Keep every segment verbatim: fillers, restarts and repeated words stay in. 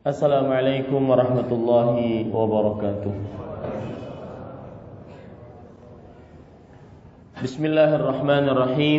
Assalamualaikum warahmatullahi wabarakatuh. Bismillahirrahmanirrahim.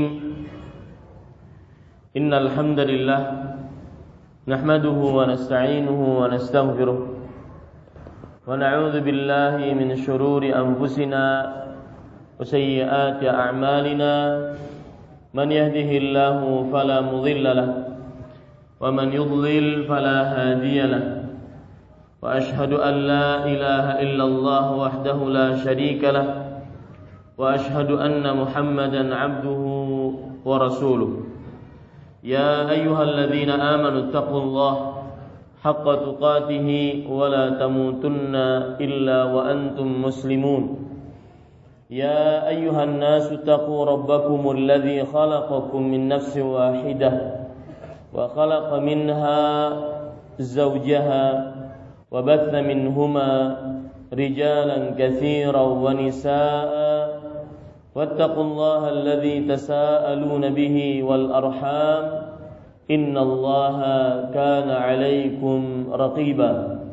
Innal hamdalillah nahmaduhu wa nasta'inuhu wa nastaghfiruh wa na'udzu billahi min shururi anfusina wa sayyiati a'malina. Man yahdihillahu fala mudilla lahu ومن يضلل فلا هادي له وأشهد أن لا إله إلا الله وحده لا شريك له وأشهد أن محمدا عبده ورسوله. يا أيها الذين آمنوا اتقوا الله حق تقاته ولا تموتن إلا وأنتم مسلمون. يا أيها الناس اتقوا ربكم الذي خلقكم من نفس واحدة وخلق منها زوجها وبث منهما رجالا كثيرا ونساء واتقوا الله الذي تساءلون به والأرحام إن الله كان عليكم رقيبا.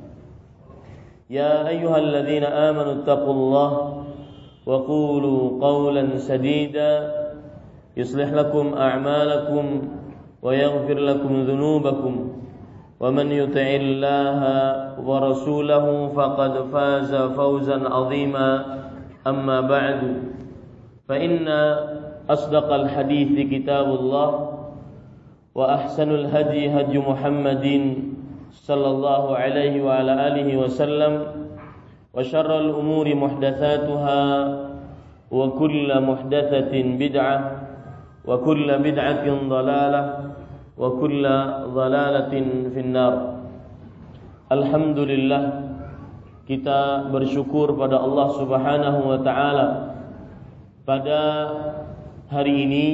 يا أيها الذين آمنوا اتقوا الله وقولوا قولا سديدا يصلح لكم أعمالكم ويغفر لكم ذنوبكم ومن يطع الله ورسوله فقد فاز فوزا عظيما. أما بعد فإن أصدق الحديث كتاب الله وأحسن الهدي هدي محمد صلى الله عليه وعلى آله وسلم وشر الأمور محدثاتها وكل محدثة بدعة وكل بدعة ضلالة wa kulla dhalalatin finnar. Alhamdulillah, kita bersyukur pada Allah Subhanahu wa taala pada hari ini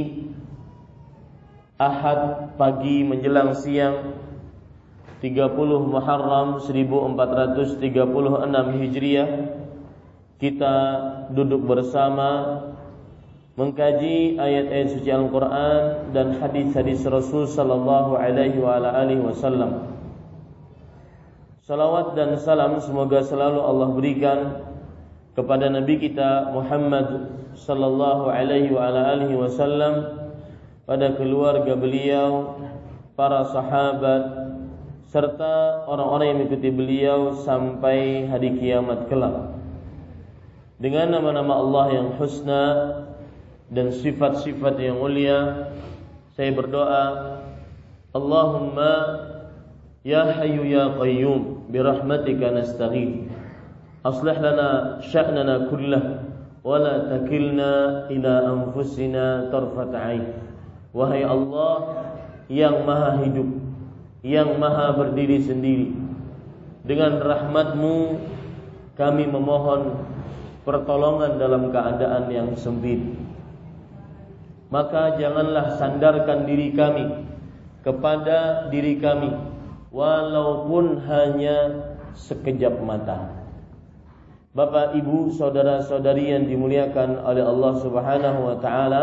Ahad pagi menjelang siang tiga puluh Muharram seribu empat ratus tiga puluh enam Hijriah, kita duduk bersama mengkaji ayat-ayat suci Al-Quran dan hadis-hadis Rasul sallallahu alaihi wa ala alihi wasallam. Salawat dan salam semoga selalu Allah berikan kepada Nabi kita Muhammad sallallahu alaihi wa ala alihi wasallam, pada keluarga beliau, para sahabat, serta orang-orang yang mengikuti beliau sampai hari kiamat kelak. Dengan nama-nama Allah yang husna dan sifat-sifat yang mulia, saya berdoa, Allahumma ya hayyu ya qayyum birahmatika nastaghith aslih lana sya'nana kullah wa la takilna ila anfusina tarfat 'ain. Wahai Allah yang maha hidup, yang maha berdiri sendiri, dengan rahmat-Mu kami memohon pertolongan dalam keadaan yang sempit. Maka janganlah sandarkan diri kami kepada diri kami walaupun hanya sekejap mata. Bapak, Ibu, saudara-saudari yang dimuliakan oleh Allah Subhanahu wa taala,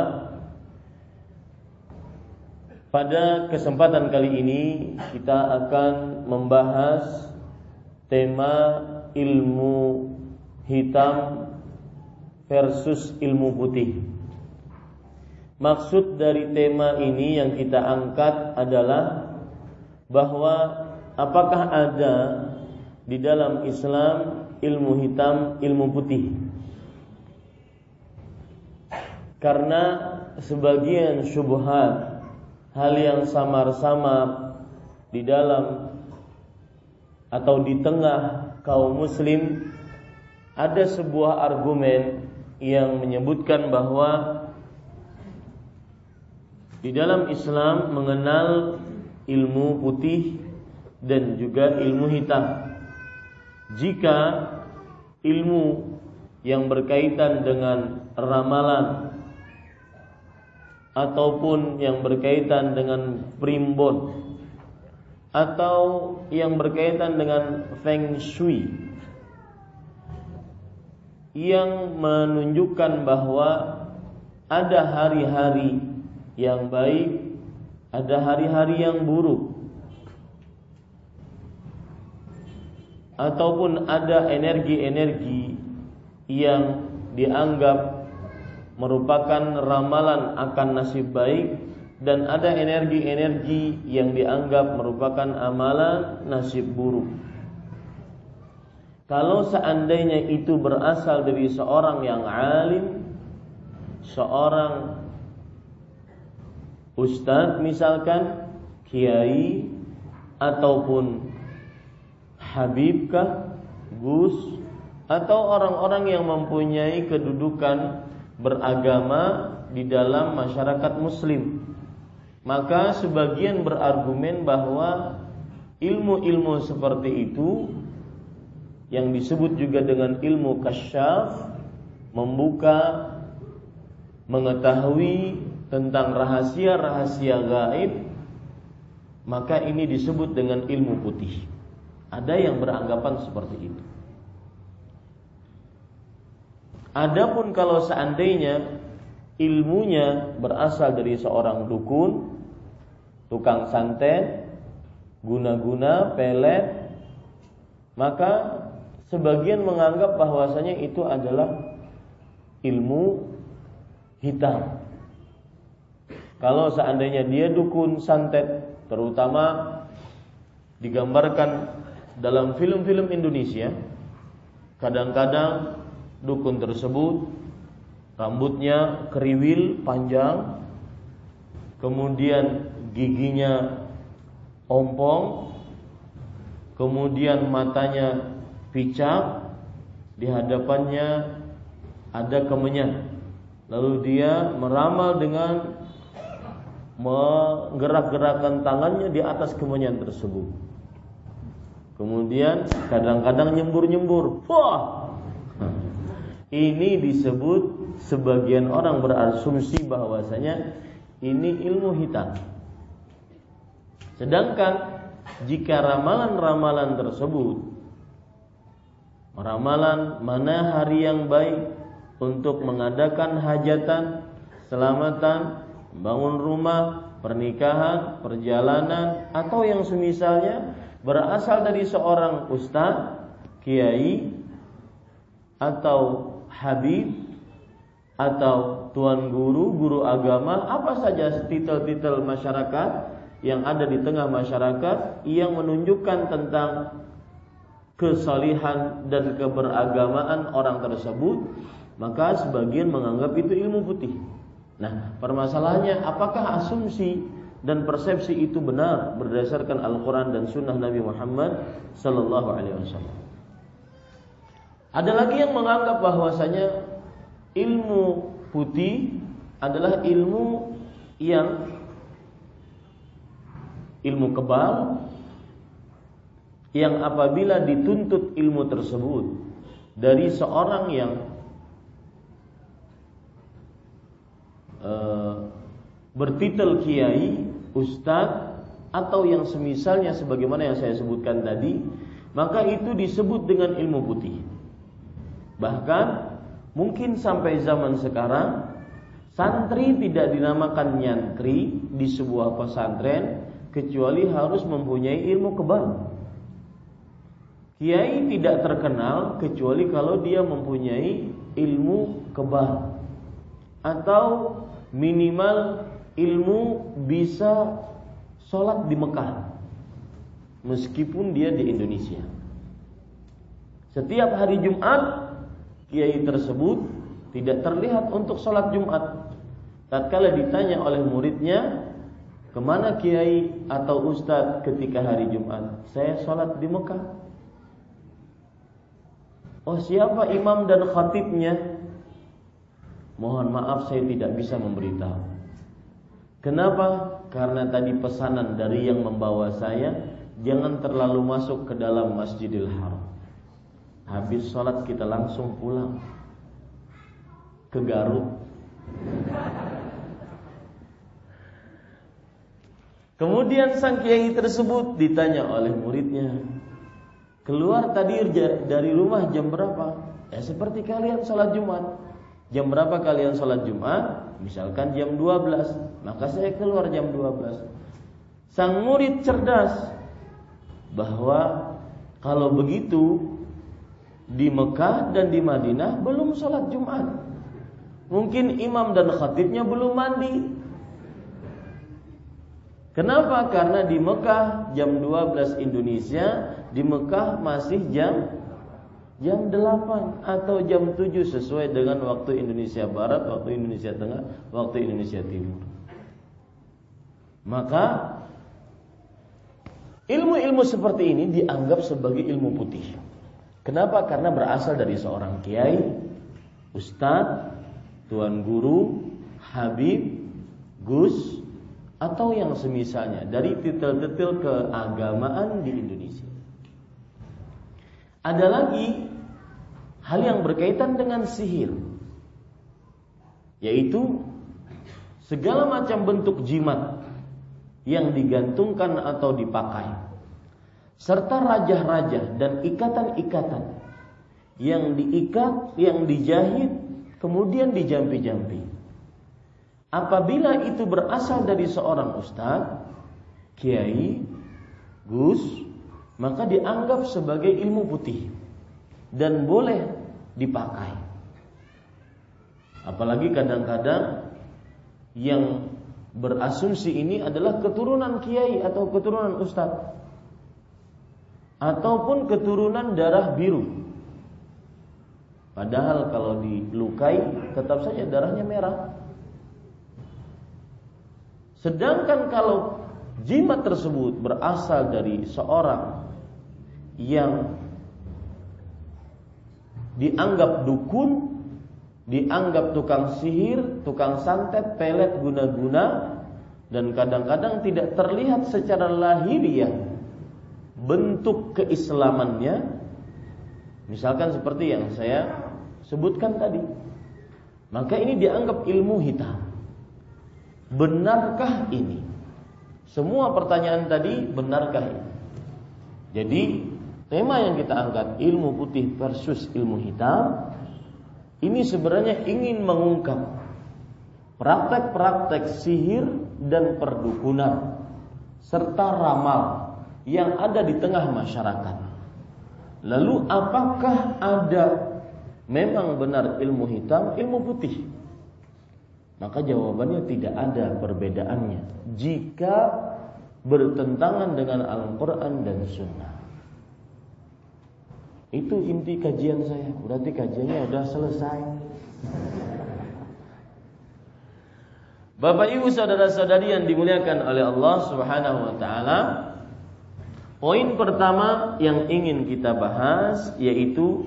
pada kesempatan kali ini kita akan membahas tema ilmu hitam versus ilmu putih. Maksud dari tema ini yang kita angkat adalah bahwa apakah ada di dalam Islam ilmu hitam, ilmu putih? Karena sebagian syubhat, hal yang samar-samar di dalam atau di tengah kaum muslim, ada sebuah argumen yang menyebutkan bahwa di dalam Islam mengenal ilmu putih dan juga ilmu hitam. Jika ilmu yang berkaitan dengan ramalan ataupun yang berkaitan dengan primbon atau yang berkaitan dengan feng shui yang menunjukkan bahwa ada hari-hari yang baik, ada hari-hari yang buruk. ataupun ada energi-energi yang dianggap merupakan ramalan akan nasib baik, dan ada energi-energi yang dianggap merupakan amalan nasib buruk. Kalau seandainya itu berasal dari seorang yang alim, seorang ustadz misalkan, kiai, ataupun habibkah, gus, atau orang-orang yang mempunyai kedudukan beragama di dalam masyarakat muslim, maka sebagian berargumen bahwa ilmu-ilmu seperti itu yang disebut juga dengan ilmu kasyaf, membuka, mengetahui tentang rahasia-rahasia gaib, maka ini disebut dengan ilmu putih. Ada yang beranggapan seperti itu. Adapun kalau seandainya ilmunya berasal dari seorang dukun, tukang santet, guna-guna, pelet, maka sebagian menganggap bahwasanya itu adalah ilmu hitam. Kalau seandainya dia dukun santet, terutama digambarkan dalam film-film Indonesia, kadang-kadang dukun tersebut rambutnya kriwil panjang, kemudian giginya ompong, kemudian matanya picak, di hadapannya ada kemenyan, lalu dia meramal dengan menggerak-gerakkan tangannya di atas kemenyan tersebut. Kemudian kadang-kadang nyembur-nyembur. Wah, ini disebut, sebagian orang berasumsi bahwasanya ini ilmu hitam. Sedangkan jika ramalan-ramalan tersebut, ramalan mana hari yang baik untuk mengadakan hajatan, selamatan, bangun rumah, pernikahan, perjalanan, atau yang semisalnya, berasal dari seorang ustaz, kiai, atau habib, atau tuan guru, guru agama, apa saja titel-titel masyarakat yang ada di tengah masyarakat yang menunjukkan tentang kesalihan dan keberagamaan orang tersebut, maka sebagian menganggap itu ilmu putih. Nah, permasalahannya apakah asumsi dan persepsi itu benar berdasarkan Al-Quran dan Sunnah Nabi Muhammad Sallallahu Alaihi Wasallam? Ada lagi yang menganggap bahwasanya ilmu putih adalah ilmu yang ilmu kebal, yang apabila dituntut ilmu tersebut dari seorang yang uh, bertitel kiai, ustadz, atau yang semisalnya sebagaimana yang saya sebutkan tadi, maka itu disebut dengan ilmu putih. Bahkan mungkin sampai zaman sekarang santri tidak dinamakan nyantri di sebuah pesantren kecuali harus mempunyai ilmu kebal. Kiai tidak terkenal kecuali kalau dia mempunyai ilmu kebal, atau minimal ilmu bisa sholat di Mekah meskipun dia di Indonesia. Setiap hari Jumat kiai tersebut tidak terlihat untuk sholat Jumat. Tatkala ditanya oleh muridnya, kemana kiai atau ustadz ketika hari Jumat? Saya sholat di Mekah. Oh, siapa imam dan khatibnya? Mohon maaf, saya tidak bisa memberitahu. Kenapa? Karena tadi pesanan dari yang membawa saya, jangan terlalu masuk ke dalam Masjidil Haram. Habis sholat kita langsung pulang ke Garut. Kemudian sang kiai tersebut ditanya oleh muridnya, keluar tadi dari rumah jam berapa? Ya seperti kalian sholat Jumat. Jam berapa kalian sholat Jumat? Misalkan jam dua belas. Maka saya keluar jam dua belas. Sang murid cerdas bahwa Kalau begitu di Mekah dan di Madinah belum sholat Jumat. Mungkin imam dan khatibnya belum mandi. Kenapa? Karena di Mekah jam dua belas Indonesia, di Mekah masih jam jam delapan atau jam tujuh sesuai dengan waktu Indonesia Barat, waktu Indonesia Tengah, waktu Indonesia Timur. Maka ilmu-ilmu seperti ini dianggap sebagai ilmu putih. Kenapa? Karena berasal dari seorang kiai, ustadz, tuan guru, habib, gus, atau yang semisalnya dari titel-titel keagamaan di Indonesia. Ada lagi hal yang berkaitan dengan sihir, yaitu segala macam bentuk jimat yang digantungkan atau dipakai, serta rajah-rajah dan ikatan-ikatan yang diikat, yang dijahit, kemudian dijampi-jampi. Apabila itu berasal dari seorang ustadz, kiai, gus, maka dianggap sebagai ilmu putih dan boleh dipakai. Apalagi kadang-kadang yang berasumsi ini adalah keturunan kiai atau keturunan ustadz, ataupun keturunan darah biru. Padahal kalau dilukai tetap saja darahnya merah. Sedangkan kalau jimat tersebut berasal dari seorang yang dianggap dukun, dianggap tukang sihir, tukang santet, pelet, guna-guna, dan kadang-kadang tidak terlihat secara lahiriah bentuk keislamannya, misalkan seperti yang saya sebutkan tadi, maka ini dianggap ilmu hitam. Benarkah ini? Semua pertanyaan tadi benarkah ini? Jadi tema yang kita angkat, ilmu putih versus ilmu hitam, ini sebenarnya ingin mengungkap praktek-praktek sihir dan perdukunan serta ramal yang ada di tengah masyarakat. Lalu apakah ada memang benar ilmu hitam, ilmu putih? Maka jawabannya tidak ada perbedaannya jika bertentangan dengan Al-Quran dan Sunnah. Itu inti kajian saya. Berarti kajiannya sudah selesai. Bapak ibu saudara-saudari yang dimuliakan oleh Allah Subhanahu wa ta'ala, poin pertama yang ingin kita bahas yaitu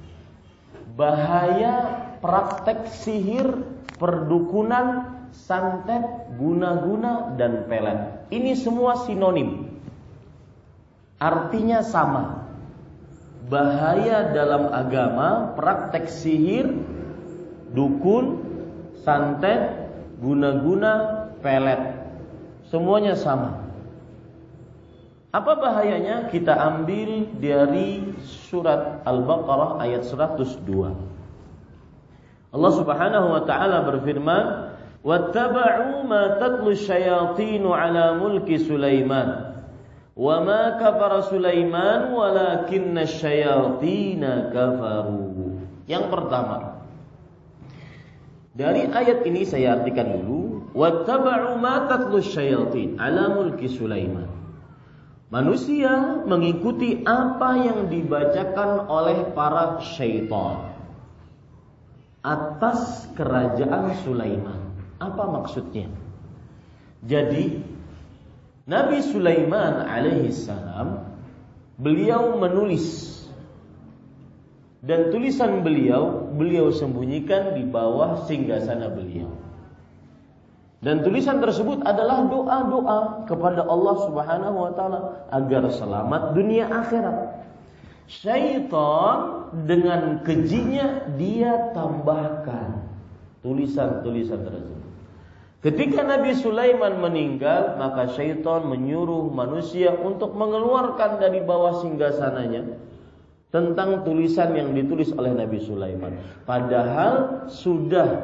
bahaya praktek sihir, perdukunan, santet, guna-guna, dan pelet. Ini semua sinonim, artinya sama. Bahaya dalam agama, praktek sihir, dukun, santet, guna-guna, pelet, semuanya sama. Apa bahayanya? Kita ambil dari surat Al-Baqarah ayat seratus dua. Allah Subhanahu wa ta'ala berfirman, "Wattaba'u ma tatlu syayatinu 'ala mulki Sulaiman, wa ma kafara Sulaiman walakinna syayatina kafaru." Yang pertama, dari ayat ini saya artikan dulu, "Wattaba'u ma tatlu syayatin 'ala mulki Sulaiman." Manusia mengikuti apa yang dibacakan oleh para syaitan atas kerajaan Sulaiman. Apa maksudnya? Jadi Nabi Sulaiman alaihi salam, beliau menulis, dan tulisan beliau beliau sembunyikan di bawah singgasana beliau. Dan tulisan tersebut adalah doa-doa kepada Allah Subhanahu wa ta'ala agar selamat dunia akhirat. Syaitan dengan kejinya dia tambahkan tulisan-tulisan tersebut. Ketika Nabi Sulaiman meninggal, maka syaitan menyuruh manusia untuk mengeluarkan dari bawah singgasananya tentang tulisan yang ditulis oleh Nabi Sulaiman. Padahal sudah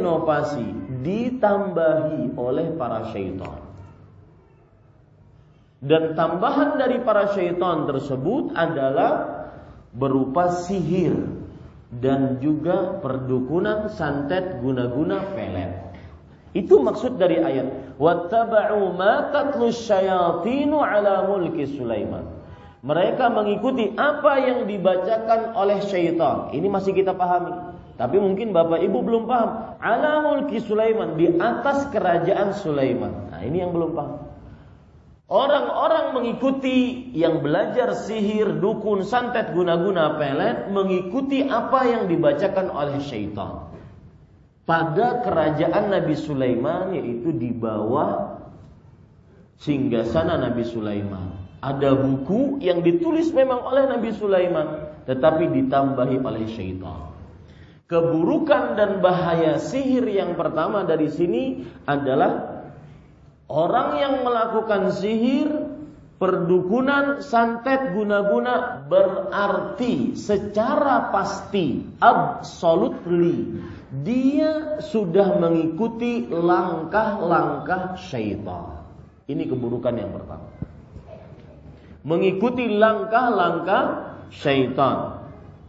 direnovasi, ditambahi oleh para syaitan. Dan tambahan dari para syaitan tersebut adalah berupa sihir dan juga perdukunan, santet, guna-guna, pelet. Itu maksud dari ayat wattaba'u ma tatlu syayatinu ala mulki Sulaiman. Mereka mengikuti apa yang dibacakan oleh syaitan. Ini masih kita pahami. Tapi mungkin Bapak Ibu belum paham. Ala mulki Sulaiman, di atas kerajaan Sulaiman. Nah, ini yang belum paham. Orang-orang mengikuti yang belajar sihir, dukun, santet, guna-guna, pelet, mengikuti apa yang dibacakan oleh syaitan pada kerajaan Nabi Sulaiman, yaitu di bawah singgasana Nabi Sulaiman. Ada buku yang ditulis memang oleh Nabi Sulaiman, tetapi ditambahi oleh syaitan. Keburukan dan bahaya sihir yang pertama dari sini adalah orang yang melakukan sihir, perdukunan, santet, guna-guna berarti secara pasti, absolutely, dia sudah mengikuti langkah-langkah syaitan. Ini keburukan yang pertama. Mengikuti langkah-langkah syaitan.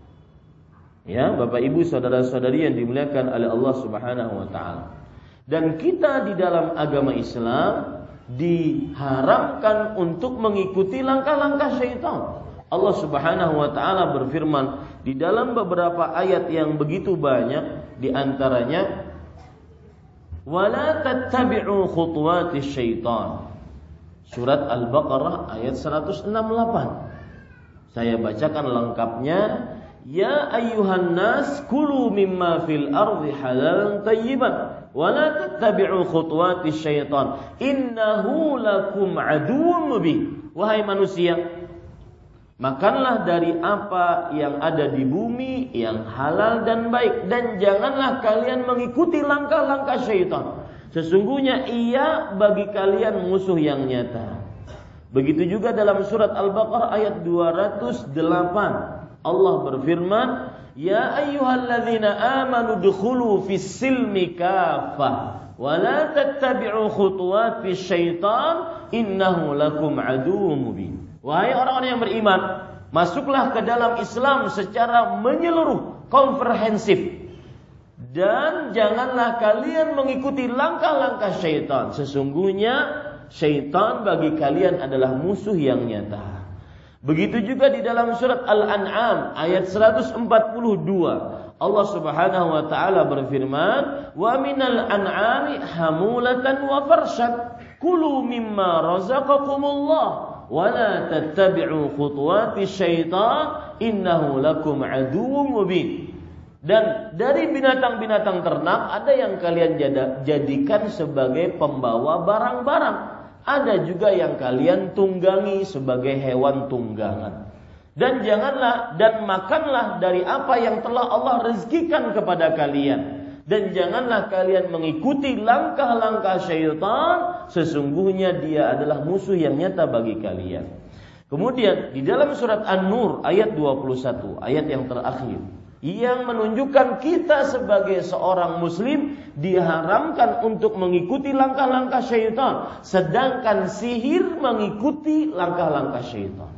Ya, Bapak Ibu, saudara-saudari yang dimuliakan oleh Allah Subhanahu wa taala. Dan kita di dalam agama Islam diharamkan untuk mengikuti langkah-langkah syaitan. Allah Subhanahu wa taala berfirman di dalam beberapa ayat yang begitu banyak, di antaranya wala tattabi'u khutuwatis syaitan. Surat Al-Baqarah ayat seratus enam puluh delapan. Saya bacakan lengkapnya. Ya ayyuhan nas kulu mimma fil ardi halalan tayyiban wala tattabi'u khutuwatis syaitan innahu lakum aduwwum mubin. Wahai manusia, makanlah dari apa yang ada di bumi yang halal dan baik, dan janganlah kalian mengikuti langkah-langkah syaitan. Sesungguhnya ia bagi kalian musuh yang nyata. Begitu juga dalam surat Al-Baqarah ayat dua ratus delapan. Allah berfirman, ya ayyuhalladzina amanu dukhulu fis silmi kaffah wa la tattabi'u khutuwatis syaitan innahu lakum aduwwum mubin. Wahai orang-orang yang beriman, masuklah ke dalam Islam secara menyeluruh, komprehensif, dan janganlah kalian mengikuti langkah-langkah syaitan. Sesungguhnya syaitan bagi kalian adalah musuh yang nyata. Begitu juga di dalam surat Al-An'am ayat seratus empat puluh dua. Allah Subhanahu wa taala berfirman, "Wa minal an'ami hamulatan wa farshan, kulu mimma razaqakumullah, wa la tattabi'u khutuwatis syaitan, innahu lakum aduwwum mubin." Dan dari binatang-binatang ternak ada yang kalian jadikan sebagai pembawa barang-barang. Ada juga yang kalian tunggangi sebagai hewan tunggangan. Dan janganlah dan makanlah dari apa yang telah Allah rezekikan kepada kalian. Dan janganlah kalian mengikuti langkah-langkah syaitan. Sesungguhnya dia adalah musuh yang nyata bagi kalian. Kemudian di dalam surat An-Nur ayat dua puluh satu, ayat yang terakhir, yang menunjukkan kita sebagai seorang muslim diharamkan untuk mengikuti langkah-langkah syaitan, sedangkan sihir mengikuti langkah-langkah syaitan.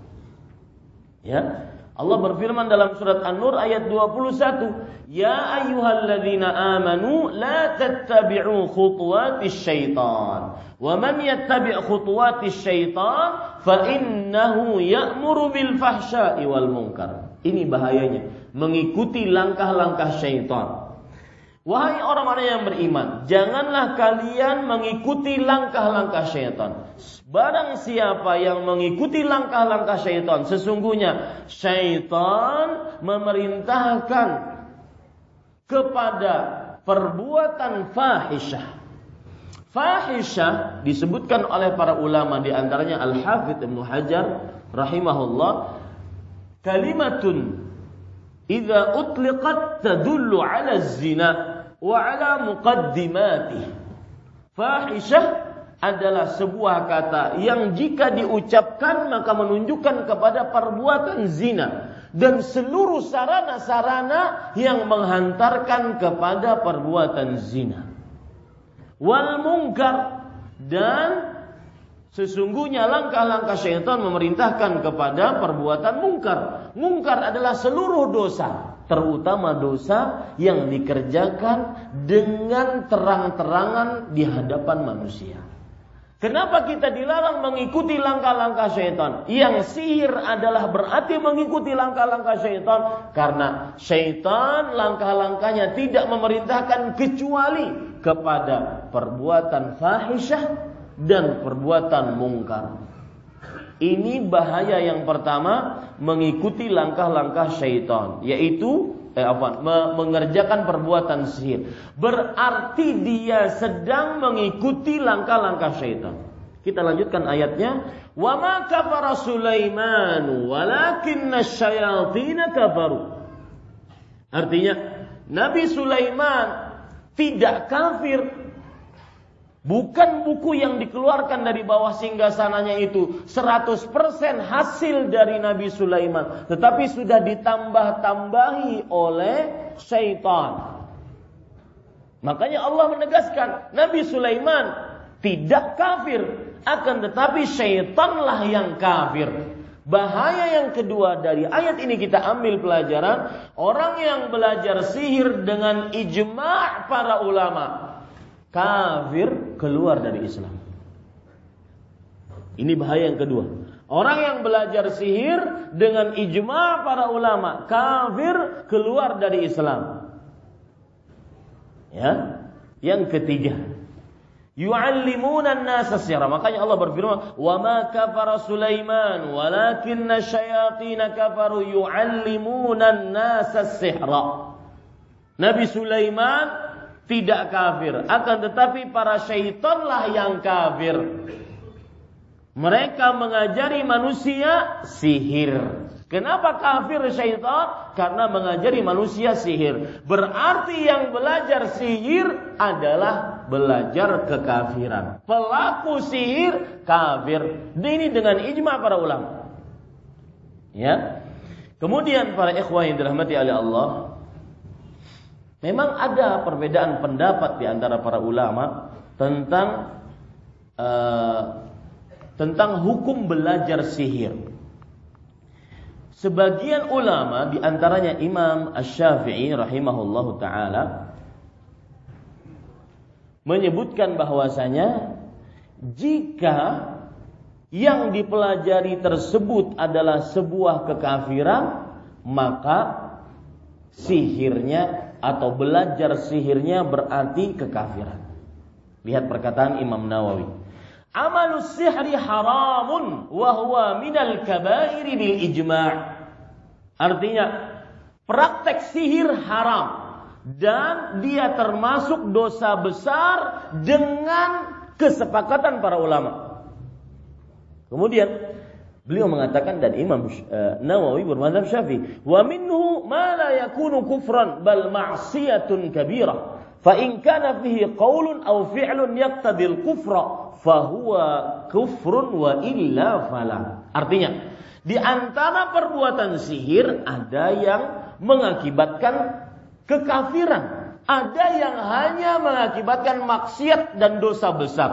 Ya, Allah berfirman dalam surat An-Nur ayat dua puluh satu, ya ayyuhalladzina amanu la tattabi'u khutuwatis syaitan wa man yattabi' khutuwatis syaitan fa innahu ya'muru bil fahsya'i wal munkar. Ini bahayanya, mengikuti langkah-langkah syaitan. Wahai orang-orang yang beriman, janganlah kalian mengikuti langkah-langkah syaitan. Barang siapa yang mengikuti langkah-langkah syaitan, sesungguhnya syaitan memerintahkan kepada perbuatan fahisyah. Fahisyah disebutkan oleh para ulama, di antaranya Al-Hafidz Ibnu Hajar rahimahullah, kalimatun idza utliqat tadullu 'ala az-zina wa 'ala muqaddimatihi. Fahisyah adalah sebuah kata yang jika diucapkan maka menunjukkan kepada perbuatan zina dan seluruh sarana-sarana yang menghantarkan kepada perbuatan zina. Wal munkar, dan Sesungguhnya langkah-langkah syaitan memerintahkan kepada perbuatan mungkar. Mungkar adalah seluruh dosa, terutama dosa yang dikerjakan dengan terang-terangan di hadapan manusia. Kenapa kita dilarang mengikuti langkah-langkah syaitan? Yang sihir adalah berarti mengikuti langkah-langkah syaitan, karena syaitan langkah-langkahnya tidak memerintahkan kecuali kepada perbuatan fahisyah dan perbuatan mungkar. Ini bahaya yang pertama, mengikuti langkah-langkah syaitan, yaitu eh, apa, mengerjakan perbuatan sihir. Berarti dia sedang mengikuti langkah-langkah syaitan. Kita lanjutkan ayatnya. Wa ma kafara Sulaiman walakinna syayatin kafaru. Artinya Nabi Sulaiman tidak kafir. Bukan buku yang dikeluarkan dari bawah singgasananya itu seratus persen hasil dari Nabi Sulaiman, tetapi sudah ditambah-tambahi oleh syaitan. Makanya Allah menegaskan Nabi Sulaiman tidak kafir, akan tetapi syaitanlah yang kafir. Bahaya yang kedua dari ayat ini kita ambil pelajaran, orang yang belajar sihir dengan ijma' para ulama kafir, keluar dari Islam. Ini bahaya yang kedua. Orang yang belajar sihir dengan ijma' para ulama kafir, keluar dari Islam. Ya. Yang ketiga, yu'allimuna an-nasa sihra. Makanya Allah berfirman, "Wa ma kafara Sulaiman walakinna syayatin kafaru yu'allimuna an-nasa sihra." Nabi Sulaiman tidak kafir, akan tetapi para syaitanlah yang kafir. Mereka mengajari manusia sihir. Kenapa kafir syaitan? Karena mengajari manusia sihir. Berarti yang belajar sihir adalah belajar kekafiran. Pelaku sihir kafir. Ini dengan ijma' para ulama. Ya. Kemudian para ikhwah yang dirahmati oleh Allah, memang ada perbedaan pendapat di antara para ulama tentang uh, tentang hukum belajar sihir. Sebagian ulama, di antaranya Imam Asy-Syafi'i rahimahullahu taala, menyebutkan bahwasanya jika yang dipelajari tersebut adalah sebuah kekafiran, maka sihirnya atau belajar sihirnya berarti kekafiran. Lihat perkataan Imam Nawawi. Amalus sihri haramun wa huwa minal kabairi bil ijma'. Artinya praktek sihir haram dan dia termasuk dosa besar dengan kesepakatan para ulama. Kemudian beliau mengatakan, dan Imam uh, Nawawi bermadzhab Syafi'i, wa minhu ma la yakunu kufran bal ma'siyatun kabirah, fa in kana fihi qaulun aw fi'lun yaqtadi al-kufra fa huwa kufrun wa illa fala. Artinya, di antara perbuatan sihir ada yang mengakibatkan kekafiran, ada yang hanya mengakibatkan maksiat dan dosa besar.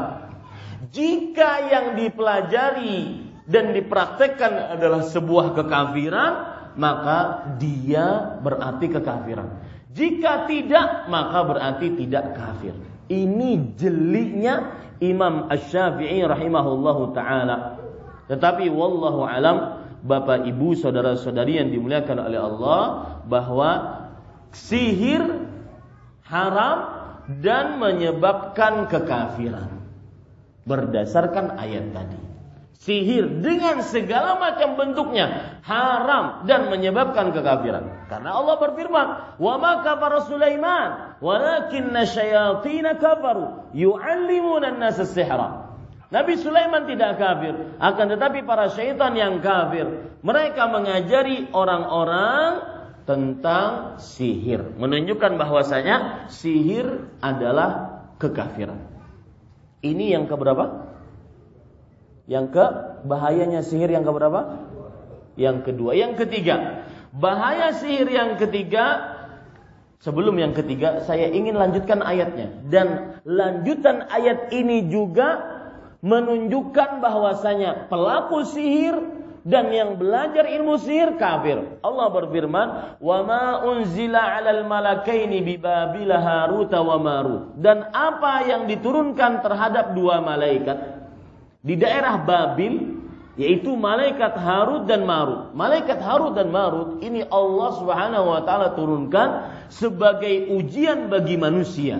Jika yang dipelajari dan dipraktekkan adalah sebuah kekafiran, maka dia berarti kekafiran. Jika tidak, maka berarti tidak kafir. Ini jeliknya Imam Asy-Syafi'i rahimahullahu taala. Tetapi wallahu alam, Bapak Ibu saudara-saudari yang dimuliakan oleh Allah, bahwa sihir haram dan menyebabkan kekafiran berdasarkan ayat tadi. Sihir dengan segala macam bentuknya haram dan menyebabkan kekafiran. Karena Allah berfirman, "Wa ma kafara Sulaiman, walakinna syayatin kafaru yu'allimuna an-nasa sihra." Nabi Sulaiman tidak kafir, akan tetapi para syaitan yang kafir. Mereka mengajari orang-orang tentang sihir, menunjukkan bahwasanya sihir adalah kekafiran. Ini yang keberapa? Yang ke bahayanya sihir yang keberapa? Yang kedua. Yang ketiga, bahaya sihir yang ketiga. Sebelum yang ketiga, saya ingin lanjutkan ayatnya. Dan lanjutan ayat ini juga menunjukkan bahwasanya pelaku sihir dan yang belajar ilmu sihir kafir. Allah berfirman, "Wa ma unzila 'alal malakaini bi Babila Harut wa Marut." Dan apa yang diturunkan terhadap dua malaikat di daerah Babil, yaitu malaikat Harut dan Marut. Malaikat Harut dan Marut ini Allah Subhanahu wa taala turunkan sebagai ujian bagi manusia.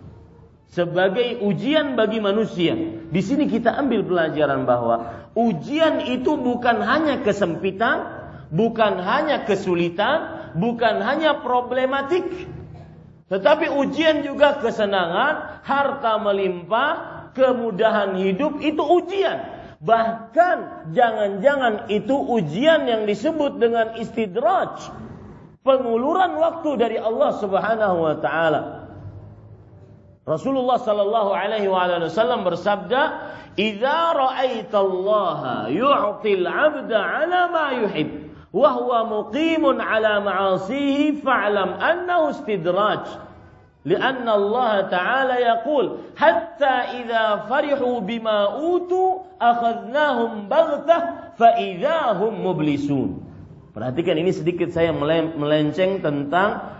Sebagai ujian bagi manusia. Di sini kita ambil pelajaran bahwa ujian itu bukan hanya kesempitan, bukan hanya kesulitan, bukan hanya problematik, tetapi ujian juga kesenangan, harta melimpah, kemudahan hidup, itu ujian. Bahkan jangan-jangan itu ujian yang disebut dengan istidraj, penguluran waktu dari Allah Subhanahu wa taala. Rasulullah sallallahu alaihi wasallam bersabda, "Idza ra'aitallaha yu'til 'abda 'ala ma yuhib wa huwa muqimun 'ala ma'asihi fa'lam annahu istidraj." Lianna Allah Ta'ala yaqul, "Hatta idza farihu bima utu akhadnahum baghtah fa idza hum mublisun." Perhatikan, ini sedikit saya melenceng tentang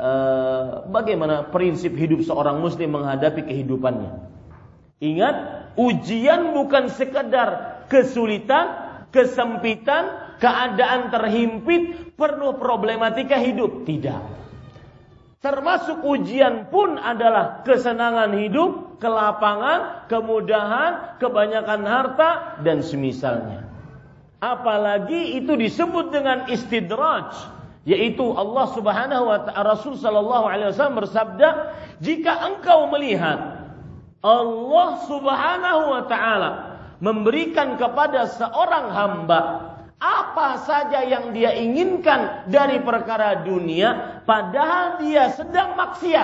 Uh, bagaimana prinsip hidup seorang muslim menghadapi kehidupannya. Ingat, ujian bukan sekedar kesulitan, kesempitan, keadaan terhimpit, penuh problematika hidup. Tidak. Termasuk ujian pun adalah kesenangan hidup, kelapangan, kemudahan, kebanyakan harta, dan semisalnya. Apalagi itu disebut dengan istidraj, yaitu Allah Subhanahu wa ta'ala, Rasul sallallahu alaihi wasallam bersabda, jika engkau melihat Allah Subhanahu wa ta'ala memberikan kepada seorang hamba apa saja yang dia inginkan dari perkara dunia, padahal dia sedang maksiat.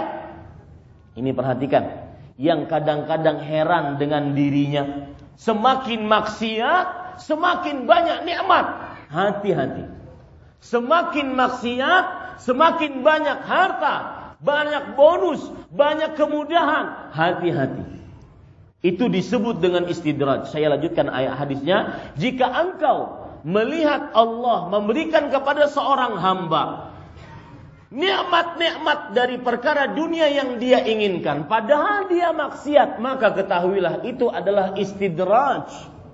Ini perhatikan, yang kadang-kadang heran dengan dirinya, semakin maksiat semakin banyak nikmat. Hati-hati. Semakin maksiat, semakin banyak harta, banyak bonus, banyak kemudahan. Hati-hati. Itu disebut dengan istidraj. Saya lanjutkan ayat hadisnya. Jika engkau melihat Allah memberikan kepada seorang hamba nikmat-nikmat dari perkara dunia yang dia inginkan, padahal dia maksiat, maka ketahuilah itu adalah istidraj.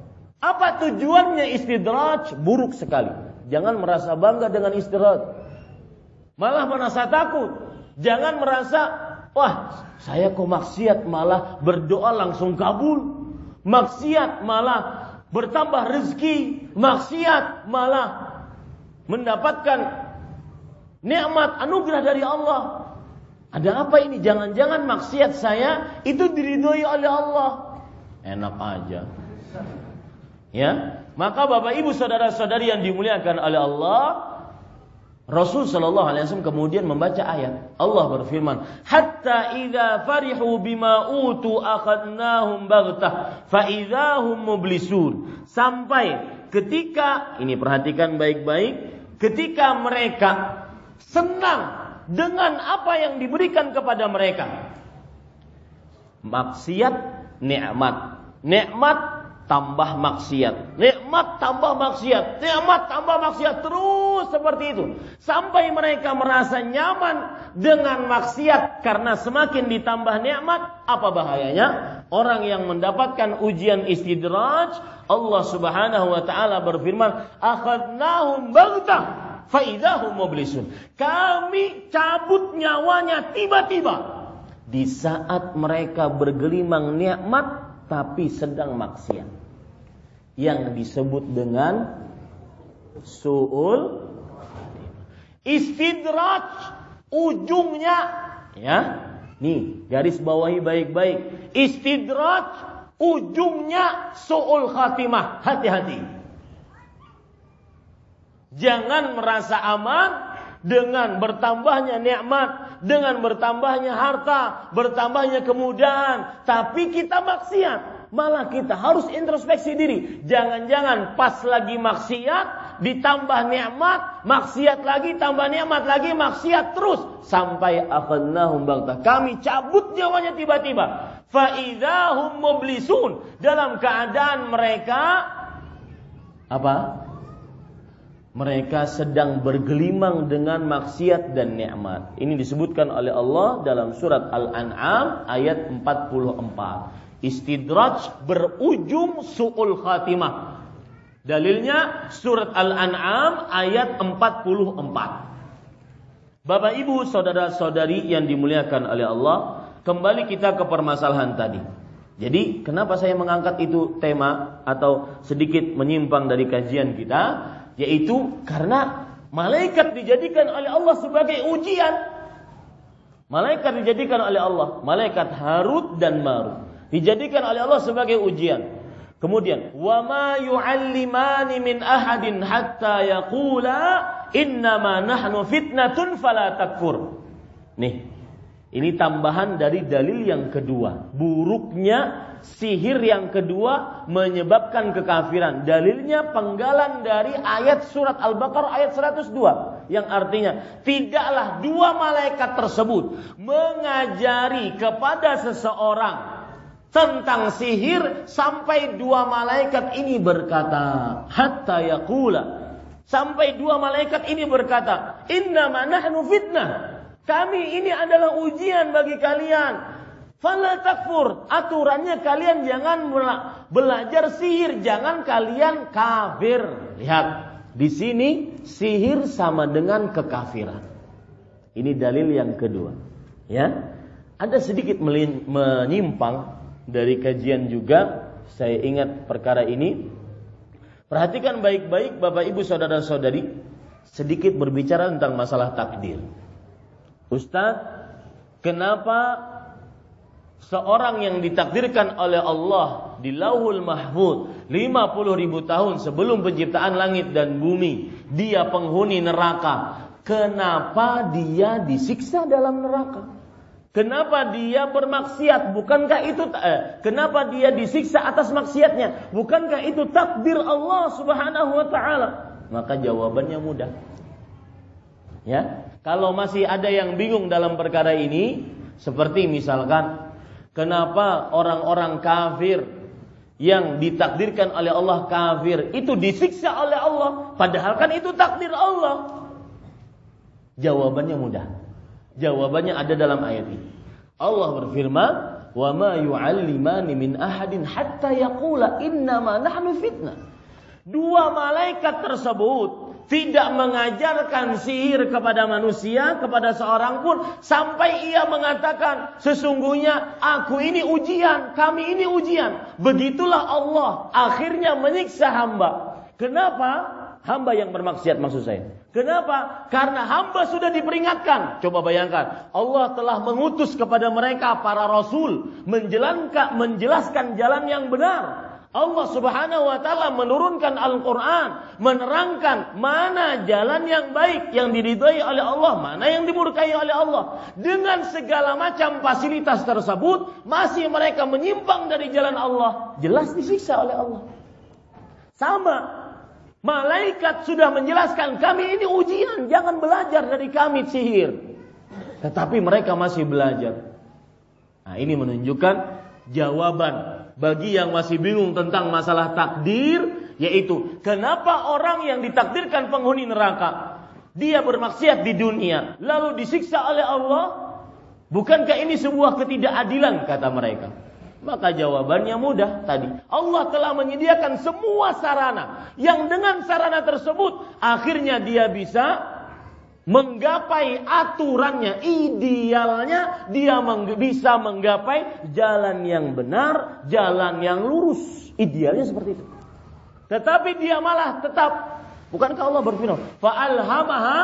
Apa tujuannya istidraj? Buruk sekali. Jangan merasa bangga dengan istidraj, malah merasa takut. Jangan merasa, wah saya kok maksiat malah berdoa langsung kabul, maksiat malah bertambah rezeki, maksiat malah mendapatkan nikmat anugerah dari Allah. Ada apa ini? Jangan-jangan maksiat saya itu diridhoi oleh Allah. Enak aja. Ya, maka Bapak Ibu saudara-saudari yang dimuliakan oleh Allah, Rasul sallallahu alaihi wasallam kemudian membaca ayat. Allah berfirman, "Hatta idza farihu bima utu akhadnahum baghtah fa idzahum mublisun." Sampai ketika, ini perhatikan baik-baik, ketika mereka senang dengan apa yang diberikan kepada mereka. Maksiat, nikmat. Nikmat tambah maksiat, nikmat tambah maksiat, nikmat tambah maksiat, terus seperti itu sampai mereka merasa nyaman dengan maksiat. Karena semakin ditambah nikmat, apa bahayanya? Orang yang mendapatkan ujian istidraj, Allah Subhanahu wa taala berfirman, "Akhadnahum baghtah fa idzahum mublisun." Kami cabut nyawanya tiba-tiba di saat mereka bergelimang nikmat tapi sedang maksiat, yang disebut dengan su'ul istidraj. Ujungnya, ya, nih garis bawahi baik-baik, istidraj ujungnya su'ul khatimah. Hati-hati, jangan merasa aman dengan bertambahnya nikmat, dengan bertambahnya harta, bertambahnya kemudahan, tapi kita maksiat. Malah kita harus introspeksi diri. Jangan-jangan pas lagi maksiat ditambah nikmat, maksiat lagi, tambah nikmat lagi, maksiat terus sampai akhadnahum baghtah. Kami cabut nyawanya tiba-tiba. fa idzahum mublisun, dalam keadaan mereka apa? Mereka sedang bergelimang dengan maksiat dan nikmat. Ini disebutkan oleh Allah dalam surat Al-An'am ayat empat puluh empat. Istidraj berujung su'ul khatimah. Dalilnya surat Al-An'am ayat empat puluh empat. Bapak Ibu, saudara-saudari yang dimuliakan oleh Allah, kembali kita ke permasalahan tadi. Jadi, kenapa saya mengangkat itu tema atau sedikit menyimpang dari kajian kita? Yaitu karena malaikat dijadikan oleh Allah sebagai ujian. Malaikat dijadikan oleh Allah, malaikat Harut dan Marut dijadikan oleh Allah sebagai ujian. Kemudian, wa ma yu'allimani min ahadin hatta yaqula innama nahnu fitnatun fala takfur. Nih, ini tambahan dari dalil yang kedua. Buruknya sihir yang kedua menyebabkan kekafiran. Dalilnya penggalan dari ayat surat Al-Baqarah ayat seratus dua. Yang artinya, tidaklah dua malaikat tersebut mengajari kepada seseorang tentang sihir sampai dua malaikat ini berkata, hatta yaqula, sampai dua malaikat ini berkata, innama nahnu fitnah, kami ini adalah ujian bagi kalian. Fala takfur, aturannya kalian jangan belajar sihir, jangan kalian kafir. Lihat, di sini sihir sama dengan kekafiran. Ini dalil yang kedua. Ya, ada sedikit menyimpang dari kajian juga. Saya ingat perkara ini. Perhatikan baik-baik Bapak Ibu saudara-saudari, sedikit berbicara tentang masalah takdir. Ustaz, kenapa seorang yang ditakdirkan oleh Allah di Lauhul Mahfuz lima puluh ribu tahun sebelum penciptaan langit dan bumi, dia penghuni neraka, kenapa dia disiksa dalam neraka? Kenapa dia bermaksiat? Bukankah itu eh, kenapa dia disiksa atas maksiatnya? Bukankah itu takdir Allah Subhanahu wa taala? Maka jawabannya mudah. Ya, kalau masih ada yang bingung dalam perkara ini, seperti misalkan, kenapa orang-orang kafir yang ditakdirkan oleh Allah kafir itu disiksa oleh Allah, padahal kan itu takdir Allah? Jawabannya mudah. Jawabannya ada dalam ayat ini. Allah berfirman, "Wa ma yu'allimani min ahadin hatta yaqula innama nahnu fitnah." Dua malaikat tersebut tidak mengajarkan sihir kepada manusia, kepada seorang pun, sampai ia mengatakan, sesungguhnya aku ini ujian, kami ini ujian. Begitulah Allah akhirnya menyiksa hamba. Kenapa? Hamba yang bermaksiat maksud saya. Kenapa? Karena hamba sudah diperingatkan. Coba bayangkan, Allah telah mengutus kepada mereka para rasul, menjelaskan, menjelaskan jalan yang benar. Allah Subhanahu wa taala menurunkan Al-Qur'an, menerangkan mana jalan yang baik yang diridhai oleh Allah, mana yang dimurkai oleh Allah. Dengan segala macam fasilitas tersebut, masih mereka menyimpang dari jalan Allah, jelas disiksa oleh Allah. Sama, malaikat sudah menjelaskan, kami ini ujian, jangan belajar dari kami sihir. Tetapi mereka masih belajar. Nah, ini menunjukkan jawaban bagi yang masih bingung tentang masalah takdir, yaitu kenapa orang yang ditakdirkan penghuni neraka, dia bermaksiat di dunia lalu disiksa oleh Allah? Bukankah ini sebuah ketidakadilan, kata mereka? Maka jawabannya mudah tadi. Allah telah menyediakan semua sarana, yang dengan sarana tersebut akhirnya dia bisa menggapai aturannya, idealnya dia meng- bisa menggapai jalan yang benar, jalan yang lurus. Idealnya seperti itu. Tetapi dia malah tetap, bukankah Allah berfirman, fa'alhamaha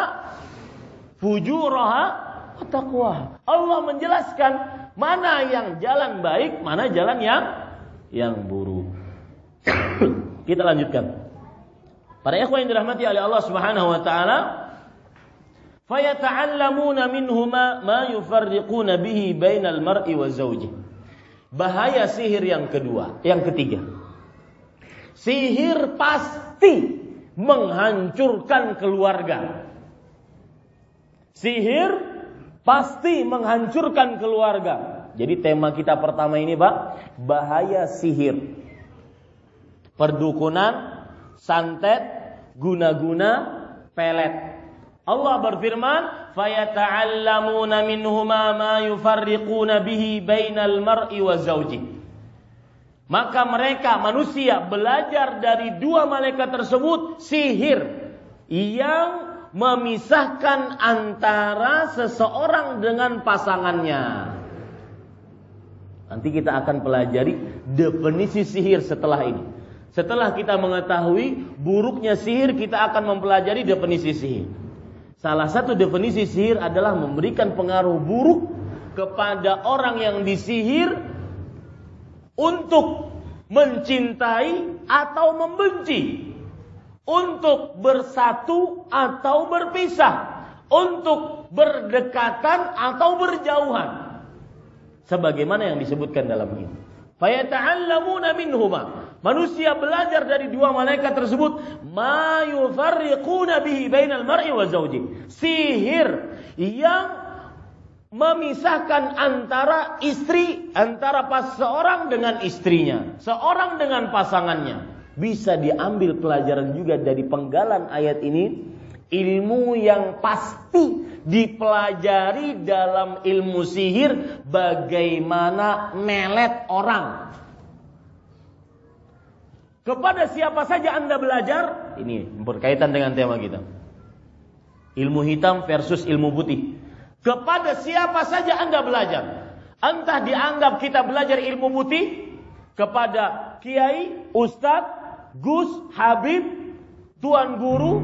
fujuraha wa taqwaha. Allah menjelaskan mana yang jalan baik, mana jalan yang yang buruk. Kita lanjutkan. Para ikhwan yang dirahmati oleh Allah Subhanahu wa taala, fayata'allamuna minhuma ma yufarriquna bihi bainal mar'i wa zawjih. Bahaya sihir yang kedua, yang ketiga. Sihir pasti menghancurkan keluarga. Sihir pasti menghancurkan keluarga. Jadi tema kita pertama ini, Pak, bahaya sihir. Perdukunan, santet, guna-guna, pelet. Allah berfirman, "Fayata'allamuna minhuma ma yufarriquna bihi bainal mar'i wa zawji." Maka mereka manusia belajar dari dua malaikat tersebut sihir yang memisahkan antara seseorang dengan pasangannya. Nanti kita akan pelajari definisi sihir setelah ini. Setelah kita mengetahui buruknya sihir, kita akan mempelajari definisi sihir. Salah satu definisi sihir adalah memberikan pengaruh buruk kepada orang yang disihir untuk mencintai atau membenci, untuk bersatu atau berpisah, untuk berdekatan atau berjauhan, sebagaimana yang disebutkan dalam ini. Fayata'allamuna minhuma, manusia belajar dari dua malaikat tersebut, ma yufarriquna bihi bainal mar'i wa zawji, sihir yang memisahkan antara istri, antara pas seorang dengan istrinya, seorang dengan pasangannya. Bisa diambil pelajaran juga dari penggalan ayat ini, ilmu yang pasti dipelajari dalam ilmu sihir, bagaimana melet orang. Kepada siapa saja Anda belajar, ini berkaitan dengan tema kita, ilmu hitam versus ilmu putih. Kepada siapa saja Anda belajar, entah dianggap kita belajar ilmu putih kepada kiai, ustadz, gus, habib, tuan guru,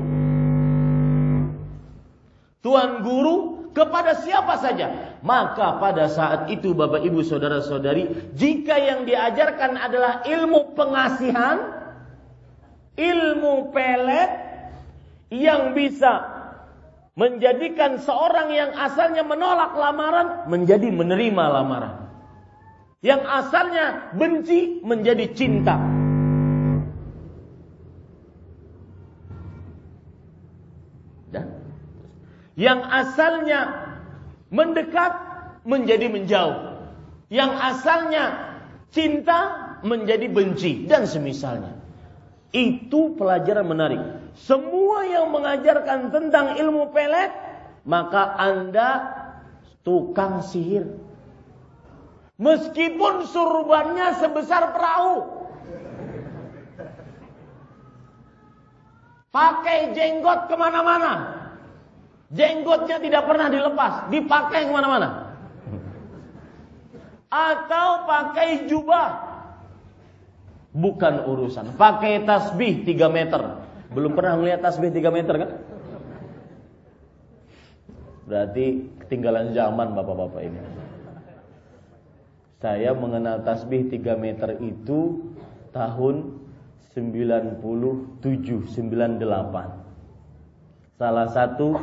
tuan guru, kepada siapa saja, maka pada saat itu Bapak Ibu saudara-saudari, jika yang diajarkan adalah ilmu pengasihan, ilmu pelet yang bisa menjadikan seorang yang asalnya menolak lamaran menjadi menerima lamaran, yang asalnya benci menjadi cinta, dan yang asalnya mendekat menjadi menjauh, yang asalnya cinta menjadi benci, dan semisalnya. Itu pelajaran menarik. Semua yang mengajarkan tentang ilmu pelet, maka Anda tukang sihir. Meskipun surbannya sebesar perahu, pakai jenggot kemana-mana, jenggotnya tidak pernah dilepas, dipakai kemana-mana. Atau pakai jubah, bukan urusan. Pakai tasbih tiga meter. Belum pernah melihat tasbih tiga meter kan? Berarti ketinggalan zaman bapak-bapak ini. Saya mengenal tasbih tiga meter itu tahun sembilan puluh tujuh sembilan puluh delapan. Salah satu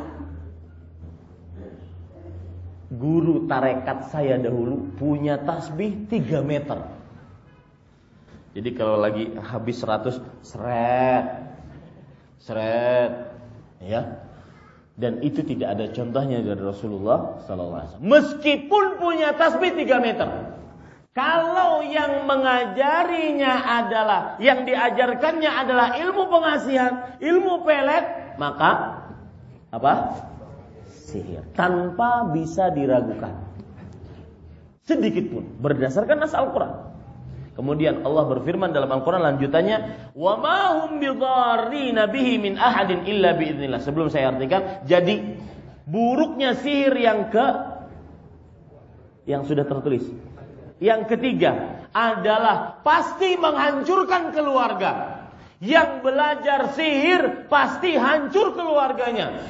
guru tarekat saya dahulu punya tasbih tiga meter. Jadi kalau lagi habis seratus, seret, seret, ya. Dan itu tidak ada contohnya dari Rasulullah sallallahu alaihi wasallam. Meskipun punya tasbih tiga meter. Kalau yang mengajarinya adalah, yang diajarkannya adalah ilmu pengasihan, ilmu pelet, maka apa? Sihir. Tanpa bisa diragukan sedikit pun, berdasarkan nas Al-Quran. Kemudian Allah berfirman dalam Al-Quran lanjutannya, wa ma hum bidharrina bihi min ahadin illa biidznillah. Sebelum saya artikan, jadi buruknya sihir yang ke yang sudah tertulis. Yang ketiga adalah pasti menghancurkan keluarga. Yang belajar sihir pasti hancur keluarganya.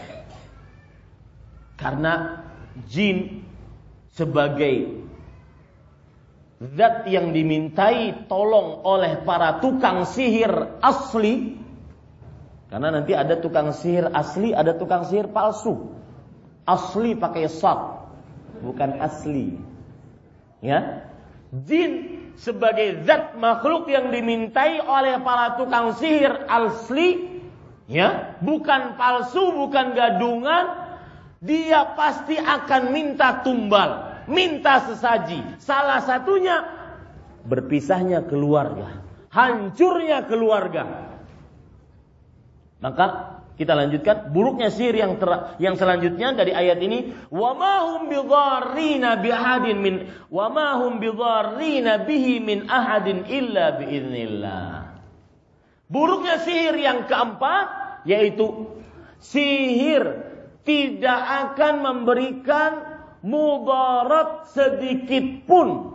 Karena jin sebagai zat yang dimintai tolong oleh para tukang sihir asli. Karena nanti ada tukang sihir asli, ada tukang sihir palsu. Asli pakai sad, bukan asli. Ya. Jin sebagai zat makhluk yang dimintai oleh para tukang sihir asli, ya, bukan palsu, bukan gadungan, dia pasti akan minta tumbal. minta sesaji. Salah satunya berpisahnya keluarga, hancurnya keluarga. Maka kita lanjutkan buruknya sihir yang ter, yang selanjutnya dari ayat ini, wa ma hum bidharrina bi ahadin min wa ma hum bidharrina bihi min ahadin illa biiznillah. Buruknya sihir yang keempat yaitu sihir tidak akan memberikan mudarat sedikit pun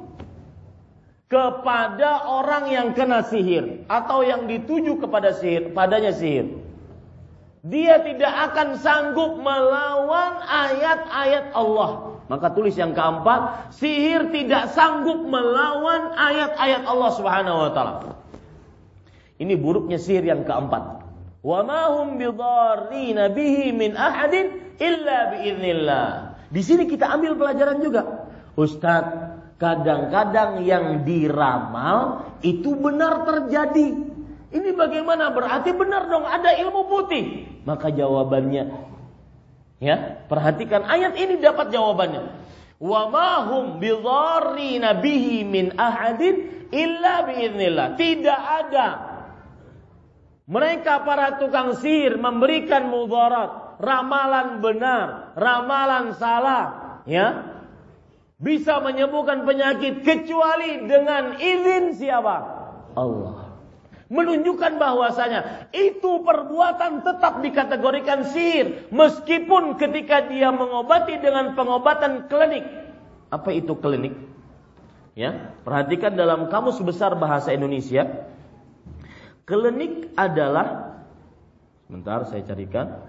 kepada orang yang kena sihir atau yang dituju kepada sihir, padanya sihir. Dia tidak akan sanggup melawan ayat-ayat Allah. Maka tulis yang keempat, sihir tidak sanggup melawan ayat-ayat Allah Subhanahu wa taala. Ini buruknya sihir yang keempat. Wa ma hum bidharrina bihi min ahadin illa biiznillah. Di sini kita ambil pelajaran juga. Ustaz, kadang-kadang yang diramal itu benar terjadi. Ini bagaimana? Berarti benar dong, ada ilmu putih. Maka jawabannya, ya, perhatikan ayat ini dapat jawabannya. Wa ma hum bidharrina bihi min ahadin illa biiznillah. Tidak ada mereka para tukang sihir memberikan mudarat, ramalan benar, ramalan salah, ya, bisa menyembuhkan penyakit kecuali dengan izin siapa? Allah. Menunjukkan bahwasanya itu perbuatan tetap dikategorikan sihir meskipun ketika dia mengobati dengan pengobatan klinik. Apa itu klinik? Ya, perhatikan dalam Kamus Besar Bahasa Indonesia. Klinik adalah, sebentar saya carikan.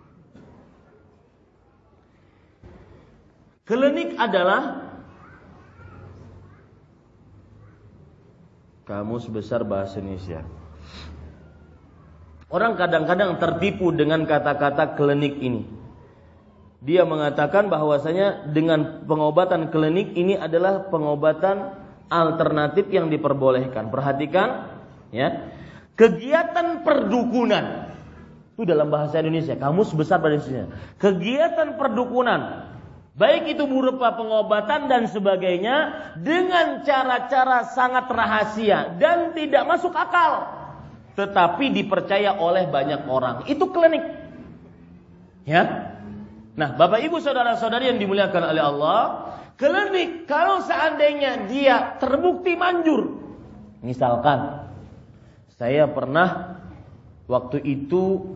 Klinik adalah Kamus Besar Bahasa Indonesia. Orang kadang-kadang tertipu dengan kata-kata klinik ini. Dia mengatakan bahwasanya dengan pengobatan klinik ini adalah pengobatan alternatif yang diperbolehkan. Perhatikan, ya. Kegiatan perdukunan. Itu dalam bahasa Indonesia, Kamus Besar Bahasa Indonesia. Kegiatan perdukunan, baik itu berupa pengobatan dan sebagainya, dengan cara-cara sangat rahasia dan tidak masuk akal, tetapi dipercaya oleh banyak orang. Itu klinik. Ya. Nah, Bapak Ibu saudara-saudari yang dimuliakan oleh Allah, klinik kalau seandainya dia terbukti manjur. Misalkan saya pernah waktu itu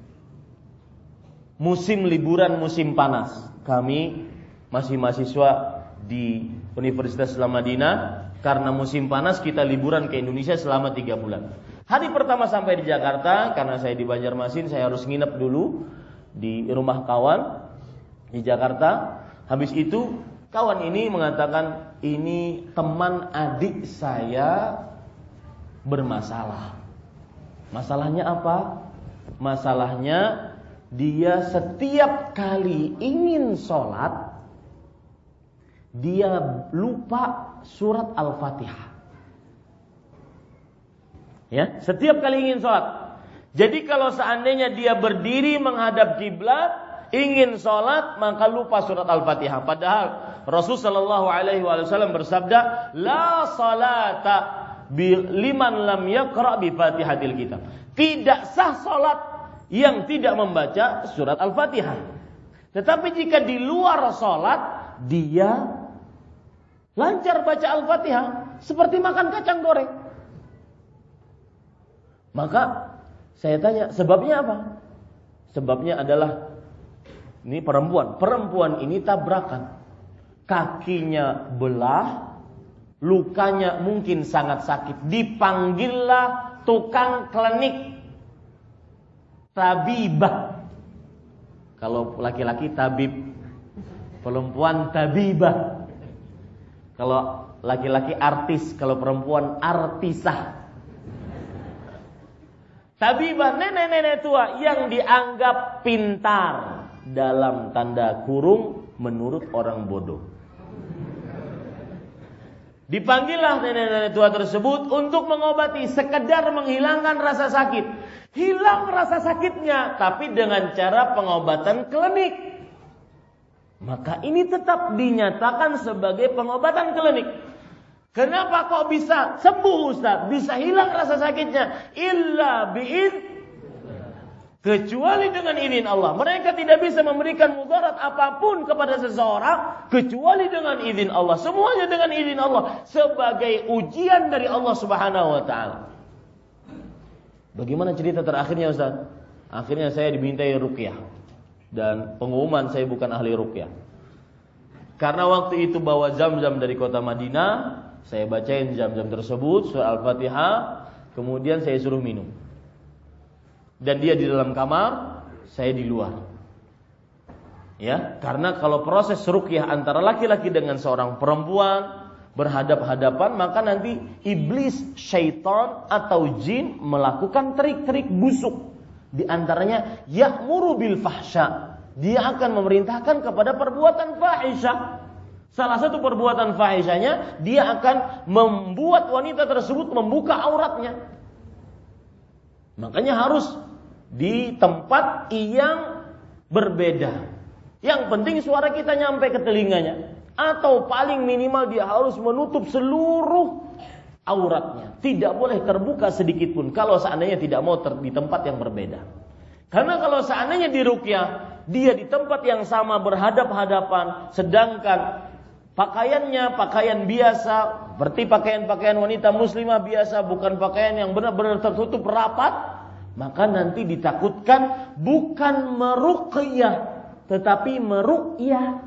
musim liburan musim panas. Kami masih mahasiswa di Universitas Islam Madinah. Karena musim panas kita liburan ke Indonesia selama tiga bulan. Hari pertama sampai di Jakarta, karena saya di Banjarmasin, saya harus nginep dulu di rumah kawan di Jakarta. Habis itu kawan ini mengatakan, ini teman adik saya bermasalah. Masalahnya apa? Masalahnya dia setiap kali ingin sholat, dia lupa surat Al-Fatihah. Ya, setiap kali ingin sholat. Jadi kalau seandainya dia berdiri menghadap kiblat, ingin sholat, maka lupa surat Al-Fatihah. Padahal Rasul Shallallahu Alaihi Wasallam bersabda, la salata liman lam yaqra bi Fatihatil kitab. Tidak sah sholat yang tidak membaca surat Al-Fatihah. Tetapi jika di luar sholat, dia lancar baca Al-Fatihah seperti makan kacang goreng. Maka saya tanya, sebabnya apa? Sebabnya adalah ini perempuan. Perempuan ini tabrakan. Kakinya belah, lukanya mungkin sangat sakit. Dipanggillah tukang klinik, tabibah. Kalau laki-laki tabib, perempuan tabibah. Kalau laki-laki artis, kalau perempuan artisah. Tabibah, nenek-nenek tua yang dianggap pintar dalam tanda kurung menurut orang bodoh. Dipanggillah nenek-nenek tua tersebut untuk mengobati, sekedar menghilangkan rasa sakit. Hilang rasa sakitnya, tapi dengan cara pengobatan klinik. maka ini tetap dinyatakan sebagai pengobatan klinik. Kenapa kok bisa sembuh Ustaz? Bisa hilang rasa sakitnya? Illa bi'id, kecuali dengan izin Allah. Mereka tidak bisa memberikan mudarat apapun kepada seseorang kecuali dengan izin Allah. Semuanya dengan izin Allah sebagai ujian dari Allah Subhanahu wa taala. Bagaimana cerita terakhirnya Ustaz? Akhirnya saya dimintai ruqyah dan pengumuman saya bukan ahli ruqyah. Karena waktu itu bawa Zam-Zam dari kota Madinah, saya bacain Zam-Zam tersebut, surah Al-Fatihah, kemudian saya suruh minum. Dan dia di dalam kamar, saya di luar. Ya, karena kalau proses ruqyah antara laki-laki dengan seorang perempuan berhadap-hadapan, maka nanti iblis, syaitan atau jin melakukan trik-trik busuk. Di antaranya ya'muru bil fahsya. Dia akan memerintahkan kepada perbuatan fahisyah. Salah satu perbuatan fahisyahnya, dia akan membuat wanita tersebut membuka auratnya. Makanya harus di tempat yang berbeda. Yang penting suara kita nyampe ke telinganya. Atau paling minimal dia harus menutup seluruh auratnya. Tidak boleh terbuka sedikit pun kalau seandainya tidak mau ter- di tempat yang berbeda. Karena kalau seandainya di ruqyah, dia di tempat yang sama berhadap-hadapan, sedangkan pakaiannya pakaian biasa, seperti pakaian-pakaian wanita muslimah biasa, bukan pakaian yang benar-benar tertutup rapat, maka nanti ditakutkan bukan meruqyah, tetapi meru'yah.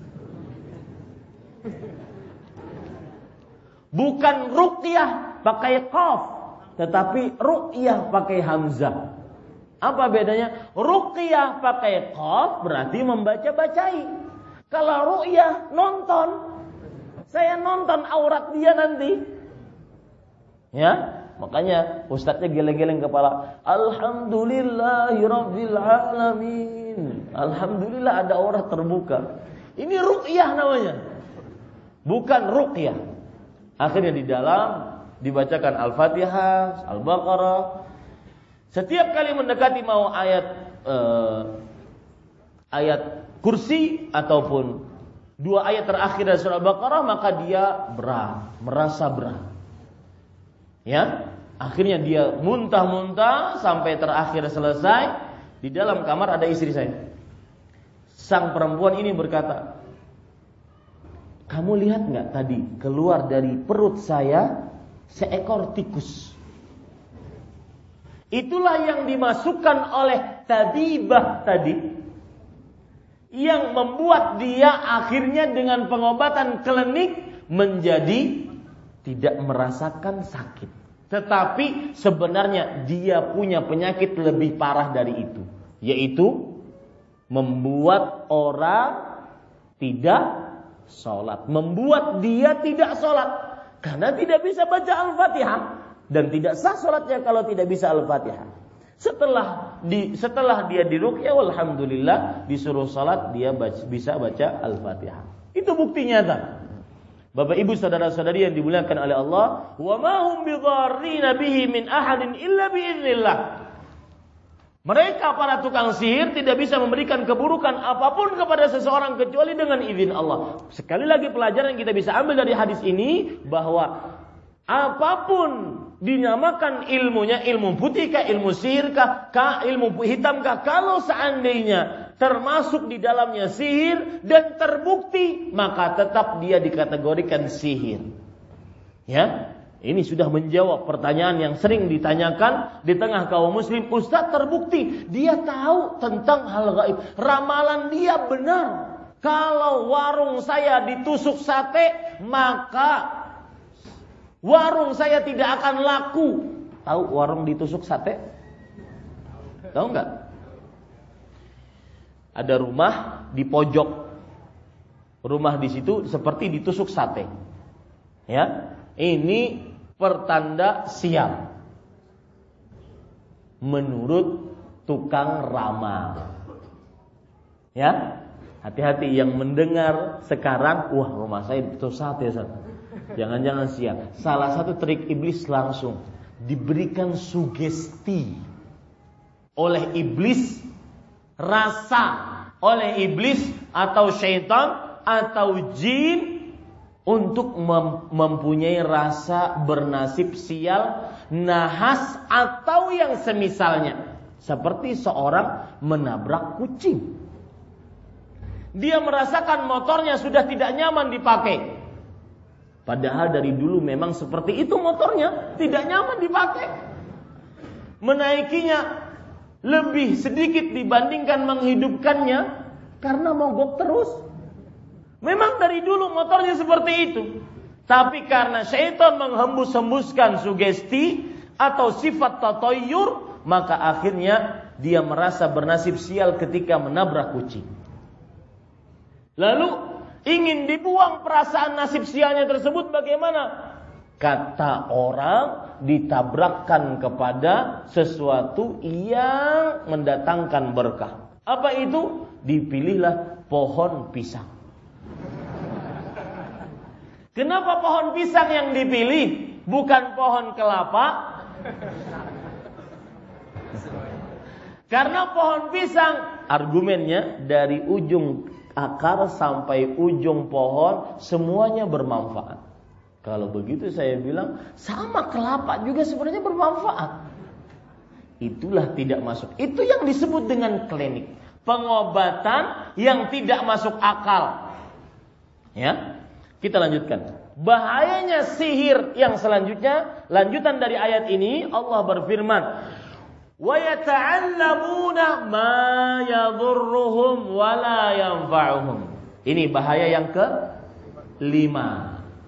Bukan ruqyah pakai qaf, tetapi ru'yah pakai hamzah. Apa bedanya? Ruqyah pakai qaf berarti membaca-bacai. Kalau ru'yah nonton, saya nonton aurat dia nanti. Ya, makanya ustadznya geleng-geleng kepala. Alhamdulillahirabbil alamin. Alhamdulillah ada aurat terbuka. Ini ru'yah namanya. Bukan ruqyah. Akhirnya di dalam dibacakan Al-Fatihah, Al-Baqarah. Setiap kali mendekati mau ayat eh, ayat kursi ataupun dua ayat terakhir dari surah Al-Baqarah, maka dia berat, merasa berat. Ya, akhirnya dia muntah-muntah sampai terakhir selesai. Di dalam kamar ada istri saya. Sang perempuan ini berkata, kamu lihat nggak tadi keluar dari perut saya seekor tikus? Itulah yang dimasukkan oleh tabibah tadi, yang membuat dia akhirnya dengan pengobatan klinik menjadi tidak merasakan sakit. Tetapi sebenarnya dia punya penyakit lebih parah dari itu, yaitu membuat orang tidak sholat, membuat dia tidak sholat karena tidak bisa baca Al-Fatihah, dan tidak sah sholatnya kalau tidak bisa Al-Fatihah. Setelah di setelah dia diruqyah, alhamdulillah disuruh sholat, dia baca, bisa baca Al-Fatihah. Itu bukti nyata. Bapak Ibu saudara-saudari yang dimuliakan oleh Allah, wa ma hum bidharrina bihi min ahadin illa biiznillah. Mereka para tukang sihir tidak bisa memberikan keburukan apapun kepada seseorang kecuali dengan izin Allah. Sekali lagi pelajaran yang kita bisa ambil dari hadis ini, bahwa apapun dinamakan ilmunya, ilmu putih kah, ilmu sihir kah, kah ilmu hitam kah, kalau seandainya termasuk di dalamnya sihir dan terbukti, maka tetap dia dikategorikan sihir. Ya. Ini sudah menjawab pertanyaan yang sering ditanyakan di tengah kaum muslim. Ustaz, terbukti dia tahu tentang hal gaib, ramalan dia benar. Kalau warung saya ditusuk sate, maka warung saya tidak akan laku. Tahu warung ditusuk sate? Tahu enggak? Ada rumah di pojok. Rumah di situ seperti ditusuk sate. Ya, ini pertanda sial menurut tukang ramal. Ya, hati-hati yang mendengar sekarang, wah rumah saya ditusuk sate, jangan-jangan sial. Salah satu trik iblis langsung diberikan sugesti oleh iblis, rasa oleh iblis atau syaitan atau jin untuk mem- mempunyai rasa bernasib sial, nahas atau yang semisalnya. Seperti seorang menabrak kucing. Dia merasakan motornya sudah tidak nyaman dipakai. Padahal dari dulu memang seperti itu motornya, tidak nyaman dipakai. Menaikinya lebih sedikit dibandingkan menghidupkannya karena mogok terus. Memang dari dulu motornya seperti itu. Tapi karena syaitan menghembus-hembuskan sugesti atau sifat tatoyur, maka akhirnya dia merasa bernasib sial ketika menabrak kucing. Lalu ingin dibuang perasaan nasib sialnya tersebut, bagaimana? Kata orang, ditabrakkan kepada sesuatu yang mendatangkan berkah. Apa itu? Dipilihlah pohon pisang. Kenapa pohon pisang yang dipilih? Bukan pohon kelapa? Karena pohon pisang, argumennya dari ujung akar sampai ujung pohon semuanya bermanfaat. Kalau begitu saya bilang sama kelapa juga sebenarnya bermanfaat. Itulah tidak masuk. Itu yang disebut dengan klinik, pengobatan yang tidak masuk akal. Ya, kita lanjutkan. Bahayanya sihir yang selanjutnya, lanjutan dari ayat ini, Allah berfirman, wa yata'allamuna ma yadhurruhum wa la yanfa'uhum. Ini bahaya yang kelima.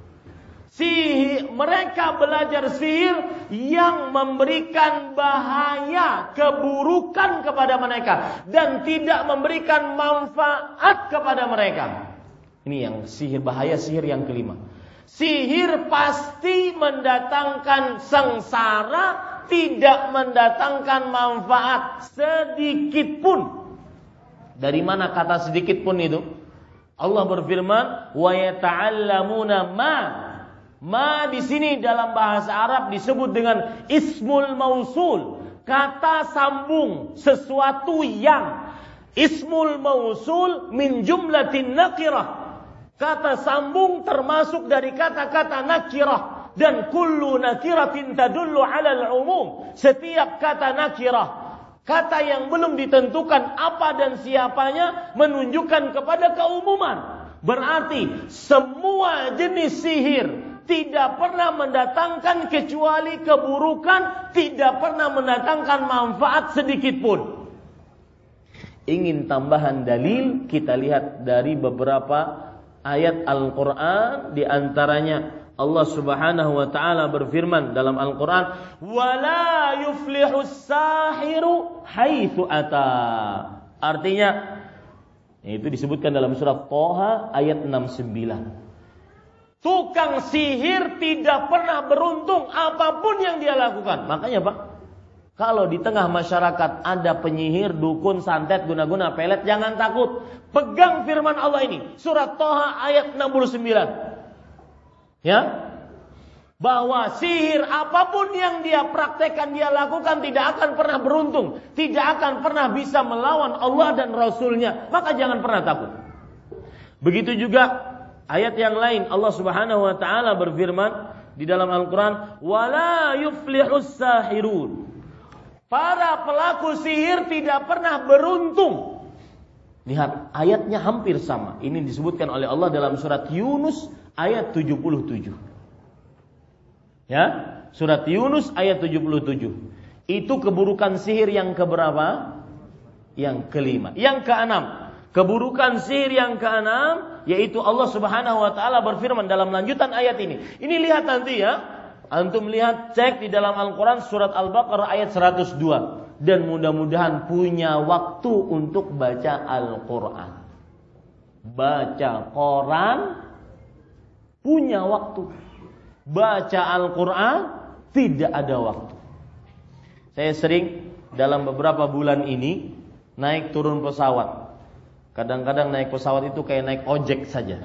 Sihir, mereka belajar sihir yang memberikan bahaya, keburukan kepada mereka dan tidak memberikan manfaat kepada mereka. Ini yang sihir, bahaya sihir yang kelima. Sihir pasti mendatangkan sengsara, tidak mendatangkan manfaat sedikit pun. Dari mana kata sedikit pun itu? Allah berfirman, wa yata'allamuna ma. Ma di sini dalam bahasa Arab disebut dengan ismul mausul, kata sambung, sesuatu yang. Ismul mausul min jumlatin nakirah. Kata sambung termasuk dari kata-kata nakirah. Dan kullu nakiratin tadullu alal umum. Setiap kata nakirah, kata yang belum ditentukan apa dan siapanya, menunjukkan kepada keumuman. Berarti semua jenis sihir tidak pernah mendatangkan kecuali keburukan, tidak pernah mendatangkan manfaat sedikit pun. Ingin tambahan dalil, kita lihat dari beberapa ayat Al-Quran. Di antaranya Allah subhanahu wa ta'ala berfirman dalam Al-Quran, wala yuflihus sahiru haitsu ata. Artinya, itu disebutkan dalam surat Thaha ayat enam puluh sembilan. Tukang sihir tidak pernah beruntung apapun yang dia lakukan. Makanya Pak, kalau di tengah masyarakat ada penyihir, dukun, santet, guna-guna, pelet, jangan takut. Pegang firman Allah ini, surat Thaha ayat enam puluh sembilan. Ya, bahwa sihir apapun yang dia praktekkan, dia lakukan, tidak akan pernah beruntung, tidak akan pernah bisa melawan Allah dan Rasulnya. Maka jangan pernah takut. Begitu juga ayat yang lain, Allah subhanahu wa ta'ala berfirman di dalam Al-Quran, wala yuflihus sahirun. Para pelaku sihir tidak pernah beruntung. Lihat, ayatnya hampir sama. Ini disebutkan oleh Allah dalam surat Yunus ayat tujuh puluh tujuh. Ya, surat Yunus ayat tujuh puluh tujuh. Itu keburukan sihir yang keberapa? Yang kelima. Yang keenam, keburukan sihir yang keenam, yaitu Allah subhanahu wa ta'ala berfirman dalam lanjutan ayat ini. Ini lihat nanti ya, antum lihat, cek di dalam Al-Quran surat Al-Baqarah ayat seratus dua. Dan mudah-mudahan punya waktu untuk baca Al-Quran. Baca Quran, punya waktu. Baca Al-Quran, tidak ada waktu. Saya sering dalam beberapa bulan ini naik turun pesawat. Kadang-kadang naik pesawat itu kayak naik ojek saja.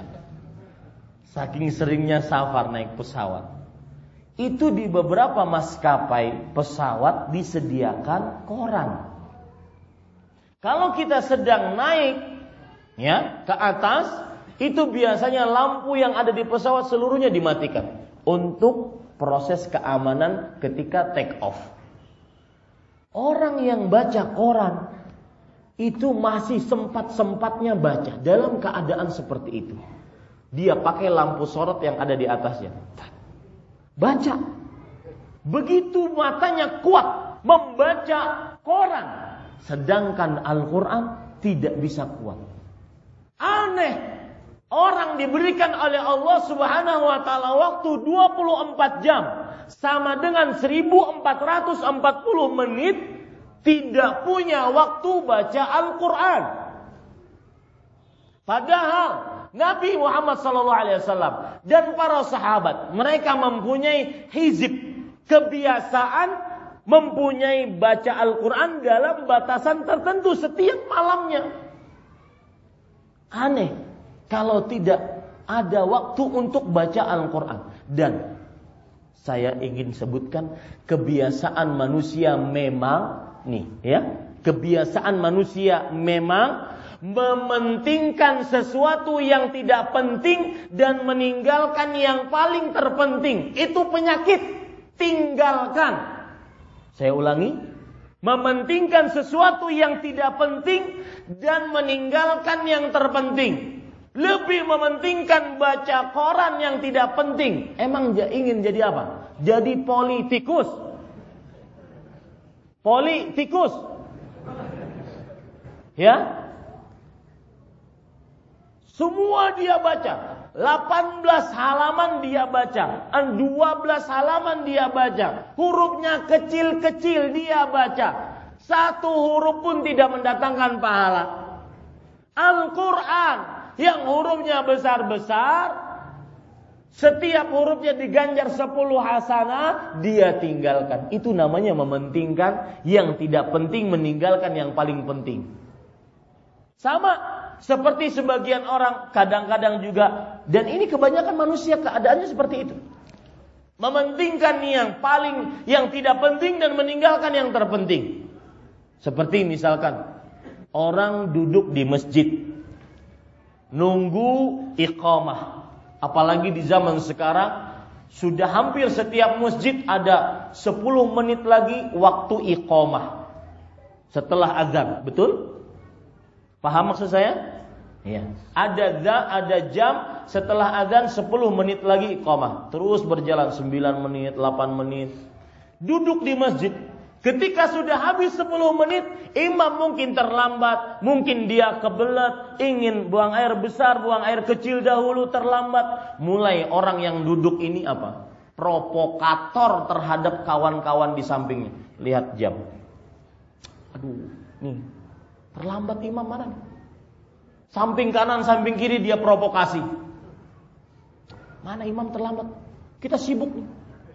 Saking seringnya safar naik pesawat. Itu di beberapa maskapai pesawat disediakan koran. Kalau kita sedang naik, ya, ke atas, itu biasanya lampu yang ada di pesawat seluruhnya dimatikan untuk proses keamanan ketika take off. Orang yang baca koran itu masih sempat-sempatnya baca dalam keadaan seperti itu. Dia pakai lampu sorot yang ada di atasnya. Baca. Begitu matanya kuat membaca koran, sedangkan Al-Quran tidak bisa kuat. Aneh. Orang diberikan oleh Allah Subhanahu wa taala waktu dua puluh empat jam sama dengan seribu empat ratus empat puluh menit tidak punya waktu baca Al-Quran. Padahal Nabi Muhammad sallallahu alaihi wasallam dan para sahabat mereka mempunyai hizib, kebiasaan mempunyai baca Al-Quran dalam batasan tertentu setiap malamnya. Aneh kalau tidak ada waktu untuk baca Al-Quran. Dan saya ingin sebutkan kebiasaan manusia memang nih ya, kebiasaan manusia memang mementingkan sesuatu yang tidak penting dan meninggalkan yang paling terpenting. Itu penyakit. Tinggalkan. Saya ulangi, mementingkan sesuatu yang tidak penting dan meninggalkan yang terpenting. Lebih mementingkan baca koran yang tidak penting. Emang ingin jadi apa? Jadi politikus. Politikus. Ya. Semua dia baca. delapan belas halaman dia baca. dua belas halaman dia baca. Hurufnya kecil-kecil dia baca. Satu huruf pun tidak mendatangkan pahala. Al-Quran yang hurufnya besar-besar, setiap hurufnya diganjar sepuluh hasanah, dia tinggalkan. Itu namanya mementingkan yang tidak penting, meninggalkan yang paling penting. Sama seperti sebagian orang kadang-kadang juga, dan ini kebanyakan manusia keadaannya seperti itu. Mementingkan yang paling, yang tidak penting dan meninggalkan yang terpenting. Seperti misalkan orang duduk di masjid nunggu iqamah. Apalagi di zaman sekarang sudah hampir setiap masjid ada sepuluh menit lagi waktu iqamah setelah azan, betul? Paham maksud saya? Iya. Ada ada jam setelah azan sepuluh menit lagi iqamah. Terus berjalan sembilan menit, delapan menit. Duduk di masjid. Ketika sudah habis sepuluh menit, imam mungkin terlambat, mungkin dia kebelet, ingin buang air besar, buang air kecil dahulu, terlambat. Mulai orang yang duduk ini apa? Provokator terhadap kawan-kawan di sampingnya. Lihat jam. Aduh, nih, terlambat imam mana nih? Samping kanan, samping kiri dia provokasi. Mana imam terlambat? Kita sibuk nih.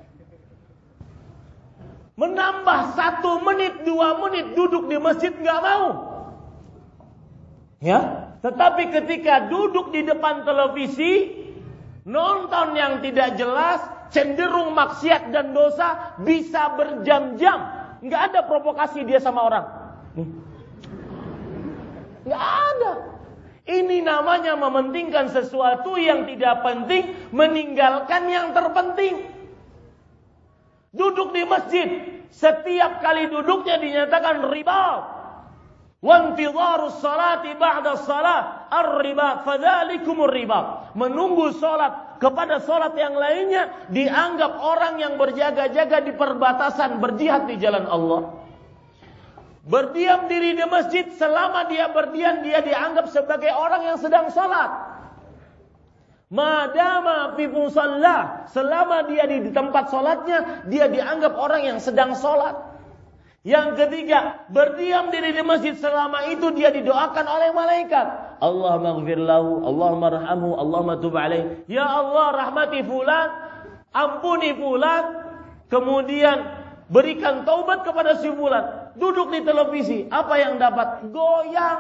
Menambah satu menit, dua menit duduk di masjid nggak mau. Ya, tetapi ketika duduk di depan televisi, nonton yang tidak jelas, cenderung maksiat dan dosa, bisa berjam-jam. Nggak ada provokasi dia sama orang. Nih. Nggak ada. Ini namanya mementingkan sesuatu yang tidak penting, meninggalkan yang terpenting. Duduk di masjid, setiap kali duduknya dinyatakan riba. Wa intidharus salati ba'da salat ar-riba, fadzalikumur riba. Menunggu salat kepada salat yang lainnya dianggap orang yang berjaga-jaga di perbatasan berjihad di jalan Allah. Berdiam diri di masjid, selama dia berdiam dia dianggap sebagai orang yang sedang salat. Madama fi musalla, selama dia di tempat salatnya, dia dianggap orang yang sedang salat. Yang ketiga, berdiam diri di masjid selama itu dia didoakan oleh malaikat. Allahumma ighfir lahu, Allahumma arhamhu, Allahumma tub alaih. Ya Allah, rahmati fulan, ampuni fulan, kemudian berikan taubat kepada si fulan. Duduk di televisi, apa yang dapat? Goyang.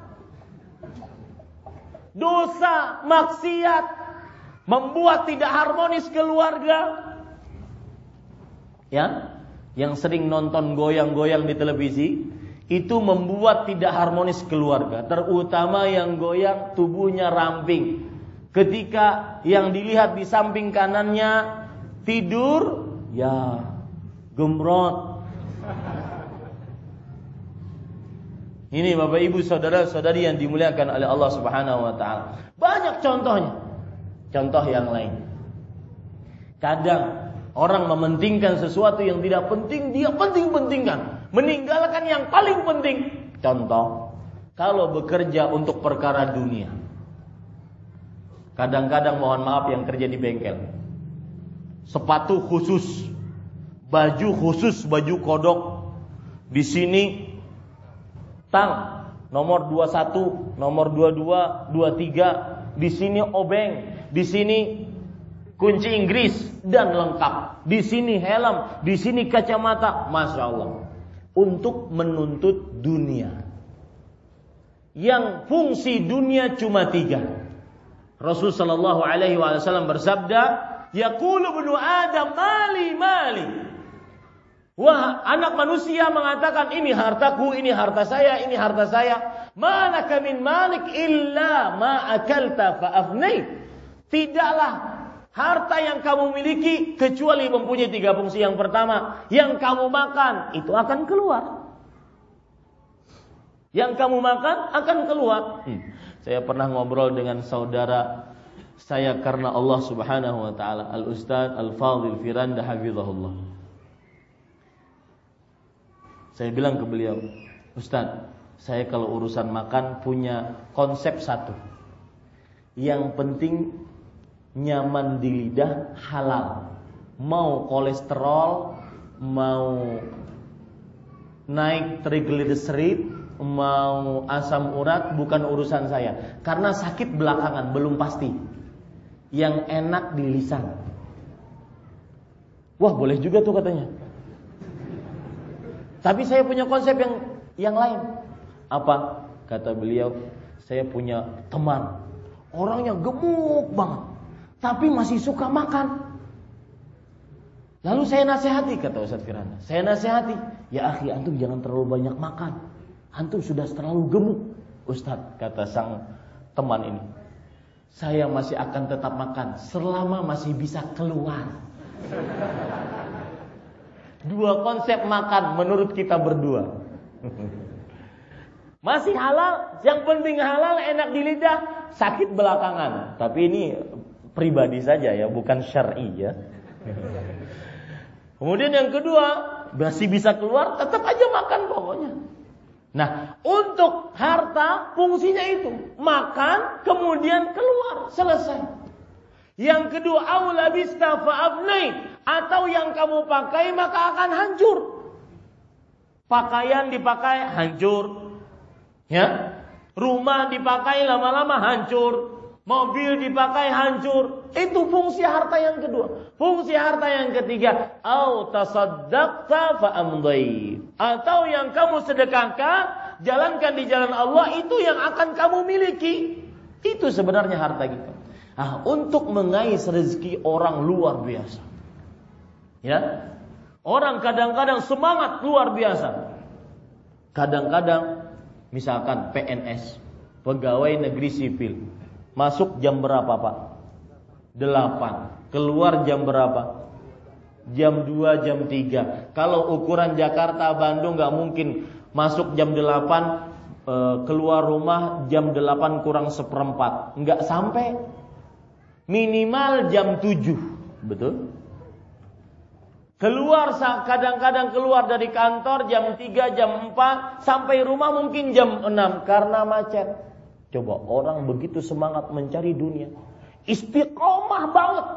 Dosa, maksiat, membuat tidak harmonis keluarga. Ya, yang sering nonton goyang-goyang di televisi, itu membuat tidak harmonis keluarga, terutama yang goyang tubuhnya ramping. Ketika yang dilihat di samping kanannya tidur, ya gemrot. Ini Bapak Ibu saudara-saudari yang dimuliakan oleh Allah Subhanahu wa taala. Banyak contohnya. Contoh yang lain. Kadang orang mementingkan sesuatu yang tidak penting, dia penting-pentingkan, meninggalkan yang paling penting. Contoh, kalau bekerja untuk perkara dunia. Kadang-kadang mohon maaf yang kerja di bengkel, sepatu khusus, baju khusus, baju kodok. Di sini tang nomor dua puluh satu, nomor dua puluh dua, dua puluh tiga. Di sini obeng, di sini kunci Inggris dan lengkap. Di sini helm, di sini kacamata. Masya Allah. Untuk menuntut dunia. Yang fungsi dunia cuma tiga. Rasul sallallahu alaihi wasallam bersabda, yaqulu ibnu Adam mali mali. Wah, anak manusia mengatakan, ini hartaku, ini harta saya, ini harta saya. Malaka min malik illa ma akalta fa afnait. Tidaklah harta yang kamu miliki kecuali mempunyai tiga fungsi. Yang pertama, yang kamu makan itu akan keluar. Yang kamu makan akan keluar. Hmm. Saya pernah ngobrol dengan saudara saya karena Allah Subhanahu wa taala, Al-Ustaz Al-Fadhil Firanda hafizahullah. Saya bilang ke beliau, Ustaz, saya kalau urusan makan punya konsep satu. Yang penting nyaman di lidah, halal. Mau kolesterol, mau naik triglycerid, mau asam urat, bukan urusan saya. Karena sakit belakangan, belum pasti. Yang enak di lisan. Wah, boleh juga tuh katanya. Tapi saya punya konsep yang yang lain. Apa? Kata beliau, saya punya teman, orangnya gemuk banget, tapi masih suka makan. Lalu saya nasihati, kata Ustaz Firanda, saya nasihati, ya akhi, antum jangan terlalu banyak makan. Antum sudah terlalu gemuk. Ustaz, kata sang teman ini, saya masih akan tetap makan selama masih bisa keluar. Dua konsep makan menurut kita berdua. Masih halal, yang penting halal, enak di lidah, sakit belakangan. Tapi ini pribadi saja ya, bukan syar'i ya. Kemudian yang kedua, masih bisa keluar, tetap aja makan pokoknya. Nah, untuk harta fungsinya itu makan, kemudian keluar, selesai. Yang kedua, aula bista fa'afnait, atau yang kamu pakai maka akan hancur. Pakaian dipakai hancur, ya. Rumah dipakai lama-lama hancur, mobil dipakai hancur. Itu fungsi harta yang kedua. Fungsi harta yang ketiga, au tasaddaqta fa'amdai, atau yang kamu sedekahkan, jalankan di jalan Allah, itu yang akan kamu miliki. Itu sebenarnya harta kita. Ah, untuk mengais rezeki orang luar biasa. Ya. Orang kadang-kadang semangat luar biasa. Kadang-kadang misalkan P N S, pegawai negeri sipil, masuk jam berapa, Pak? delapan. Keluar jam berapa? Jam dua, jam tiga. Kalau ukuran Jakarta, Bandung gak mungkin masuk jam delapan, keluar rumah jam delapan kurang seperempat. Gak sampai. Minimal jam tujuh. Betul? Keluar, kadang-kadang keluar dari kantor jam tiga, jam empat, sampai rumah mungkin jam enam karena macet. Coba orang begitu semangat mencari dunia, istiqomah banget,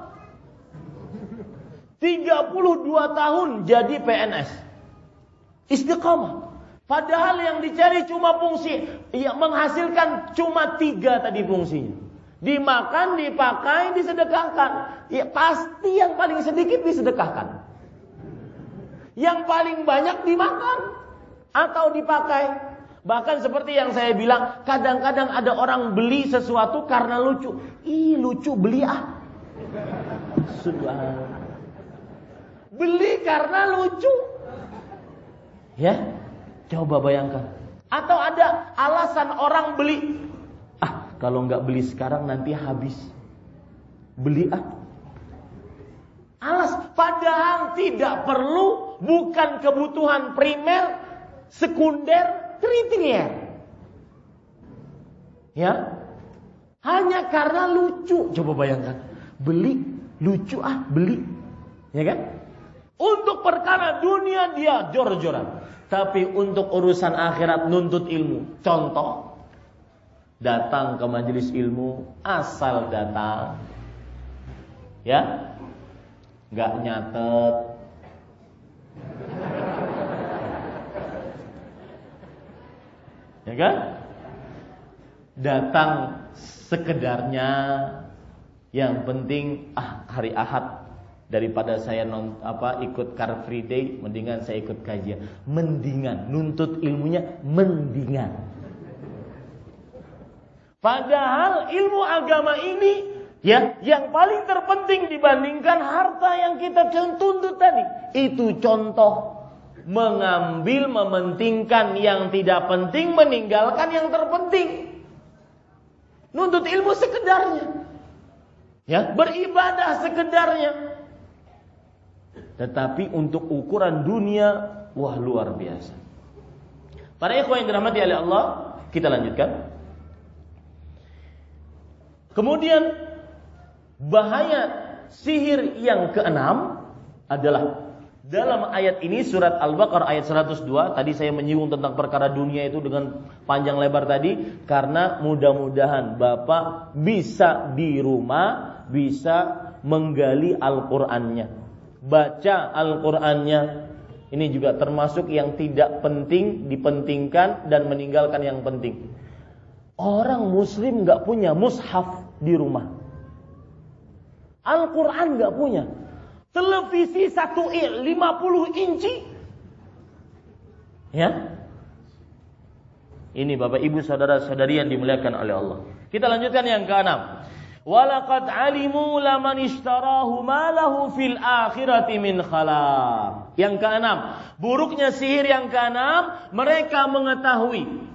tiga puluh dua tahun jadi P N S, istiqomah. Padahal yang dicari cuma fungsi, ya, menghasilkan cuma tiga tadi fungsinya. Dimakan, dipakai, disedekahkan. Ya pasti yang paling sedikit disedekahkan. Yang paling banyak dimakan atau dipakai. Bahkan seperti yang saya bilang, kadang-kadang ada orang beli sesuatu karena lucu. Ih, lucu, beli ah. Subhanallah. Beli karena lucu. Ya. Coba bayangkan. Atau ada alasan orang beli. Ah, kalau nggak beli sekarang nanti habis. Beli ah. Alas, padahal tidak perlu, bukan kebutuhan primer, sekunder, tersier. Ya, hanya karena lucu. Coba bayangkan, beli, lucu ah, beli, ya kan? Untuk perkara dunia dia jor-joran, tapi untuk urusan akhirat nuntut ilmu. Contoh, datang ke majelis ilmu, asal datang, ya, nggak nyatet, ya kan? Datang sekedarnya, yang penting ah hari Ahad daripada saya non apa ikut Car Free Day, mendingan saya ikut kajian. Mendingan nuntut ilmunya, mendingan. Padahal ilmu agama ini ya yang paling terpenting dibandingkan harta yang kita tuntut tadi. Itu contoh mengambil, mementingkan yang tidak penting, meninggalkan yang terpenting. Nuntut ilmu sekedarnya, ya, beribadah sekedarnya. Tetapi untuk ukuran dunia, wah luar biasa. Para ikhwan yang dirahmati oleh Allah, kita lanjutkan. Kemudian bahaya sihir yang keenam adalah dalam ayat ini, surat Al-Baqarah ayat seratus dua. Tadi saya menyinggung tentang perkara dunia itu dengan panjang lebar tadi, karena mudah-mudahan Bapak bisa di rumah, bisa menggali Al-Qur'annya, baca Al-Qur'annya. Ini juga termasuk yang tidak penting dipentingkan dan meninggalkan yang penting. Orang muslim gak punya mushaf di rumah, Al-Qur'an gak punya, televisi satu lima puluh inci, ya. Ini Bapak Ibu saudara-saudari yang dimuliakan oleh Allah. Kita lanjutkan yang keenam. Walaqad alimu laman ishtarahu ma lahu fil akhirati min khalaq. Yang keenam, buruknya sihir yang keenam, mereka mengetahui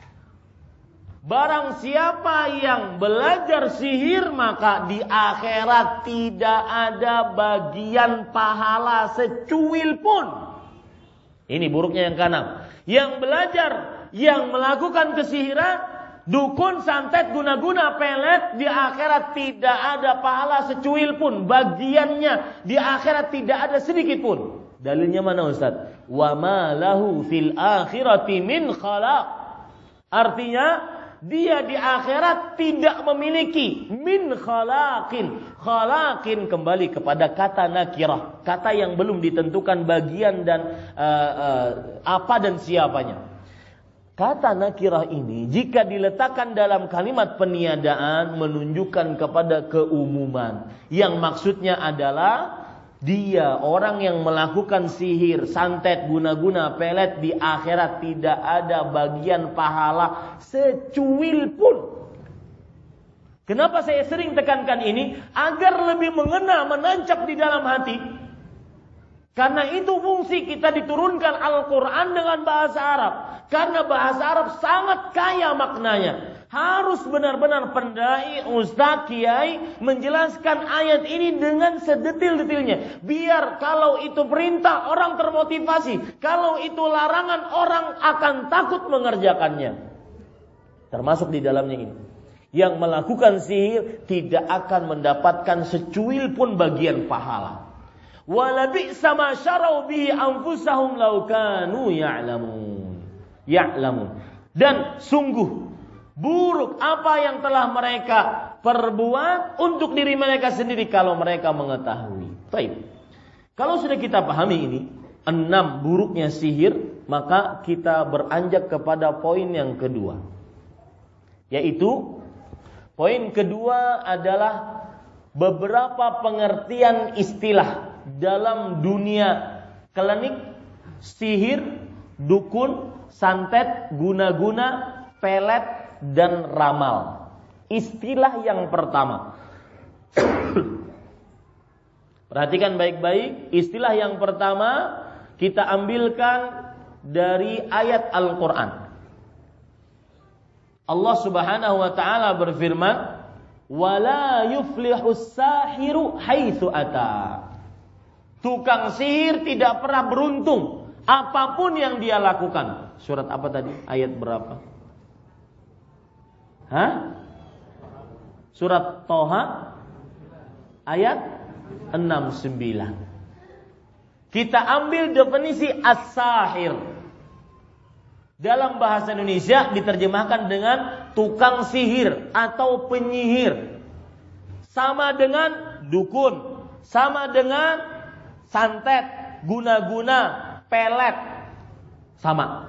barang siapa yang belajar sihir maka di akhirat tidak ada bagian pahala secuil pun. Ini buruknya yang keenam. Yang belajar, yang melakukan kesihiran, dukun, santet, guna-guna, pelet, di akhirat tidak ada pahala secuil pun. Bagiannya di akhirat tidak ada sedikit pun. Dalilnya mana Ustaz? Wa ma lahu fil akhirati min khalaq. Artinya dia di akhirat tidak memiliki min khalaqin. Khalaqin kembali kepada kata nakirah, kata yang belum ditentukan bagian dan uh, uh, apa dan siapanya. Kata nakirah ini jika diletakkan dalam kalimat peniadaan menunjukkan kepada keumuman, yang maksudnya adalah dia orang yang melakukan sihir, santet, guna-guna, pelet, di akhirat tidak ada bagian pahala secuil pun. Kenapa saya sering tekankan ini? Agar lebih mengena, menancap di dalam hati. Karena itu fungsi kita diturunkan Al-Quran dengan bahasa Arab. Karena bahasa Arab sangat kaya maknanya. Harus benar-benar pendai, ustaz, kiai menjelaskan ayat ini dengan sedetil-detilnya. Biar kalau itu perintah orang termotivasi, kalau itu larangan orang akan takut mengerjakannya. Termasuk di dalamnya ini. Yang melakukan sihir tidak akan mendapatkan secuil pun bagian pahala. Wala bi'sa ma syarau bihi anfusahum law kanu ya'lamun. Ya'lamun. Dan sungguh buruk apa yang telah mereka perbuat untuk diri mereka sendiri kalau mereka mengetahui. Baik. Kalau sudah kita pahami ini, enam buruknya sihir, maka kita beranjak kepada poin yang kedua. Yaitu poin kedua adalah beberapa pengertian istilah dalam dunia klinik, sihir, dukun, santet, guna-guna, pelet, dan ramal. Istilah yang pertama. Perhatikan baik-baik. Istilah yang pertama kita ambilkan dari ayat Al-Quran. Allah Subhanahu wa ta'ala berfirman, wala yuflihus sahiru haitsu ata. Tukang sihir tidak pernah beruntung apapun yang dia lakukan. Surat apa tadi? Ayat berapa? Hah? Surat Toha ayat enam puluh sembilan. Kita ambil definisi as-sahir. Dalam bahasa Indonesia diterjemahkan dengan tukang sihir atau penyihir. Sama dengan dukun, sama dengan santet, guna-guna, pelet. Sama.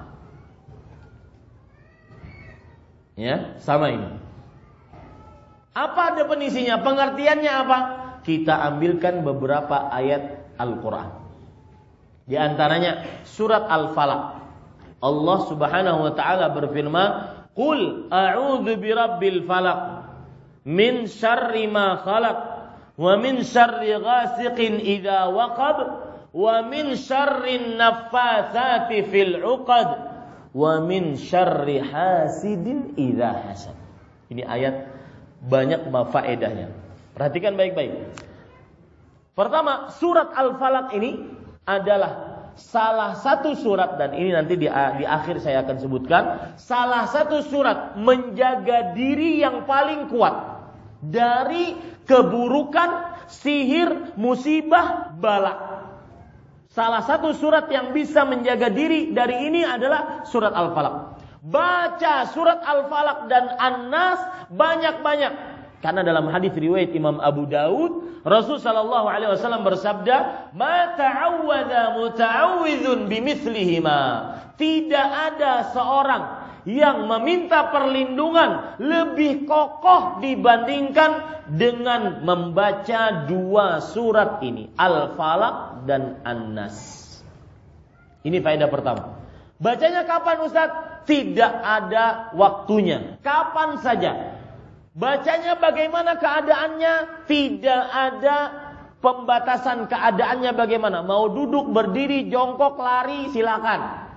Ya, sama ini. Apa definisinya? Pengertiannya apa? Kita ambilkan beberapa ayat Al-Quran. Di antaranya surat Al-Falaq. Allah Subhanahu wa ta'ala berfirman, Qul a'udzu birabbil falaq min syarri ma khalaq wa min syarri ghasiqin idza waqab wa min syarri naffatsati fil 'uqad wa min syarri hasidin idza hasad. Ini ayat banyak faedahnya. Perhatikan baik-baik. Pertama, surat Al-Falaq ini adalah salah satu surat, dan ini nanti di, di akhir saya akan sebutkan, salah satu surat menjaga diri yang paling kuat dari keburukan, sihir, musibah, bala. Salah satu surat yang bisa menjaga diri dari ini adalah surat Al-Falaq. Baca surat Al-Falaq dan An-Nas banyak-banyak. Karena dalam hadis riwayat Imam Abu Daud, Rasul sallallahu alaihi wasallam bersabda, "Ma ta'awwadza muta'awwidzun bimithlihima." Tidak ada seorang yang meminta perlindungan lebih kokoh dibandingkan dengan membaca dua surat ini, Al-Falaq dan An-Nas. Ini faedah pertama. Bacanya kapan, Ustaz? Tidak ada waktunya. Kapan saja. Bacanya bagaimana keadaannya? Tidak ada pembatasan keadaannya bagaimana. Mau duduk, berdiri, jongkok, lari, silakan.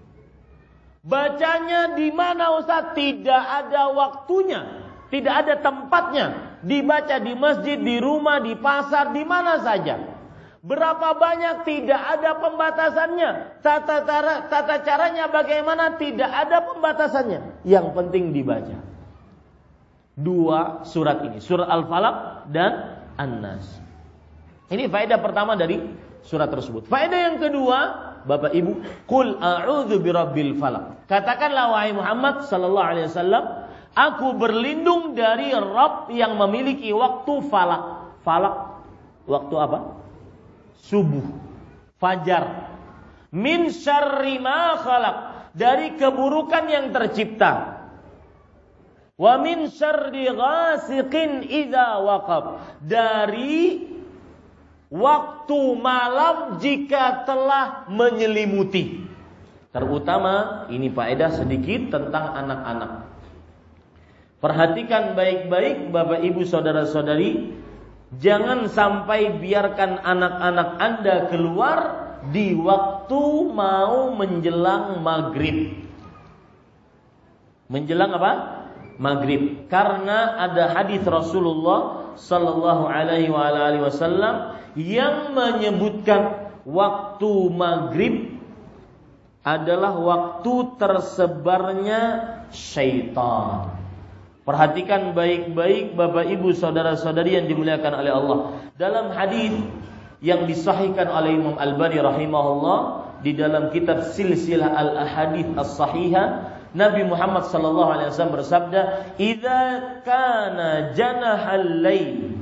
Bacanya di mana, Ustaz? Tidak ada waktunya. Tidak ada tempatnya. Dibaca di masjid, di rumah, di pasar, di mana saja. Berapa banyak? Tidak ada pembatasannya. Tata cara, tata caranya bagaimana? Tidak ada pembatasannya. Yang penting dibaca. Dua surat ini, surat Al-Falaq dan An-Nas. Ini faedah pertama dari surat tersebut. Faedah yang kedua, Bapak Ibu, Qul a'udzu birabbil falaq. Katakanlah wahai Muhammad sallallahu alaihi wasallam, aku berlindung dari Rabb yang memiliki waktu falak. Falak waktu apa? Subuh, fajar. Min syarri ma khalaq, dari keburukan yang tercipta. Wa min syarri ghasiqin idza waqab, dari waktu malam jika telah menyelimuti. Terutama ini faedah sedikit tentang anak-anak. Perhatikan baik-baik Bapak Ibu saudara-saudari, jangan sampai biarkan anak-anak Anda keluar di waktu mau menjelang maghrib. Menjelang apa? Maghrib. Karena ada hadis Rasulullah sallallahu alaihi wa alihi wasallam yang menyebutkan waktu maghrib adalah waktu tersebarnya syaitan. Perhatikan baik-baik Bapak Ibu saudara-saudari yang dimuliakan oleh Allah. Dalam hadis yang disahihkan oleh Imam Albani rahimahullah di dalam kitab Silsilah Al-Ahadits As-Sahihah, Nabi Muhammad sallallahu alaihi wasallam bersabda, "Idza kana janahal lail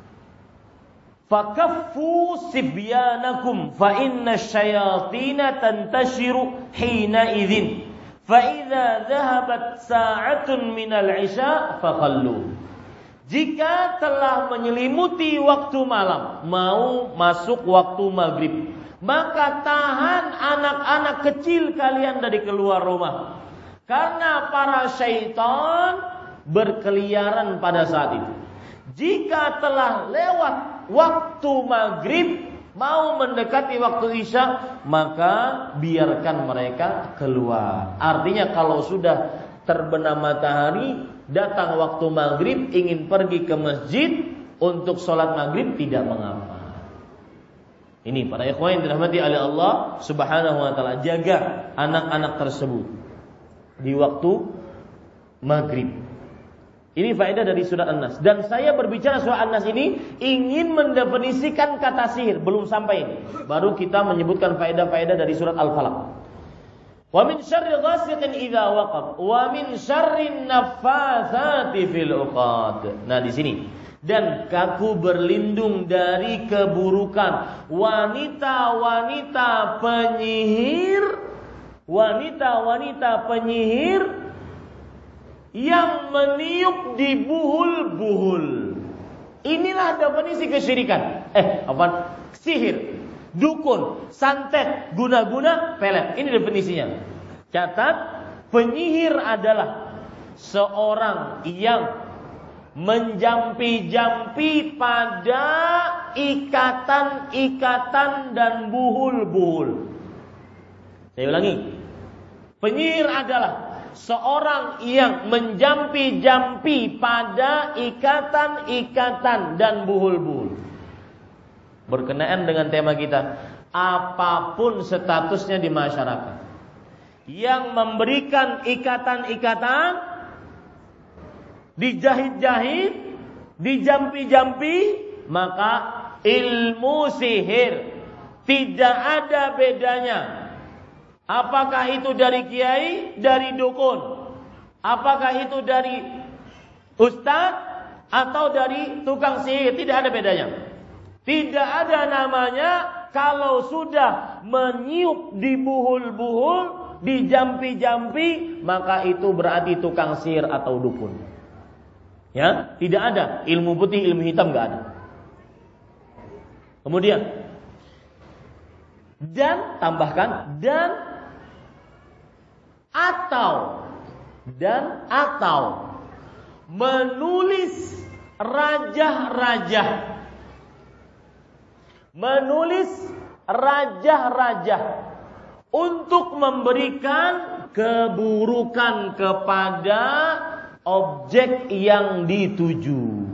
fakaffu sibyanakum fa inna syayatina tantashiru hina idzin fa idza dhahabat sa'atun minal isya fakhallu." Jika telah menyelimuti waktu malam, mau masuk waktu maghrib, maka tahan anak-anak kecil kalian dari keluar rumah. Karena para syaitan berkeliaran pada saat itu. Jika telah lewat waktu maghrib, mau mendekati waktu Isya, maka biarkan mereka keluar. Artinya kalau sudah terbenam matahari, datang waktu maghrib, ingin pergi ke masjid untuk sholat maghrib, tidak mengapa. Ini para ikhwan yang dirahmati oleh Allah Subhanahu wa taala, jaga anak-anak tersebut di waktu maghrib. Ini faedah dari surat An-Nas. Dan saya berbicara surat An-Nas ini ingin mendefinisikan kata sihir, belum sampai ini. Baru kita menyebutkan faedah-faedah dari surat Al-Falaq. Wa min syarri ghasiqin idza waqab wa min syarrin naffatsati fil 'uqad. Nah, di sini. Dan aku berlindung dari keburukan wanita-wanita penyihir, wanita-wanita penyihir yang meniup di buhul-buhul. Inilah definisi kesyirikan. Eh, apa? Sihir, dukun, santet, guna-guna, pelet. Ini definisinya. Catat, penyihir adalah seorang yang menjampi-jampi pada ikatan-ikatan dan buhul-buhul. Saya ulangi. Penyihir adalah seorang yang menjampi-jampi pada ikatan-ikatan dan buhul-buhul. Berkenaan dengan tema kita, apapun statusnya di masyarakat yang memberikan ikatan-ikatan, dijahit-jahit, dijampi-jampi, maka ilmu sihir. Tidak ada bedanya. Apakah itu dari kiai, dari dukun, apakah itu dari ustadz atau dari tukang sihir, tidak ada bedanya. Tidak ada namanya kalau sudah meniup di buhul-buhul, dijampi-jampi, maka itu berarti tukang sihir atau dukun. Ya, tidak ada ilmu putih, ilmu hitam, enggak ada. Kemudian dan tambahkan dan atau dan atau menulis rajah-rajah, menulis rajah-rajah untuk memberikan keburukan kepada objek yang dituju.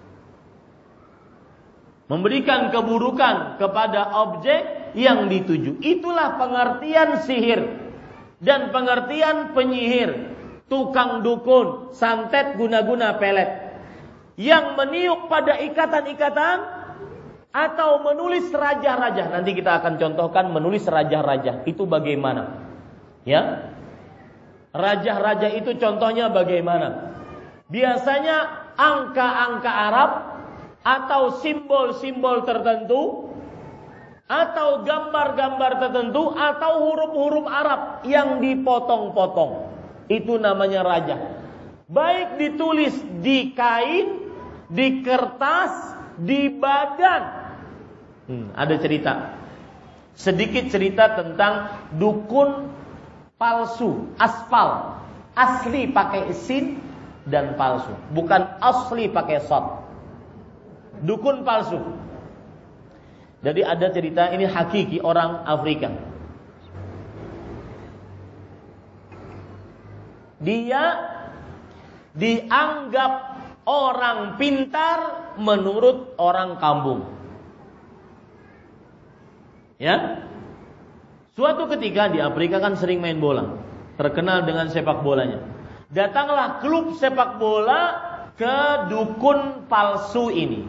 Memberikan keburukan kepada objek yang dituju. Itulah pengertian sihir dan pengertian penyihir, tukang dukun, santet, guna-guna, pelet, yang meniup pada ikatan-ikatan atau menulis rajah-rajah. Nanti kita akan contohkan menulis rajah-rajah itu bagaimana. Ya. Rajah-rajah itu contohnya bagaimana? Biasanya angka-angka Arab atau simbol-simbol tertentu atau gambar-gambar tertentu atau huruf-huruf Arab yang dipotong-potong. Itu namanya rajah. Baik ditulis di kain, di kertas, di badan. Hmm, ada cerita. Sedikit cerita tentang dukun palsu, aspal. Asli pakai sin dan palsu, bukan asli pakai sad. Dukun palsu. Jadi ada cerita, ini hakiki orang Afrika. Dia dianggap orang pintar menurut orang kampung. Ya. Suatu ketika di Afrika kan sering main bola, terkenal dengan sepak bolanya. Datanglah klub sepak bola ke dukun palsu ini.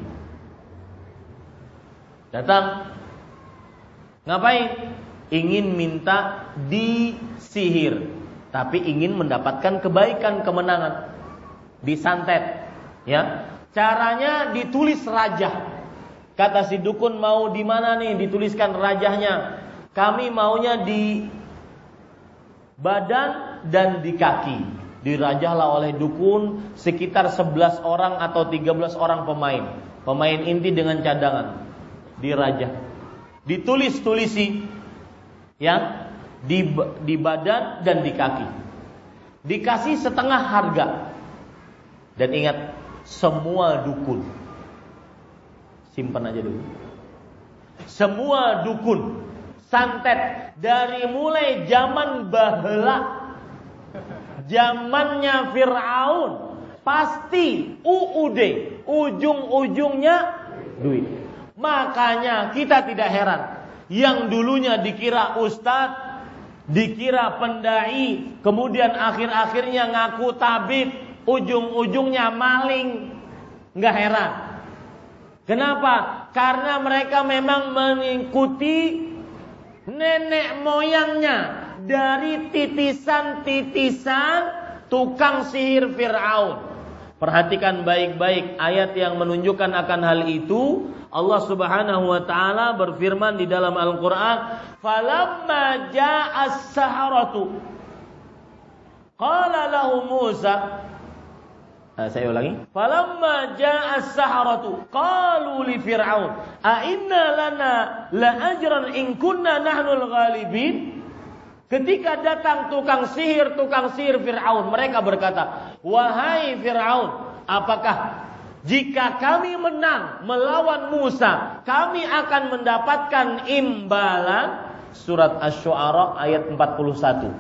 Datang, ngapain? Ingin minta disihir, tapi ingin mendapatkan kebaikan, kemenangan. Disantet, ya. Caranya ditulis rajah. Kata si dukun, mau di mana nih dituliskan rajahnya? Kami maunya di badan dan di kaki. Dirajahlah oleh dukun sekitar sebelas orang atau tiga belas orang pemain. Pemain inti dengan cadangan. Dirajah. Ditulis-tulisi, ya, di di badan dan di kaki. Dikasih setengah harga. Dan ingat, semua dukun simpan aja dulu. Semua dukun, santet dari mulai zaman baheula, zamannya Fir'aun, pasti U U D, ujung-ujungnya duit. Makanya kita tidak heran yang dulunya dikira ustadz, dikira pendai, kemudian akhir-akhirnya ngaku tabib, ujung-ujungnya maling. Nggak heran. Kenapa? Karena mereka memang mengikuti nenek moyangnya dari titisan-titisan tukang sihir Fir'aun. Perhatikan baik-baik ayat yang menunjukkan akan hal itu. Allah Subhanahu wa taala berfirman di dalam Al-Qur'an, "Falamma ja'as saharatu qala lahu Musa." Nah, saya ulangi. "Falamma ja'as saharatu qalu li Fir'aun, a inna lana la ajran in kunna nahnul ghalibin." Ketika datang tukang sihir, tukang sihir Fir'aun, mereka berkata, "Wahai Fir'aun, apakah jika kami menang melawan Musa, kami akan mendapatkan imbalan?" Surat Asy-Syu'ara ayat empat puluh satu.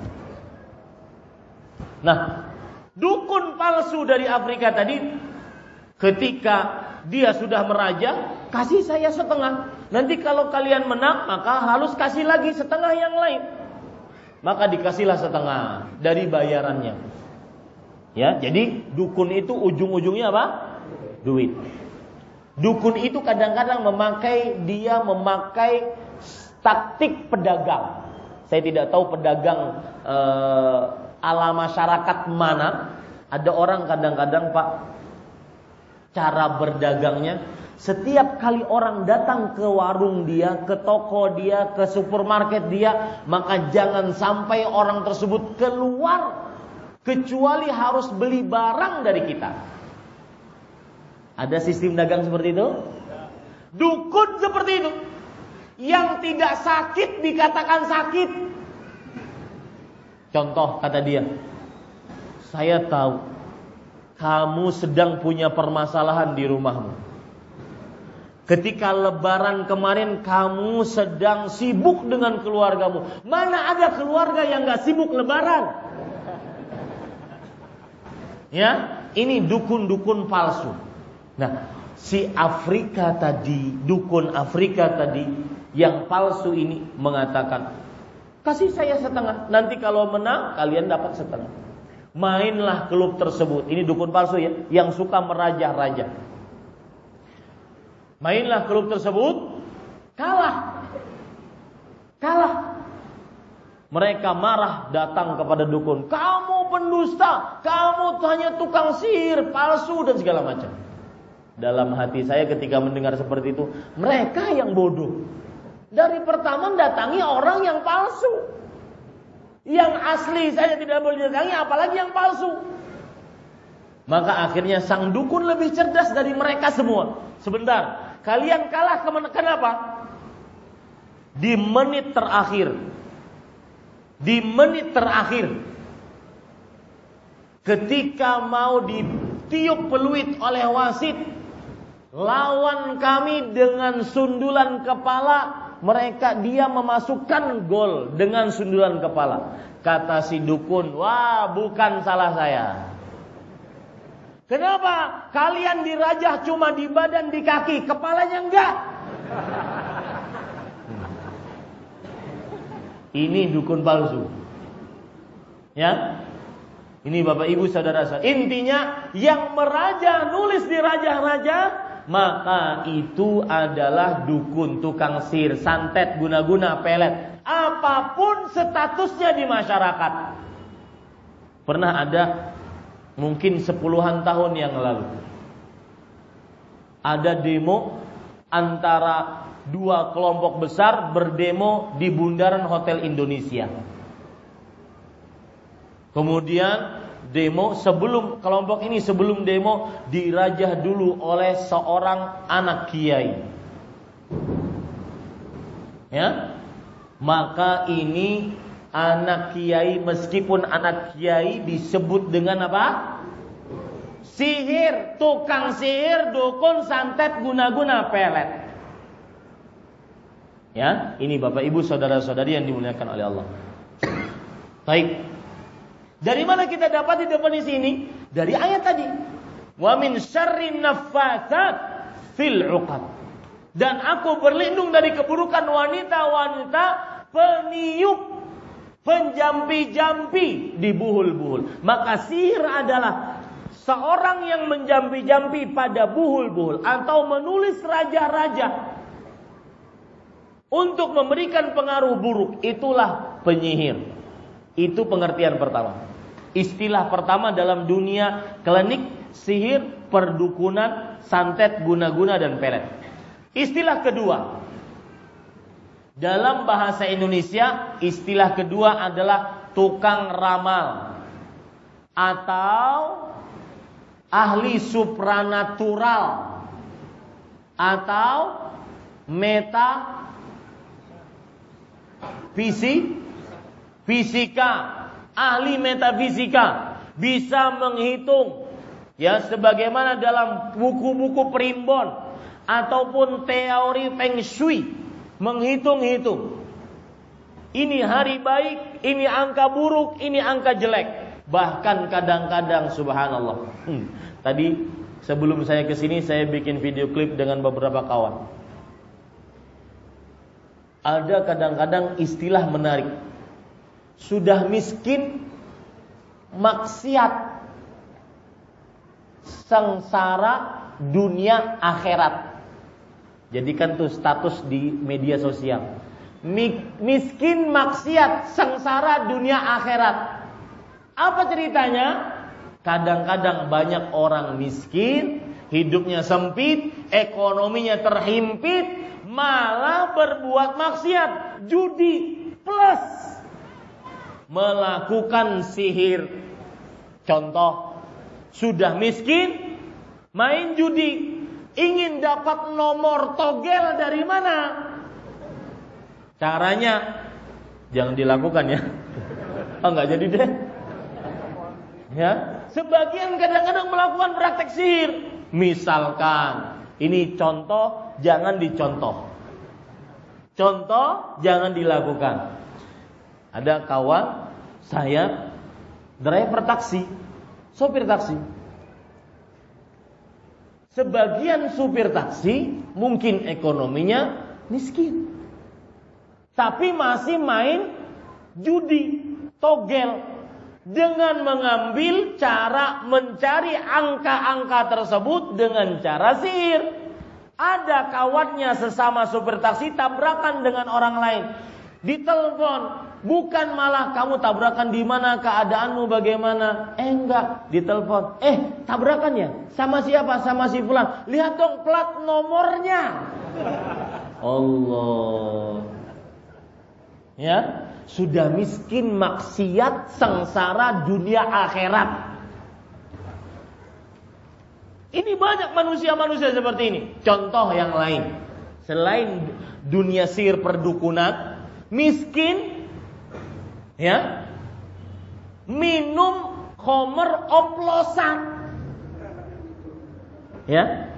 Nah, dukun palsu dari Afrika tadi, ketika dia sudah meraja, kasih saya setengah. Nanti kalau kalian menang, maka harus kasih lagi setengah yang lain. Maka dikasihlah setengah dari bayarannya. Ya, jadi dukun itu ujung-ujungnya apa? Duit. Dukun itu kadang-kadang memakai dia memakai taktik pedagang. Saya tidak tahu pedagang eh, ala masyarakat mana. Ada orang kadang-kadang Pak, cara berdagangnya, setiap kali orang datang ke warung dia, ke toko dia, ke supermarket dia, maka jangan sampai orang tersebut keluar kecuali harus beli barang dari kita. Ada sistem dagang seperti itu? Dukun seperti itu. Yang tidak sakit dikatakan sakit. Contoh kata dia, "Saya tahu kamu sedang punya permasalahan di rumahmu. Ketika lebaran kemarin kamu sedang sibuk dengan keluargamu. Mana ada keluarga yang gak sibuk lebaran?" Ya, ini dukun-dukun palsu. Nah, si Afrika tadi, dukun Afrika tadi yang palsu ini mengatakan, "Kasih saya setengah, nanti kalau menang kalian dapat setengah." Mainlah klub tersebut. Ini dukun palsu ya, yang suka merajah-rajah. Mainlah klub tersebut, kalah. Kalah. Mereka marah datang kepada dukun. "Kamu pendusta, kamu hanya tukang sihir, palsu dan segala macam." Dalam hati saya ketika mendengar seperti itu, mereka yang bodoh. Dari pertama datangi orang yang palsu. Yang asli saya tidak boleh datangi, apalagi yang palsu. Maka akhirnya sang dukun lebih cerdas dari mereka semua. Sebentar, kalian kalah kenapa? Di menit terakhir, di menit terakhir, ketika mau ditiup peluit oleh wasit, lawan kami dengan sundulan kepala, mereka dia memasukkan gol dengan sundulan kepala. Kata si dukun, "Wah, bukan salah saya." Kenapa? Kalian dirajah cuma di badan, di kaki, kepalanya enggak. Ini dukun palsu. Ya. Ini Bapak Ibu Saudara saya. Intinya yang merajah, nulis di rajah-rajah, maka itu adalah dukun, tukang sihir, santet, guna-guna, pelet. Apapun statusnya di masyarakat. Pernah ada mungkin sepuluhan tahun yang lalu, ada demo antara dua kelompok besar berdemo di bundaran Hotel Indonesia. Kemudian demo sebelum kelompok ini sebelum demo dirajah dulu oleh seorang anak kiai. Ya, maka ini anak kiai, meskipun anak kiai disebut dengan apa? Sihir, tukang sihir, dukun, santet, guna-guna, pelet. Ya, ini Bapak Ibu saudara-saudari yang dimuliakan oleh Allah. Baik. Dari mana kita dapat definisi ini? Dari ayat tadi. Wa min syarrin naffatsat fil 'uqad. Dan aku berlindung dari keburukan wanita-wanita peniup, penjampi-jampi di buhul-buhul. Maka sihir adalah seorang yang menjampi-jampi pada buhul-buhul atau menulis raja-raja untuk memberikan pengaruh buruk. Itulah penyihir. Itu pengertian pertama. Istilah pertama dalam dunia klinik, sihir, perdukunan, santet, guna-guna, dan pelet. Istilah kedua dalam bahasa Indonesia, istilah kedua adalah tukang ramal atau ahli supranatural atau meta fisi, fisika. Ahli metafisika bisa menghitung, ya, sebagaimana dalam buku-buku primbon ataupun teori feng shui, menghitung-hitung. Ini hari baik, ini angka buruk, ini angka jelek. Bahkan kadang-kadang subhanallah. Hmm, tadi sebelum saya kesini saya bikin video klip dengan beberapa kawan. Ada kadang-kadang istilah menarik. Sudah miskin, maksiat, sengsara, dunia akhirat. Jadikan tuh status di media sosial. Miskin, maksiat, sengsara, dunia akhirat. Apa ceritanya? Kadang-kadang banyak orang miskin, hidupnya sempit, ekonominya terhimpit, malah berbuat maksiat, judi, plus melakukan sihir. Contoh, sudah miskin, main judi, ingin dapat nomor togel dari mana? Caranya jangan dilakukan ya. Oh, enggak jadi deh. Ya, sebagian kadang-kadang melakukan praktek sihir. Misalkan, ini contoh, jangan dicontoh. Contoh, jangan dilakukan. Ada kawan saya driver taksi, sopir taksi. Sebagian supir taksi mungkin ekonominya miskin, tapi masih main judi, togel, dengan mengambil cara mencari angka-angka tersebut dengan cara sihir. Ada kawannya sesama supir taksi tabrakan dengan orang lain. Ditelepon, bukan malah kamu tabrakan di mana, keadaanmu bagaimana? Eh enggak, ditelepon. Eh, tabrakannya sama siapa? Sama si fulan. Lihat dong plat nomornya. Allah. Ya, sudah miskin, maksiat, sengsara, dunia akhirat. Ini banyak manusia-manusia seperti ini. Contoh yang lain, selain dunia sihir perdukunan, miskin, ya, minum khamr oplosan, ya.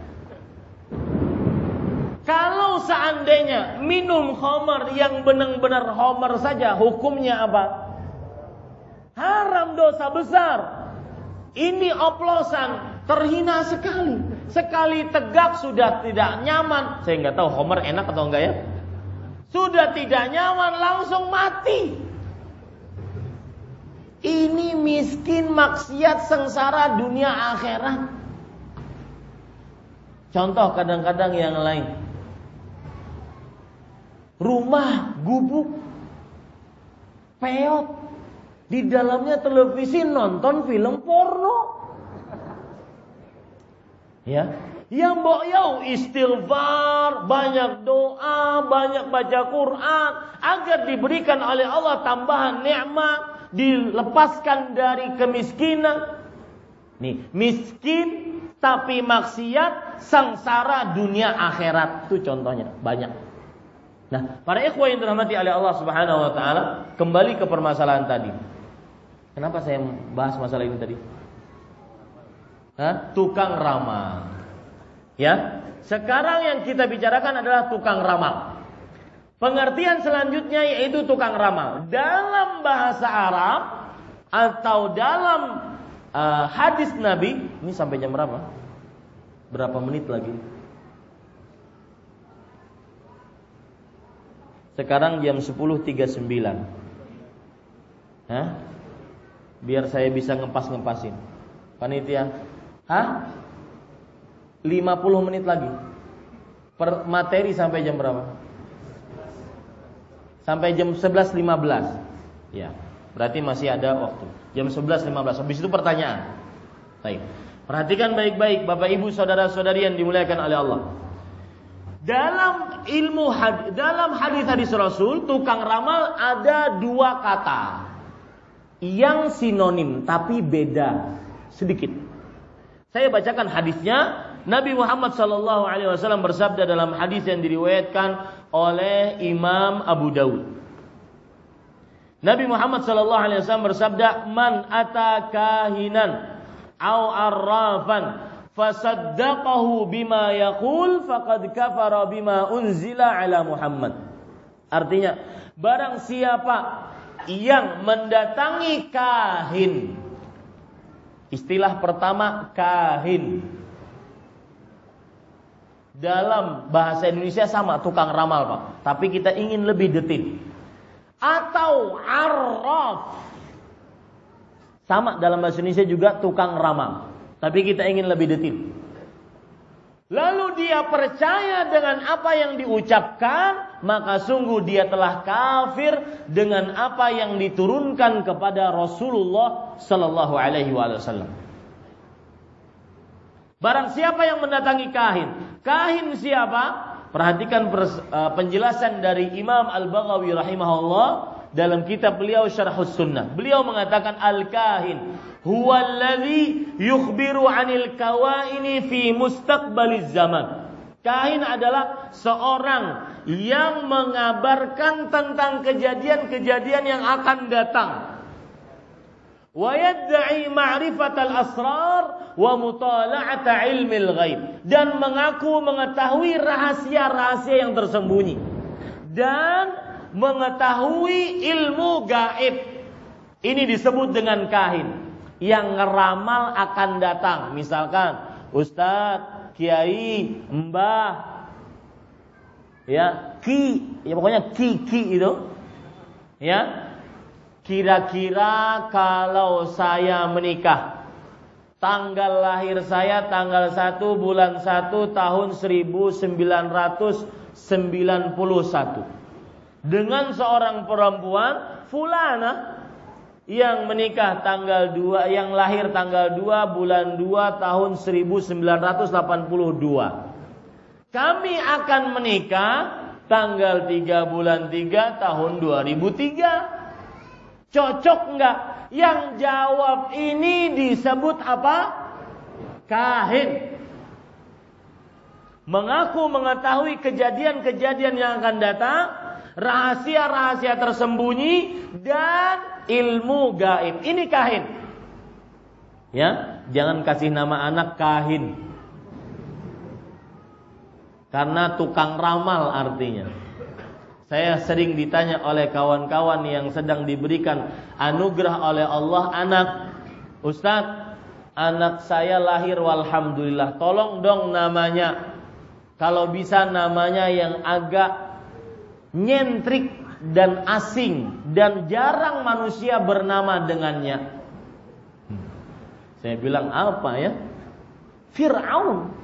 Kalau seandainya minum khamr yang benar-benar khamr saja, hukumnya apa? Haram, dosa besar. Ini oplosan, terhina sekali. Sekali tegak sudah tidak nyaman. Saya nggak tahu khamr enak atau enggak ya. Sudah tidak nyaman, langsung mati. Ini miskin, maksiat, sengsara, dunia akhirat. Contoh kadang-kadang yang lain. Rumah gubuk, peot, di dalamnya televisi nonton film porno. Ya, yang mbok yau istighfar, banyak doa, banyak baca Quran agar diberikan oleh Allah tambahan nikmat, dilepaskan dari kemiskinan. Nih, miskin tapi maksiat, sengsara, dunia akhirat. Itu contohnya, banyak. Nah, para ikhwah yang dirahmati oleh Allah Subhanahu wa taala, kembali ke permasalahan tadi. Kenapa saya bahas masalah ini tadi? Hah? Tukang ramal. Ya, sekarang yang kita bicarakan adalah tukang ramal. Pengertian selanjutnya yaitu tukang ramal. Dalam bahasa Arab atau dalam uh, hadis Nabi, ini sampai jam berapa? Berapa menit lagi? Sekarang jam sepuluh tiga puluh sembilan. Hah? Biar saya bisa ngepas-ngepasin. Panitia. Hah? lima puluh menit lagi. Per materi sampai jam berapa? Sampai jam sebelas lima belas. Ya, berarti masih ada waktu. Jam sebelas lima belas. Habis itu pertanyaan. Baik. Perhatikan baik-baik Bapak Ibu saudara-saudari yang dimuliakan oleh Allah. Dalam ilmu hadis, dalam hadis-hadis Rasul, tukang ramal ada dua kata yang sinonim tapi beda sedikit. Saya bacakan hadisnya. Nabi Muhammad sallallahu alaihi wasallam bersabda dalam hadis yang diriwayatkan oleh Imam Abu Daud. Nabi Muhammad sallallahu alaihi wasallam bersabda, "Man ata kahinan au arrafan fasaddaqahu bima yaqul faqad kafara bima unzila ala Muhammad." Artinya, barang siapa yang mendatangi kahin. Istilah pertama kahin. Dalam bahasa Indonesia sama, tukang ramal, Pak. Tapi kita ingin lebih detil. Atau arraf. Sama dalam bahasa Indonesia juga tukang ramal. Tapi kita ingin lebih detil. Lalu dia percaya dengan apa yang diucapkan, maka sungguh dia telah kafir dengan apa yang diturunkan kepada Rasulullah sallallahu alaihi wasallam. Barang siapa yang mendatangi kahin, kahin siapa? Perhatikan penjelasan dari Imam Al-Baghawi rahimahullah dalam kitab beliau Syarhus Sunnah. Beliau mengatakan al-kahin huwa alladhi yukhbiru 'anil kawaini fi mustaqbaliz zaman. Kahin adalah seorang yang mengabarkan tentang kejadian-kejadian yang akan datang. Wa yad'i ma'rifatal asrar wa mutala'ata ilmil ghaib, dan mengaku mengetahui rahasia-rahasia yang tersembunyi dan mengetahui ilmu gaib. Ini disebut dengan kahin yang ngeramal akan datang. Misalkan ustadz, kiai, mbah, ya, ki, ya pokoknya ki-ki itu, ya. Kira-kira kalau saya menikah, tanggal lahir saya tanggal satu bulan satu tahun seribu sembilan ratus sembilan puluh satu. Dengan seorang perempuan fulana yang menikah tanggal dua, yang lahir tanggal dua bulan dua tahun seribu sembilan ratus delapan puluh dua. Kami akan menikah tanggal tiga bulan tiga tahun dua ribu tiga. Cocok enggak? Yang jawab ini disebut apa? Kahin. Mengaku mengetahui kejadian-kejadian yang akan datang, rahasia-rahasia tersembunyi, dan ilmu gaib. Ini kahin. Ya, jangan kasih nama anak kahin. Karena tukang ramal artinya. Saya sering ditanya oleh kawan-kawan yang sedang diberikan anugerah oleh Allah anak, Ustadz, anak saya lahir walhamdulillah, tolong dong namanya, kalau bisa namanya yang agak nyentrik dan asing dan jarang manusia bernama dengannya. Saya bilang apa ya? Fir'aun.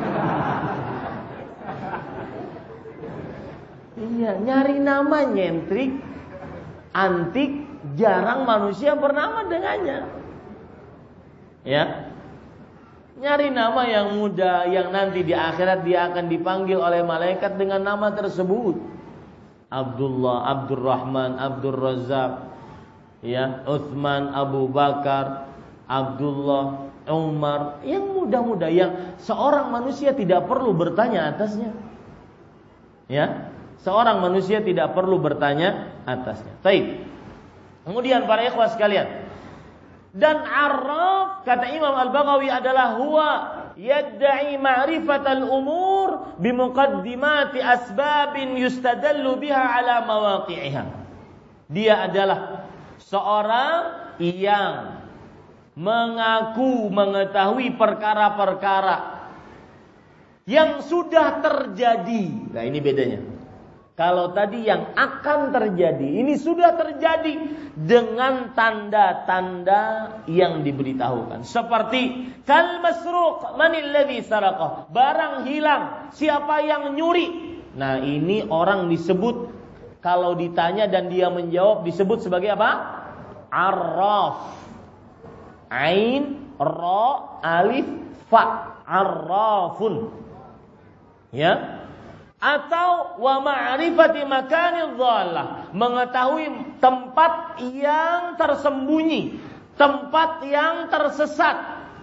Iya, nyari nama nyentrik, antik, jarang manusia bernama dengannya. Ya, nyari nama yang muda, yang nanti di akhirat dia akan dipanggil oleh malaikat dengan nama tersebut. Abdullah, Abdurrahman, Abdul Razak, ya, Utsman, Abu Bakar, Abdullah, Umar, yang muda-muda yang seorang manusia tidak perlu bertanya atasnya. Ya. Seorang manusia tidak perlu bertanya atasnya. Baik. Kemudian para ikhwah sekalian, dan arraf kata Imam Al-Baghawi adalah huwa yadda'i ma'rifatal umur bimuqaddimati asbabin yustadallu biha ala mawaqi'iha. Dia adalah seorang yang mengaku mengetahui perkara-perkara yang sudah terjadi. Nah, ini bedanya. Kalau tadi yang akan terjadi, ini sudah terjadi dengan tanda-tanda yang diberitahukan. Seperti kal masruq, manil ladzi saraqah, barang hilang, siapa yang nyuri. Nah, ini orang disebut, kalau ditanya dan dia menjawab, disebut sebagai apa? Arraf. Ain, ra, alif, fa, arrafun. Ya. Atau wa ma'rifati makanil dhallah, mengetahui tempat yang tersembunyi, tempat yang tersesat.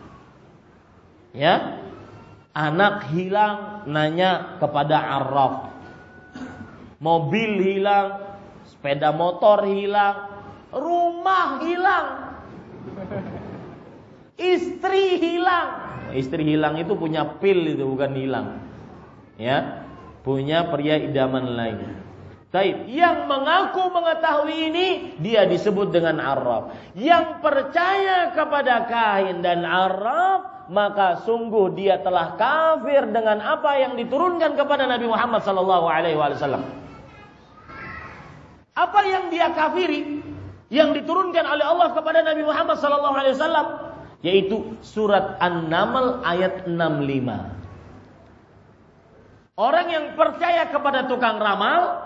Ya. Anak hilang, nanya kepada arraf. Mobil hilang, sepeda motor hilang, rumah hilang. Istri hilang. Istri hilang itu punya pil, itu bukan hilang. Ya, punya pria idaman lain. Taib, yang mengaku mengetahui ini dia disebut dengan arraf. Yang percaya kepada kahin dan arraf, maka sungguh dia telah kafir dengan apa yang diturunkan kepada Nabi Muhammad sallallahu alaihi wasallam. Apa yang dia kafiri yang diturunkan oleh Allah kepada Nabi Muhammad sallallahu alaihi wasallam, yaitu surat An-Naml ayat enam puluh lima. Orang yang percaya kepada tukang ramal,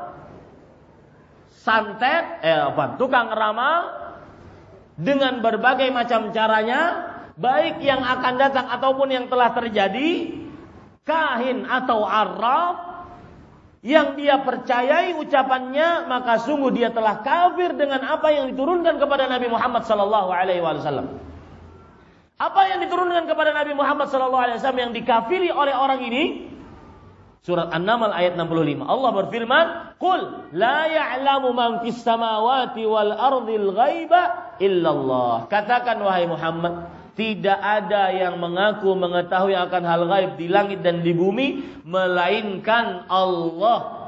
santet, eh apa, tukang ramal dengan berbagai macam caranya, baik yang akan datang ataupun yang telah terjadi, kahin atau arraf, yang dia percayai ucapannya, maka sungguh dia telah kafir dengan apa yang diturunkan kepada Nabi Muhammad sallallahu alaihi wasallam. Apa yang diturunkan kepada Nabi Muhammad sallallahu alaihi wasallam yang dikafiri oleh orang ini? Surat An-Naml ayat enam puluh lima. Allah berfirman, "Qul la ya'lamu man fis samawati wal ardil ghaiba illallah." Katakan wahai Muhammad, tidak ada yang mengaku mengetahui akan hal gaib di langit dan di bumi melainkan Allah.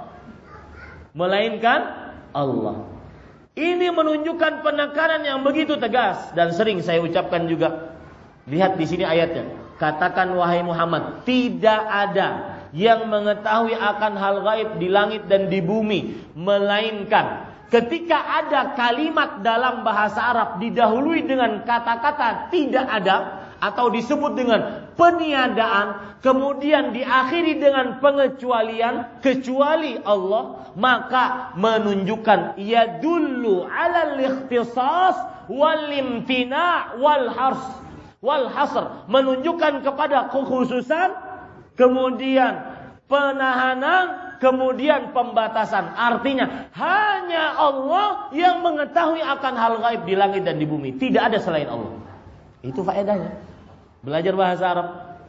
Melainkan Allah. Ini menunjukkan penekanan yang begitu tegas dan sering saya ucapkan juga. Lihat di sini ayatnya. Katakan wahai Muhammad, tidak ada yang mengetahui akan hal gaib di langit dan di bumi melainkan ketika ada kalimat dalam bahasa Arab didahului dengan kata-kata tidak ada atau disebut dengan peniadaan, kemudian diakhiri dengan pengecualian kecuali Allah, maka menunjukkan yadullu 'alal ikhtisas wal imtina' wal hars wal hasr, menunjukkan kepada kekhususan, kemudian penahanan, kemudian pembatasan. Artinya hanya Allah yang mengetahui akan hal gaib di langit dan di bumi, tidak ada selain Allah. Itu faedahnya belajar bahasa Arab.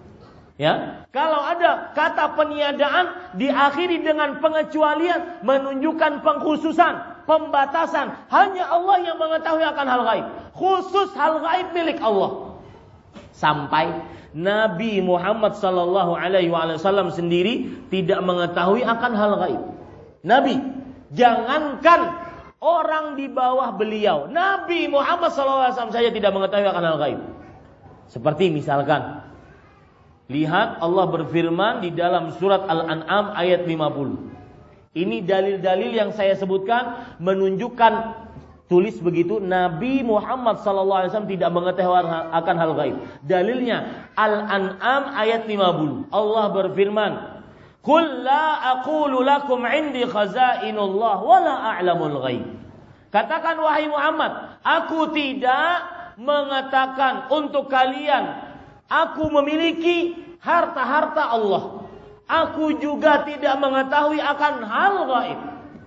Ya, kalau ada kata peniadaan diakhiri dengan pengecualian, menunjukkan pengkhususan, pembatasan. Hanya Allah yang mengetahui akan hal gaib. Khusus hal gaib milik Allah. Sampai Nabi Muhammad sallallahu alaihi wasallam sendiri tidak mengetahui akan hal gaib. Nabi, jangankan orang di bawah beliau, Nabi Muhammad sallallahu alaihi wasallam saja tidak mengetahui akan hal gaib. Seperti misalkan, lihat Allah berfirman di dalam surat Al-An'am ayat lima puluh. Ini dalil-dalil yang saya sebutkan menunjukkan, tulis begitu, Nabi Muhammad sallallahu alaihi wasallam tidak mengetahui akan hal gaib. Dalilnya Al-An'am ayat lima puluh. Allah berfirman, "Qul la aqulu lakum 'indi khazainullah wa la a'lamul ghaib." Katakan wahai Muhammad, aku tidak mengatakan untuk kalian aku memiliki harta-harta Allah. Aku juga tidak mengetahui akan hal gaib.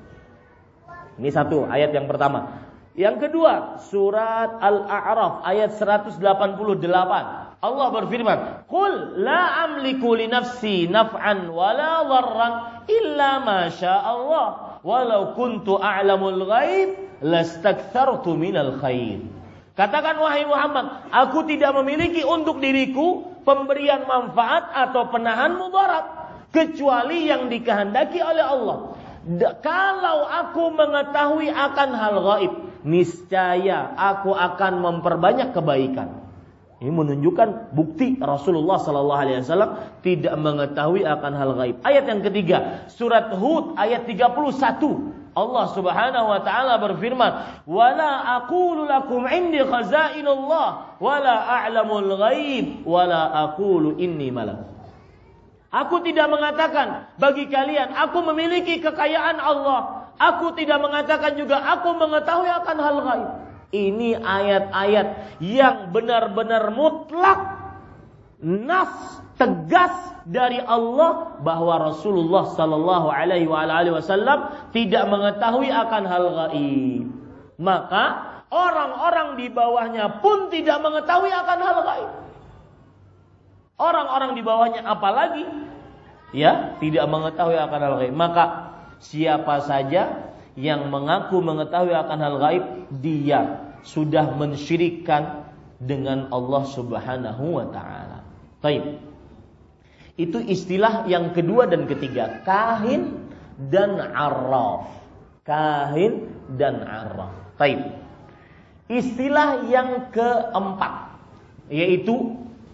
Ini satu ayat yang pertama. Yang kedua, surat Al-A'raf ayat seratus delapan puluh delapan. Allah berfirman, "Qul la amliku li nafsi naf'an wa la dharran illa ma syaa Allah, walau kuntu a'lamul ghaib lastakthartu minal khair." Katakan wahai Muhammad, aku tidak memiliki untuk diriku pemberian manfaat atau penahan mudarat kecuali yang dikehendaki oleh Allah. D- kalau aku mengetahui akan hal gaib, niscaya aku akan memperbanyak kebaikan. Ini menunjukkan bukti Rasulullah sallallahu alaihi wasallam tidak mengetahui akan hal gaib. Ayat yang ketiga, surat Hud ayat tiga puluh satu. Allah Subhanahu wa taala berfirman, "Wala aqulu lakum 'indi khazainullah wala a'lamul ghaib wala aqulu inni malak." Aku tidak mengatakan bagi kalian aku memiliki kekayaan Allah. Aku tidak mengatakan juga aku mengetahui akan hal gaib. Ini ayat-ayat yang benar-benar mutlak, nas, tegas dari Allah bahwa Rasulullah sallallahu alaihi wasallam tidak mengetahui akan hal gaib. Maka orang-orang di bawahnya pun tidak mengetahui akan hal gaib. Orang-orang di bawahnya apalagi ya tidak mengetahui akan hal gaib. Maka siapa saja yang mengaku mengetahui akan hal gaib, dia sudah mensyirikkan dengan Allah Subhanahu wa taala. Baik. Itu istilah yang kedua dan ketiga, kahin dan arraf. Kahin dan arraf. Baik. Istilah yang keempat yaitu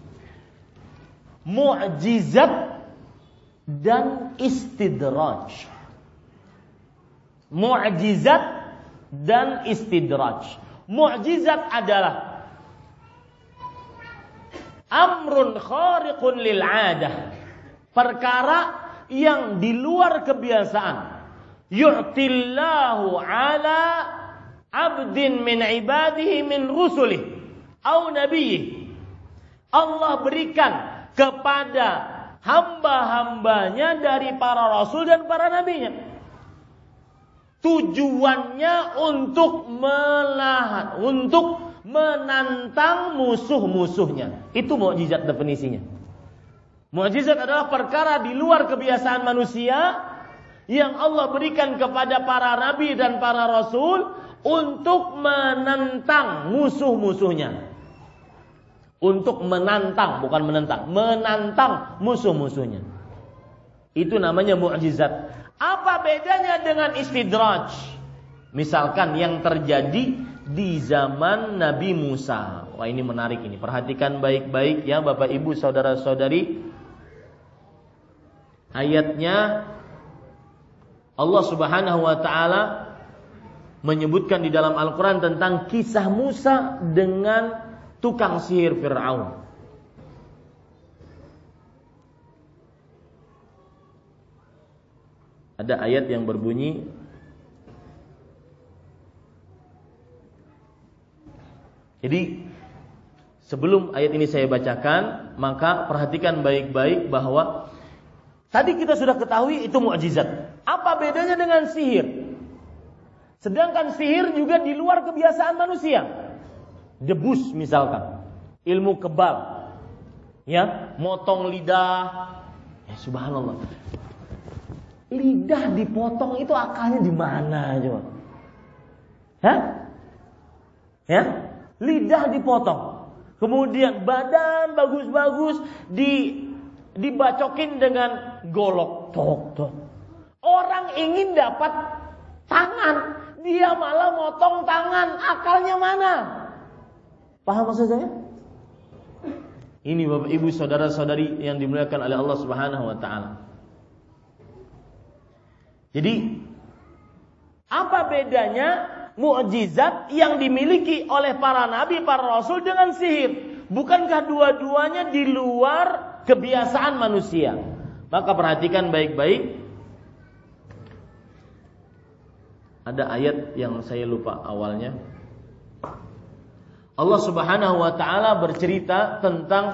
mu'jizat dan istidraj. Mu'jizat dan istidraj. Mu'jizat adalah amrun khariqun lil 'adah, perkara yang di luar kebiasaan. Yu'tillahu 'ala 'abdin min 'ibadihi min rusulih au nabiyih. Allah berikan kepada hamba-hambanya dari para rasul dan para nabinya. Tujuannya untuk melawan, untuk menantang musuh-musuhnya. Itu mukjizat definisinya. Mukjizat adalah perkara di luar kebiasaan manusia yang Allah berikan kepada para nabi dan para rasul untuk menantang musuh-musuhnya. Untuk menantang, bukan menentang, menantang musuh-musuhnya. Itu namanya mukjizat. Apa bedanya dengan istidraj? Misalkan yang terjadi di zaman Nabi Musa. Wah, ini menarik ini. Perhatikan baik-baik ya Bapak Ibu saudara-saudari. Ayatnya Allah Subhanahu wa taala menyebutkan di dalam Al-Qur'an tentang kisah Musa dengan tukang sihir Fir'aun. Ada ayat yang berbunyi, jadi sebelum ayat ini saya bacakan, maka perhatikan baik-baik bahwa tadi kita sudah ketahui itu mukjizat. Apa bedanya dengan sihir? Sedangkan sihir juga di luar kebiasaan manusia. Debus misalkan, ilmu kebal, ya, motong lidah, ya, subhanallah. Lidah dipotong itu akalnya di mana coba? Hah? Ya? Lidah dipotong. Kemudian badan bagus-bagus di dibacokin dengan golok, tok tok. Orang ingin dapat tangan, dia malah motong tangan. Akalnya mana? Paham maksud saya? Ini Bapak Ibu saudara-saudari yang dimuliakan oleh Allah Subhanahu wa taala. Jadi apa bedanya mukjizat yang dimiliki oleh para nabi, para rasul dengan sihir? Bukankah dua-duanya di luar kebiasaan manusia? Maka perhatikan baik-baik. Ada ayat yang saya lupa awalnya. Allah Subhanahu wa taala bercerita tentang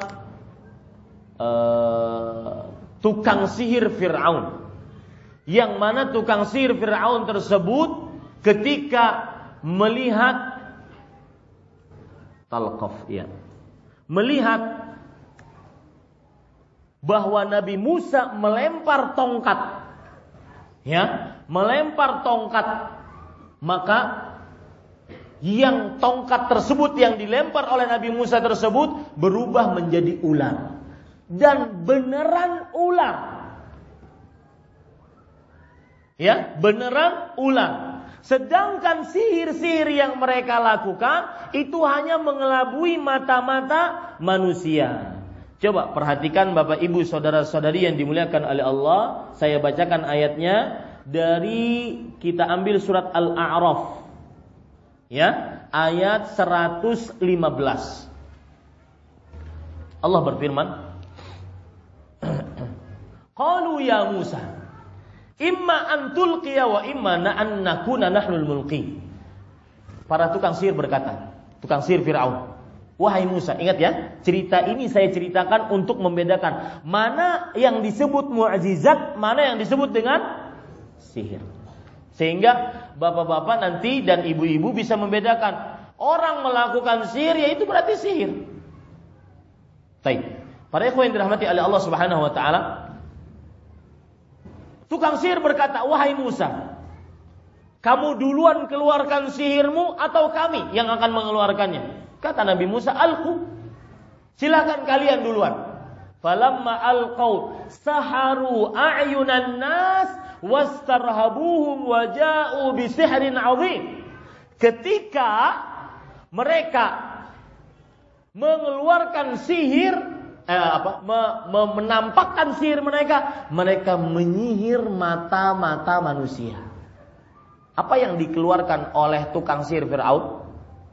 uh, tukang sihir Fir'aun. Yang mana tukang sihir Fir'aun tersebut ketika melihat talqaf, ya, melihat bahwa Nabi Musa melempar tongkat, ya, melempar tongkat, maka yang tongkat tersebut yang dilempar oleh Nabi Musa tersebut berubah menjadi ular. Dan beneran ular. Ya, beneran ular. Sedangkan sihir-sihir yang mereka lakukan itu hanya mengelabui mata-mata manusia. Coba perhatikan Bapak Ibu saudara-saudari yang dimuliakan oleh Allah. Saya bacakan ayatnya dari kita ambil surat Al-A'raf. Ya, ayat seratus lima belas. Allah berfirman, qalu ya Musa, imma an tulqiya wa imma an nakuna nahnul mulqi. Para tukang sihir berkata, tukang sihir Firaun, wahai Musa, ingat ya, cerita ini saya ceritakan untuk membedakan mana yang disebut mukjizat, mana yang disebut dengan sihir. Sehingga bapak-bapak nanti dan ibu-ibu bisa membedakan orang melakukan sihir, ya itu berarti sihir. Baik. Para ikhwan yang dirahmati oleh Allah Subhanahu wa taala, tukang sihir berkata, wahai Musa, kamu duluan keluarkan sihirmu atau kami yang akan mengeluarkannya? Kata Nabi Musa, alqu, silakan kalian duluan. Falamma alqau saharu a'yunan nas wastarhabuhum waja'u bisihrin 'adzim. Ketika mereka mengeluarkan sihir, eh, apa, me, me, menampakkan sihir mereka, mereka menyihir mata-mata manusia. Apa yang dikeluarkan oleh tukang sihir Firaun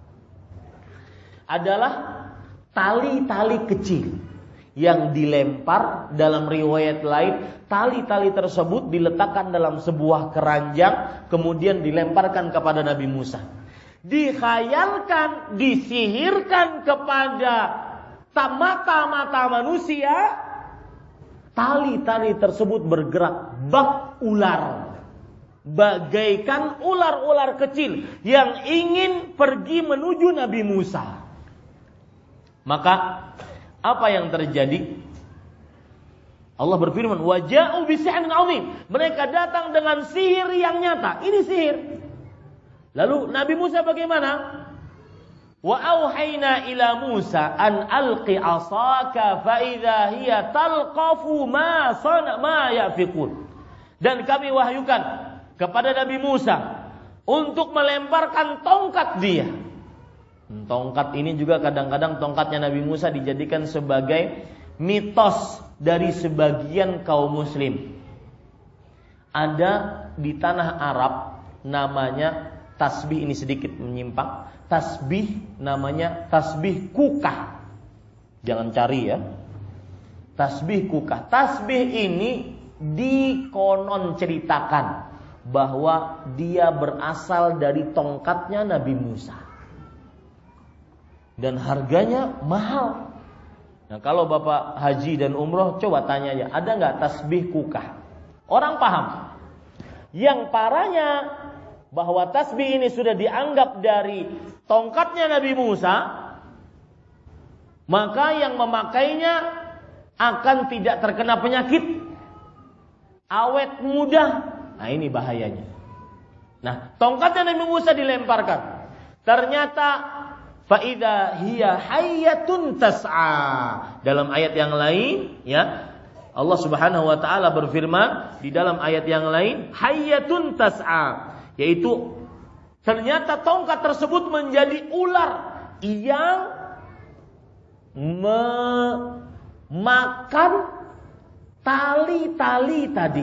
adalah tali-tali kecil yang dilempar. Dalam riwayat lain, tali-tali tersebut diletakkan dalam sebuah keranjang, kemudian dilemparkan kepada Nabi Musa. Dikhayalkan, disihirkan kepada mata-mata manusia, tali-tali tersebut bergerak bak ular, bagaikan ular-ular kecil yang ingin pergi menuju Nabi Musa. Maka apa yang terjadi? Allah berfirman, waja'u bisihrin 'adzim. Mereka datang dengan sihir yang nyata. Ini sihir. Lalu Nabi Musa bagaimana? Wa auhayna ila Musa an alqi 'asaka fa idza hiya talqafu ma sana ma yafiqun. Dan kami wahyukan kepada Nabi Musa untuk melemparkan tongkat dia. Tongkat ini juga kadang-kadang tongkatnya Nabi Musa dijadikan sebagai mitos dari sebagian kaum muslim. Ada di tanah Arab namanya tasbih, ini sedikit menyimpang. Tasbih namanya tasbih kukah. Jangan cari ya. Tasbih kukah. Tasbih ini dikonon ceritakan bahwa dia berasal dari tongkatnya Nabi Musa. Dan harganya mahal. Nah, kalau Bapak haji dan umroh, coba tanya aja, ada nggak tasbih kukah? Orang paham. Yang parahnya bahwa tasbih ini sudah dianggap dari tongkatnya Nabi Musa, maka yang memakainya akan tidak terkena penyakit, awet muda. Nah, ini bahayanya. Nah, tongkatnya Nabi Musa dilemparkan. Ternyata faida hiya hayyatun tas'a. Dalam ayat yang lain, ya, Allah Subhanahu wa taala berfirman di dalam ayat yang lain, hayyatun tas'a, yaitu ternyata tongkat tersebut menjadi ular yang memakan tali-tali tadi.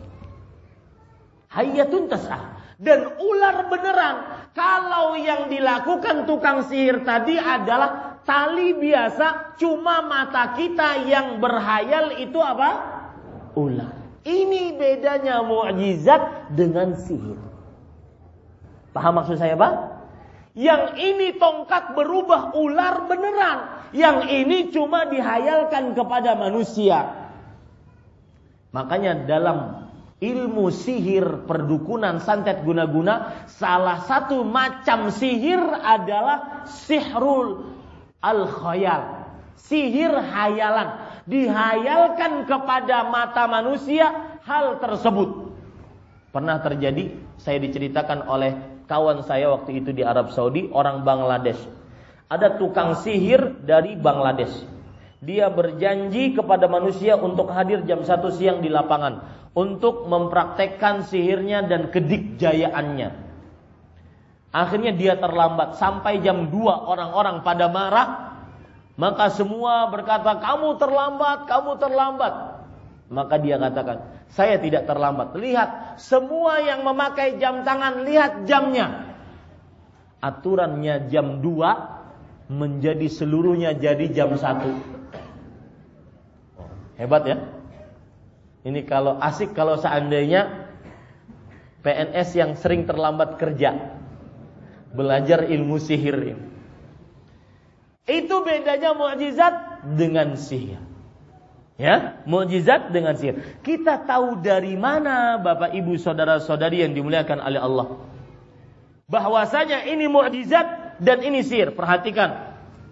Hayyatun tas'a. Dan ular beneran. Kalau yang dilakukan tukang sihir tadi adalah tali biasa, cuma mata kita yang berhayal itu apa? Ular. Ini bedanya mukjizat dengan sihir. Paham maksud saya, Pak? Yang ini tongkat berubah ular beneran. Yang ini cuma dihayalkan kepada manusia. Makanya dalam ilmu sihir, perdukunan, santet guna-guna, salah satu macam sihir adalah sihrul al-khayal. Sihir hayalan. Dihayalkan kepada mata manusia hal tersebut. Pernah terjadi, saya diceritakan oleh kawan saya waktu itu di Arab Saudi, orang Bangladesh. Ada tukang sihir dari Bangladesh. Dia berjanji kepada manusia untuk hadir jam satu siang di lapangan untuk mempraktekkan sihirnya dan kedikjayaannya. Akhirnya dia terlambat sampai jam dua, orang-orang pada marah. Maka semua berkata, "Kamu terlambat, kamu terlambat." Maka dia katakan, "Saya tidak terlambat. Lihat, semua yang memakai jam tangan, lihat jamnya. Aturannya jam dua menjadi seluruhnya jadi jam satu." Hebat ya? Ini kalau asik kalau seandainya P N S yang sering terlambat kerja, belajar ilmu sihir ini. Itu bedanya mukjizat dengan sihir. Ya, mukjizat dengan sihir. Kita tahu dari mana Bapak Ibu saudara-saudari yang dimuliakan oleh Allah, bahwasanya ini mukjizat dan ini sihir. Perhatikan.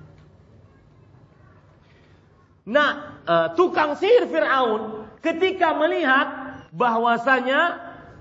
Nah, uh, tukang sihir Fir'aun ketika melihat bahwasanya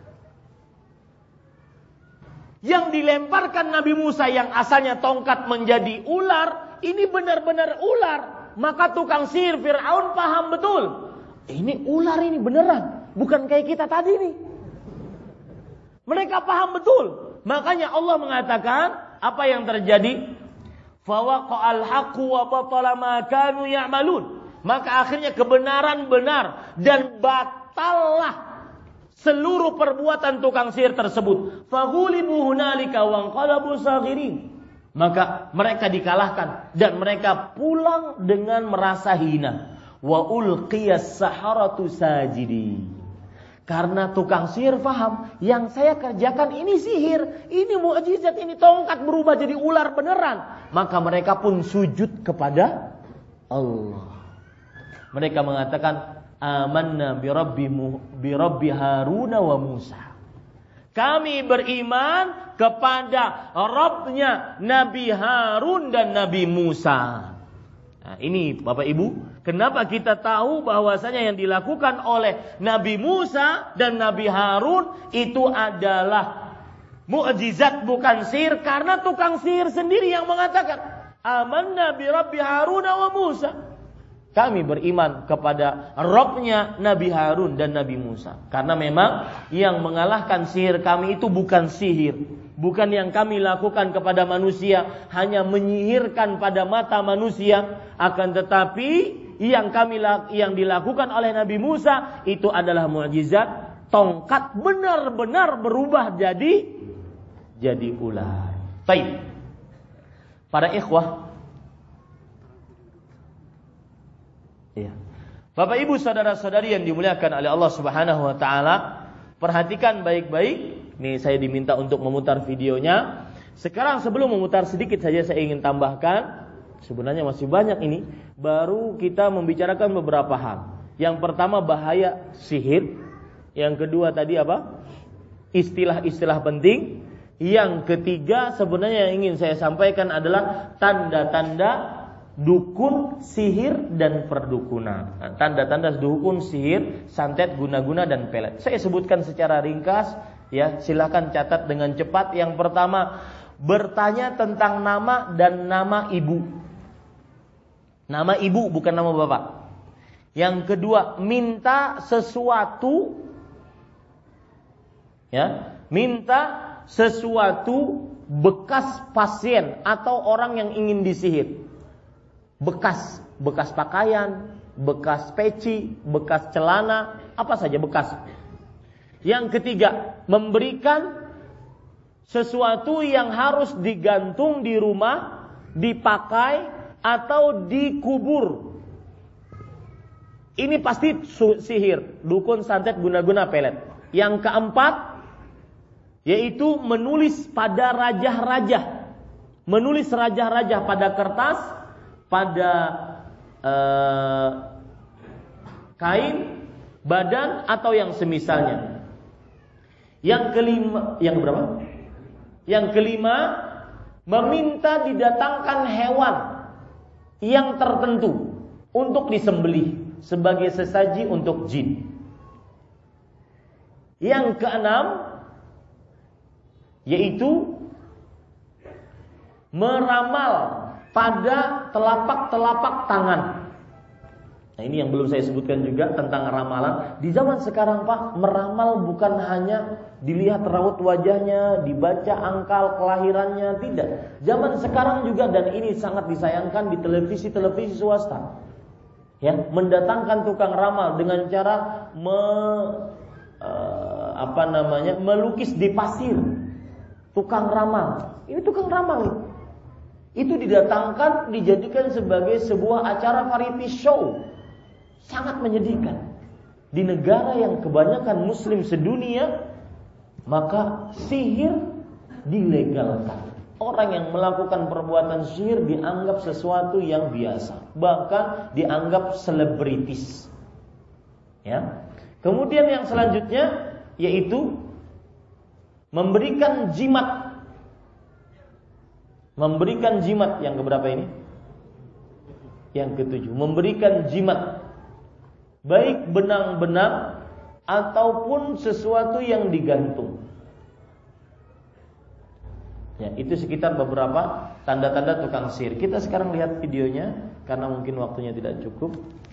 yang dilemparkan Nabi Musa yang asalnya tongkat menjadi ular, ini benar-benar ular. Maka tukang sihir Fir'aun paham betul, ini ular, ini beneran, bukan kayak kita tadi nih. Mereka paham betul. Makanya Allah mengatakan apa yang terjadi? Fawaqa'al haqqu wa batala ma kanu ya'malun. Maka akhirnya kebenaran benar dan batallah seluruh perbuatan tukang sihir tersebut. Faghulibu hunalika wanqalabu saghirin. Maka mereka dikalahkan dan mereka pulang dengan merasa hina. Wa ulqiyas saharatu sajidin. Karena tukang sihir faham, yang saya kerjakan ini sihir, ini mukjizat, ini tongkat berubah jadi ular beneran. Maka mereka pun sujud kepada Allah. Mereka mengatakan, amanna bi rabbi bi rabbi Harun wa Musa. Kami beriman kepada Rabbnya Nabi Harun dan Nabi Musa. Nah, ini Bapak Ibu, kenapa kita tahu bahwasanya yang dilakukan oleh Nabi Musa dan Nabi Harun itu adalah mukjizat bukan sihir, karena tukang sihir sendiri yang mengatakan, amanna bi rabbi Harun wa Musa. Kami beriman kepada Rabbnya Nabi Harun dan Nabi Musa. Karena memang yang mengalahkan sihir kami itu bukan sihir, bukan yang kami lakukan kepada manusia, hanya menyihirkan pada mata manusia. Akan tetapi yang kami yang dilakukan oleh Nabi Musa itu adalah mukjizat, tongkat benar-benar berubah jadi jadi ular. Baik. Para ikhwah, ya. Bapak Ibu saudara-saudari yang dimuliakan oleh Allah Subhanahu wa taala, perhatikan baik-baik. Nih saya diminta untuk memutar videonya. Sekarang sebelum memutar, sedikit saja saya ingin tambahkan. Sebenarnya masih banyak ini. Baru kita membicarakan beberapa hal. Yang pertama bahaya sihir. Yang kedua tadi apa? Istilah-istilah penting. Yang ketiga sebenarnya yang ingin saya sampaikan adalah tanda-tanda dukun, sihir, dan perdukunan. Nah, tanda-tanda dukun, sihir, santet, guna-guna, dan pelet. Saya sebutkan secara ringkas, ya. Silakan catat dengan cepat. Yang pertama, bertanya tentang nama dan nama ibu. Nama ibu bukan nama bapak. Yang kedua, minta sesuatu, ya, minta sesuatu bekas pasien atau orang yang ingin disihir. Bekas, bekas pakaian, bekas peci, bekas celana, apa saja bekas. Yang ketiga, memberikan sesuatu yang harus digantung di rumah, dipakai atau dikubur. Ini pasti sihir, dukun, santet, guna-guna, pelet. Yang keempat, yaitu menulis pada rajah-rajah. Menulis rajah-rajah pada kertas, pada eh, kain, badan, atau yang semisalnya. Yang kelima, yang berapa? Yang kelima, meminta didatangkan hewan yang tertentu untuk disembelih sebagai sesaji untuk jin. Yang keenam, yaitu meramal pada telapak-telapak tangan. Nah, ini yang belum saya sebutkan juga tentang ramalan. Di zaman sekarang, Pak, meramal bukan hanya dilihat raut wajahnya, dibaca angka kelahirannya, tidak. Zaman sekarang juga, dan ini sangat disayangkan di televisi-televisi swasta, ya, mendatangkan tukang ramal dengan cara me, uh, apa namanya, melukis di pasir. Tukang ramal. Ini tukang ramal. Itu didatangkan, dijadikan sebagai sebuah acara variety show. Sangat menyedihkan. Di negara yang kebanyakan muslim sedunia, maka sihir dilegalkan. Orang yang melakukan perbuatan sihir dianggap sesuatu yang biasa, bahkan dianggap selebritis. Ya. Kemudian yang selanjutnya yaitu memberikan jimat. Memberikan jimat yang keberapa ini? Yang ketujuh, memberikan jimat. Baik benang-benang ataupun sesuatu yang digantung. Ya, itu sekitar beberapa tanda-tanda tukang sihir. Kita sekarang lihat videonya karena mungkin waktunya tidak cukup.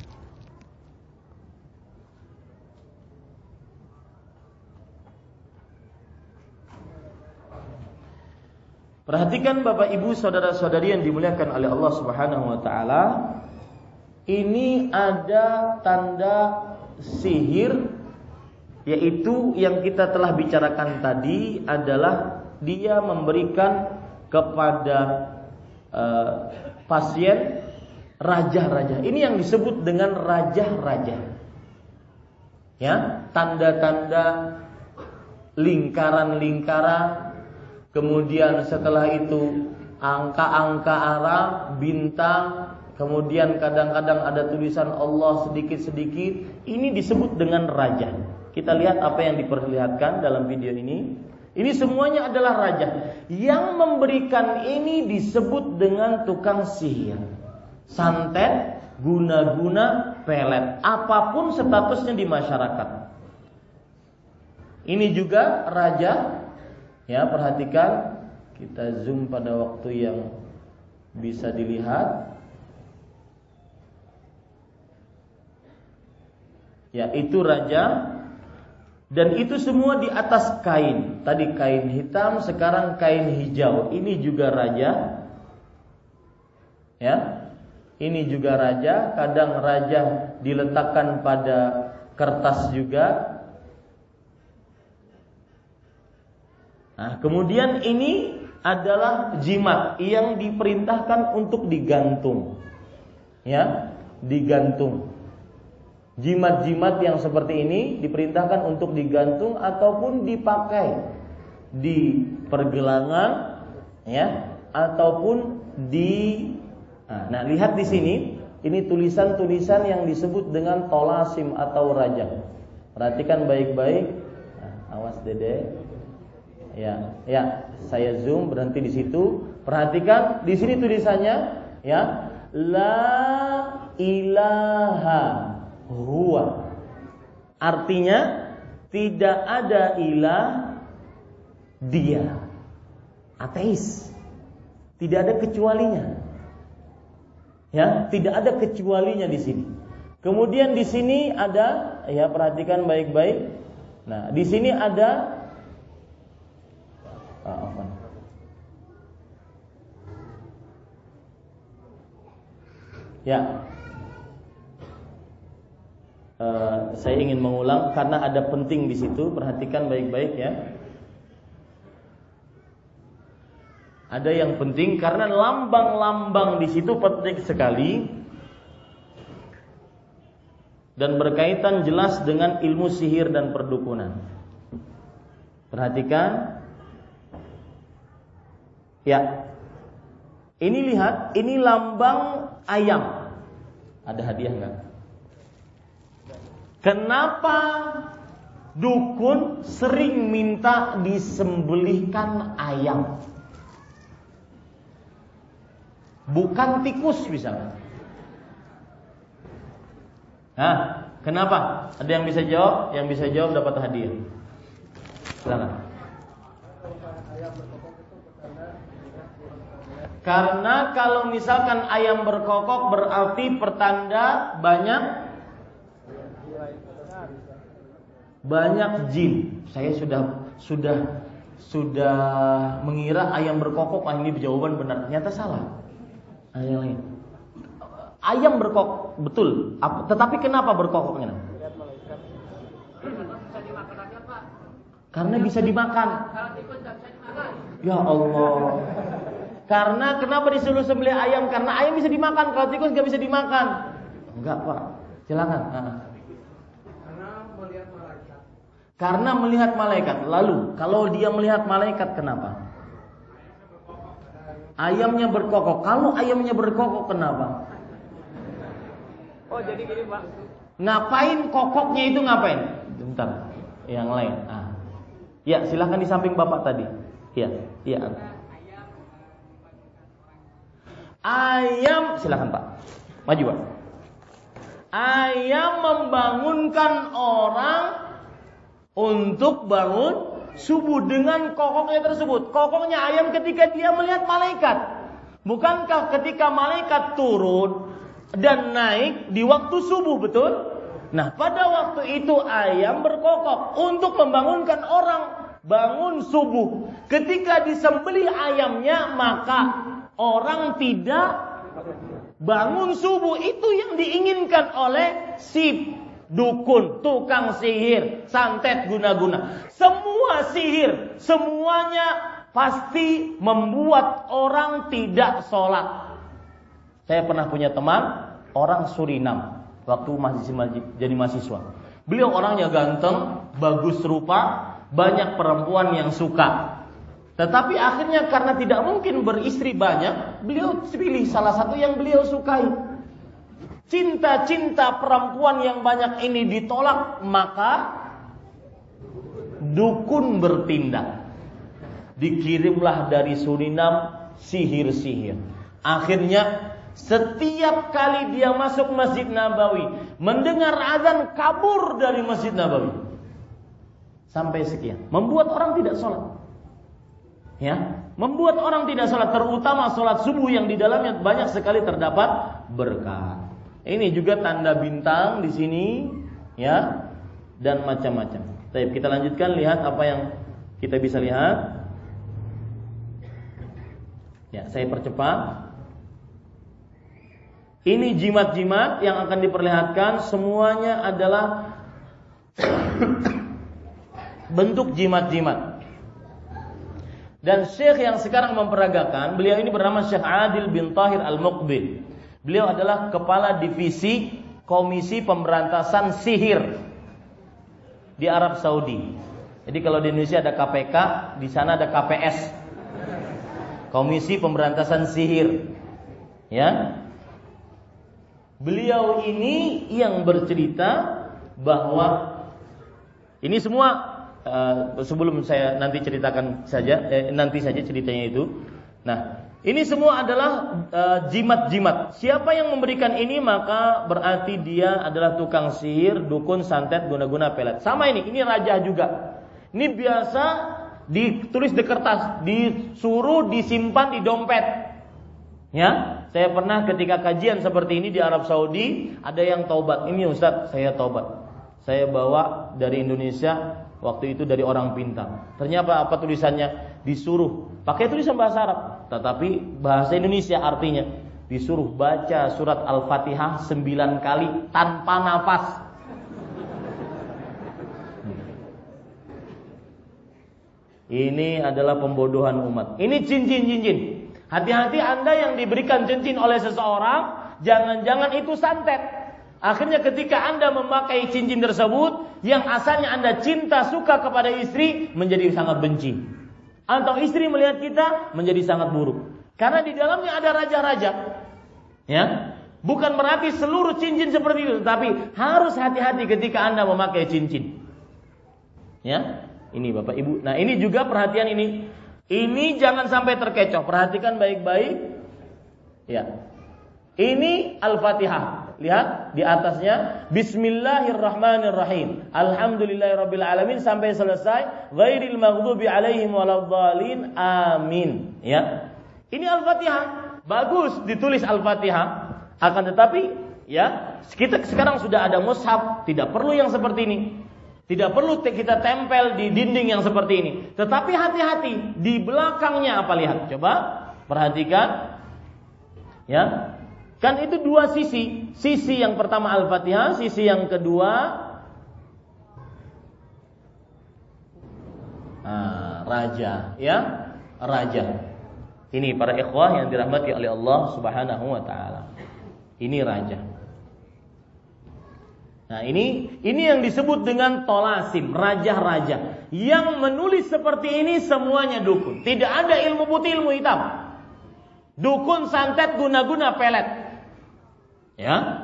Perhatikan Bapak Ibu saudara-saudari yang dimuliakan oleh Allah Subhanahu wa taala. Ini ada tanda sihir, yaitu yang kita telah bicarakan tadi adalah dia memberikan kepada uh, pasien raja-raja. Ini yang disebut dengan raja-raja. Ya, tanda-tanda lingkaran-lingkaran. Kemudian setelah itu angka-angka Arab, bintang, kemudian kadang-kadang ada tulisan Allah sedikit-sedikit. Ini disebut dengan raja. Kita lihat apa yang diperlihatkan dalam video ini. Ini semuanya adalah raja. Yang memberikan ini disebut dengan tukang sihir. Santet, guna-guna, pelet, apapun statusnya di masyarakat. Ini juga raja. Ya, perhatikan, kita zoom pada waktu yang bisa dilihat. Ya, itu raja. Dan itu semua di atas kain. Tadi kain hitam, sekarang kain hijau. Ini juga raja. Ya. Ini juga raja. Kadang raja diletakkan pada kertas juga. Nah, kemudian ini adalah jimat yang diperintahkan untuk digantung. Ya, digantung. Jimat-jimat yang seperti ini diperintahkan untuk digantung ataupun dipakai di pergelangan, ya, ataupun di. Nah, lihat di sini, ini tulisan-tulisan yang disebut dengan tolasim atau raja. Perhatikan baik-baik. Nah, awas Dede. Ya, ya, saya zoom, berhenti di situ. Perhatikan di sini tulisannya, ya, la ilaha huwa. Artinya tidak ada ilah dia. Ateis. Tidak ada kecualinya. Ya, tidak ada kecualinya di sini. Kemudian di sini ada, ya, perhatikan baik-baik. Nah, di sini ada ah, apa? Ya. Uh, saya ingin mengulang karena ada penting di situ. Perhatikan baik-baik, ya. Ada yang penting karena lambang-lambang di situ penting sekali dan berkaitan jelas dengan ilmu sihir dan perdukunan. Perhatikan. Ya. Ini lihat, ini lambang ayam. Ada hadiah enggak? Kenapa dukun sering minta disembelihkan ayam? Bukan tikus misalnya. Nah, kenapa? Ada yang bisa jawab? Yang bisa jawab dapat hadiah. Silakan. Karena kalau misalkan ayam berkokok berarti pertanda banyak banyak jin. Saya sudah sudah sudah mengira ayam berkokok, ah ini jawaban benar. Ternyata salah. Ayam lain. Ayam berkokok betul. Tetapi kenapa berkokoknya? Karena bisa dimakan. Ya Allah. Karena kenapa disuruh sembelih ayam? Karena ayam bisa dimakan, kalau tikus nggak bisa dimakan. Enggak Pak, silakan. Nah. Karena melihat malaikat. Karena melihat malaikat. Lalu kalau dia melihat malaikat kenapa? Ayamnya berkokok. Kalau ayamnya berkokok kenapa? Oh jadi gini Pak. Ngapain kokoknya itu ngapain? Bentar, yang lain. Ah. Ya silakan di samping Bapak tadi. Ya, iya. Ayam, silakan Pak. Maju Pak. Ayam membangunkan orang untuk bangun subuh dengan kokoknya tersebut. Kokoknya ayam ketika dia melihat malaikat. Bukankah ketika malaikat turun dan naik di waktu subuh, betul? Nah, pada waktu itu ayam berkokok untuk membangunkan orang bangun subuh. Ketika disembelih ayamnya, maka orang tidak bangun subuh. Itu yang diinginkan oleh si dukun, tukang sihir, santet guna-guna. Semua sihir, semuanya pasti membuat orang tidak sholat. Saya pernah punya teman, orang Surinam, waktu masih jadi mahasiswa. Beliau orangnya ganteng, bagus rupa, banyak perempuan yang suka. Tetapi akhirnya karena tidak mungkin beristri banyak, beliau pilih salah satu yang beliau sukai. Cinta-cinta perempuan yang banyak ini ditolak, maka dukun bertindak. Dikirimlah dari Surinam sihir-sihir. Akhirnya setiap kali dia masuk Masjid Nabawi, mendengar azan, kabur dari Masjid Nabawi. Sampai sekian, membuat orang tidak sholat. Ya, membuat orang tidak sholat, terutama sholat subuh yang di dalamnya banyak sekali terdapat berkah. Ini juga tanda bintang di sini, ya, dan macam-macam. Baik, kita lanjutkan, lihat apa yang kita bisa lihat. Ya, saya percepat. Ini jimat-jimat yang akan diperlihatkan, semuanya adalah bentuk jimat-jimat. Dan syekh yang sekarang memperagakan, beliau ini bernama Syekh Adil bin Tahir Al-Muqbil. Beliau adalah kepala divisi Komisi Pemberantasan Sihir di Arab Saudi. Jadi kalau di Indonesia ada K P K, di sana ada K P S, Komisi Pemberantasan Sihir. Ya. Beliau ini yang bercerita bahwa ini semua Uh, sebelum saya nanti ceritakan saja, eh, nanti saja ceritanya itu. Nah, ini semua adalah uh, jimat-jimat. Siapa yang memberikan ini maka berarti dia adalah tukang sihir, dukun, santet, guna-guna pelet. Sama ini, ini raja juga. Ini biasa ditulis di kertas, disuruh disimpan di dompet. Ya, saya pernah ketika kajian seperti ini di Arab Saudi, ada yang taubat. Ini Ustaz, saya taubat. Saya bawa dari Indonesia. Waktu itu dari orang pintar. Ternyata apa tulisannya? Disuruh pakai tulisan bahasa Arab, tetapi bahasa Indonesia artinya disuruh baca surat Al-Fatihah sembilan kali tanpa nafas. Ini adalah pembodohan umat. Ini cincin-cincin. Hati-hati Anda yang diberikan cincin oleh seseorang, jangan-jangan itu santet. Akhirnya ketika Anda memakai cincin tersebut, yang asalnya Anda cinta, suka kepada istri, menjadi sangat benci. Atau istri melihat kita, menjadi sangat buruk. Karena di dalamnya ada raja-raja. Ya, bukan berarti seluruh cincin seperti itu, tapi harus hati-hati ketika Anda memakai cincin. Ya, ini Bapak Ibu. Nah, ini juga perhatian ini. Ini jangan sampai terkecoh. Perhatikan baik-baik. Ya. Ini Al-Fatihah. lihat di atasnya Bismillahirrahmanirrahim. Alhamdulillahirabbil alamin sampai selesai. Ghairil maghdubi alaihim waladhdallin. Amin. Ya. Ini Al-Fatihah. Bagus ditulis Al-Fatihah. Akan tetapi ya, kita sekarang sudah ada mushaf, tidak perlu yang seperti ini. Tidak perlu kita tempel di dinding yang seperti ini. Tetapi hati-hati, di belakangnya apa lihat? Coba perhatikan. Ya. Kan itu dua sisi. Sisi yang pertama Al-Fatihah, sisi yang kedua ah, raja, ya. Raja. Ini para ikhwah yang dirahmati oleh Allah Subhanahu wa taala. Ini raja. Nah, ini ini yang disebut dengan tolasim, raja-raja. Yang menulis seperti ini semuanya dukun. Tidak ada ilmu putih, ilmu hitam. Dukun, santet, guna-guna, pelet. Ya.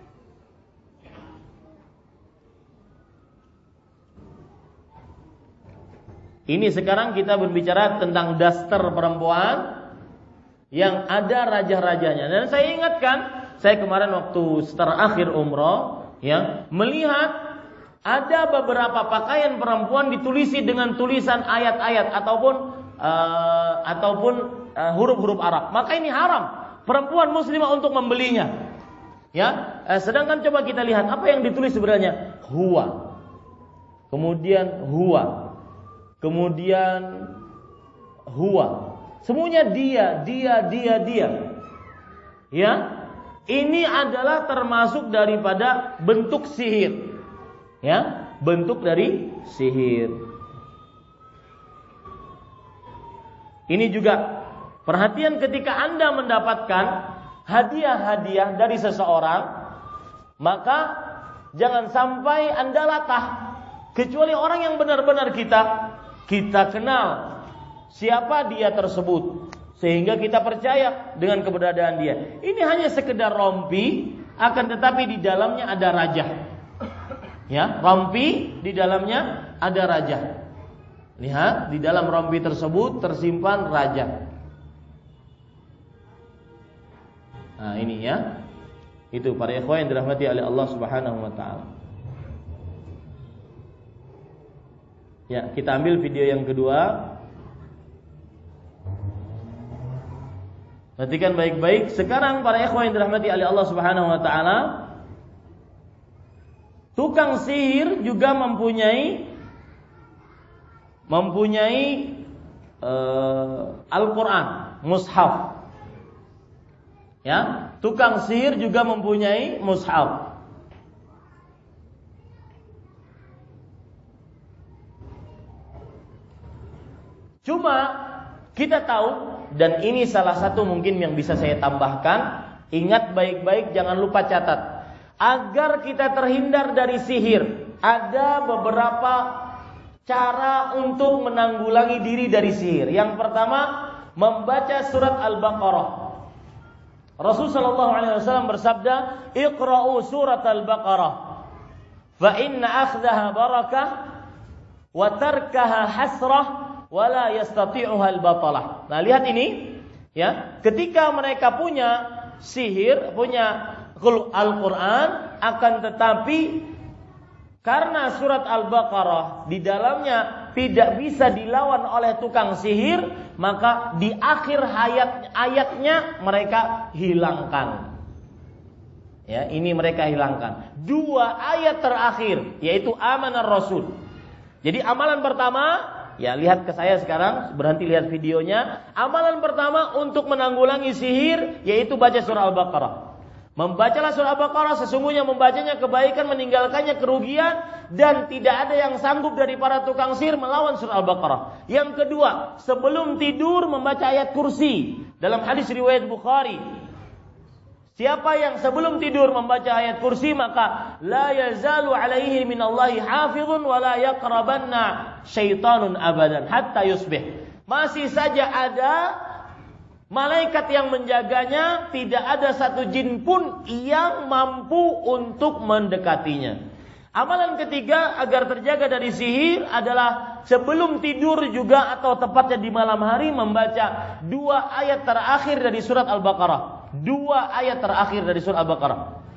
Ini sekarang kita berbicara tentang daster perempuan yang ada raja-rajanya. Dan saya ingatkan, saya kemarin waktu terakhir umroh, ya, melihat ada beberapa pakaian perempuan ditulisi dengan tulisan ayat-ayat ataupun uh, ataupun uh, huruf-huruf Arab. Maka ini haram perempuan muslimah untuk membelinya. Ya, uh, sedangkan coba kita lihat apa yang ditulis sebenarnya. Huwa. Kemudian huwa. Kemudian huwa. Semuanya dia, dia, dia, dia. Ya. Ini adalah termasuk daripada bentuk sihir. Ya, bentuk dari sihir. Ini juga perhatian ketika Anda mendapatkan hadiah-hadiah dari seseorang, maka jangan sampai Anda latah. Kecuali orang yang benar-benar kita kita kenal siapa dia tersebut, sehingga kita percaya dengan keberadaan dia. Ini hanya sekedar rompi, akan tetapi di dalamnya ada raja. Ya, rompi di dalamnya ada raja. Lihat, di dalam rompi tersebut tersimpan raja. Nah, ini ya. Itu para ikhwan yang dirahmati oleh Allah Subhanahu wa taala. Ya, kita ambil video yang kedua. Perhatikan baik-baik. Sekarang para ikhwan yang dirahmati oleh Allah Subhanahu wa taala, tukang sihir juga mempunyai mempunyai uh, Al-Qur'an, mushaf. Ya, tukang sihir juga mempunyai mushaf. Cuma kita tahu, dan ini salah satu mungkin yang bisa saya tambahkan, ingat baik-baik, jangan lupa catat. Agar kita terhindar dari sihir, ada beberapa cara untuk menanggulangi diri dari sihir. Yang pertama, membaca surat Al-Baqarah. Rasulullah shallallahu alaihi wasallam bersabda, "Iqra'u surat Al-Baqarah, fa inna akhdaha barakah, wa tarkaha hasrah, wala yastati'uha al-batalah." Nah, lihat ini, ya. Ketika mereka punya sihir, punya Al-Qur'an, akan tetapi karena surat Al-Baqarah di dalamnya tidak bisa dilawan oleh tukang sihir, maka di akhir ayat ayatnya mereka hilangkan. Ya, ini mereka hilangkan. Dua ayat terakhir, yaitu amanar Rasul. Jadi amalan pertama, ya, lihat ke saya sekarang, berhenti lihat videonya. Amalan pertama untuk menanggulangi sihir yaitu baca surah Al-Baqarah. Membacalah surah Al-Baqarah, sesungguhnya membacanya kebaikan, meninggalkannya kerugian, dan tidak ada yang sanggup dari para tukang sihir melawan surah Al-Baqarah. Yang kedua, sebelum tidur membaca ayat kursi. Dalam hadis riwayat Bukhari, siapa yang sebelum tidur membaca ayat kursi, maka la yazalu alaihi minallahi hafizun wa la yaqrabanna syaitanun abadan hatta yusbih. Masih saja ada malaikat yang menjaganya, tidak ada satu jin pun yang mampu untuk mendekatinya. Amalan ketiga agar terjaga dari sihir adalah sebelum tidur juga, atau tepatnya di malam hari, membaca dua ayat terakhir dari surat Al-Baqarah. Dua ayat terakhir dari surat Al-Baqarah.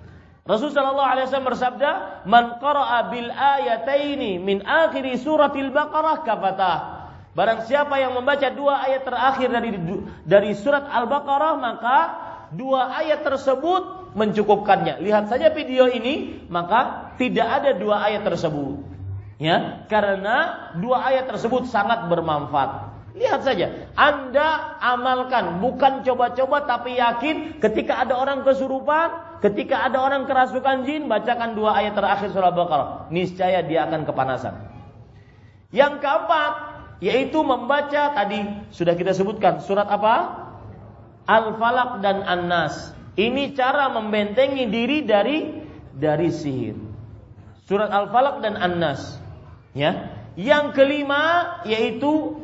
Rasul sallallahu alaihi wasallam bersabda, "Man qara'a bil ayataini min akhiri suratil Baqarah kafatah." Barang siapa yang membaca dua ayat terakhir dari dari surat Al-Baqarah, maka dua ayat tersebut mencukupkannya. Lihat saja video ini, maka tidak ada dua ayat tersebut. Ya, karena dua ayat tersebut sangat bermanfaat. Lihat saja, Anda amalkan, bukan coba-coba tapi yakin. Ketika ada orang kesurupan, ketika ada orang kerasukan jin, bacakan dua ayat terakhir surah Al-Baqarah, niscaya dia akan kepanasan. Yang keempat, yaitu membaca tadi sudah kita sebutkan surat apa? Al-Falaq dan An-Nas. Ini cara membentengi diri dari dari sihir. Surat Al-Falaq dan An-Nas. Ya. Yang kelima yaitu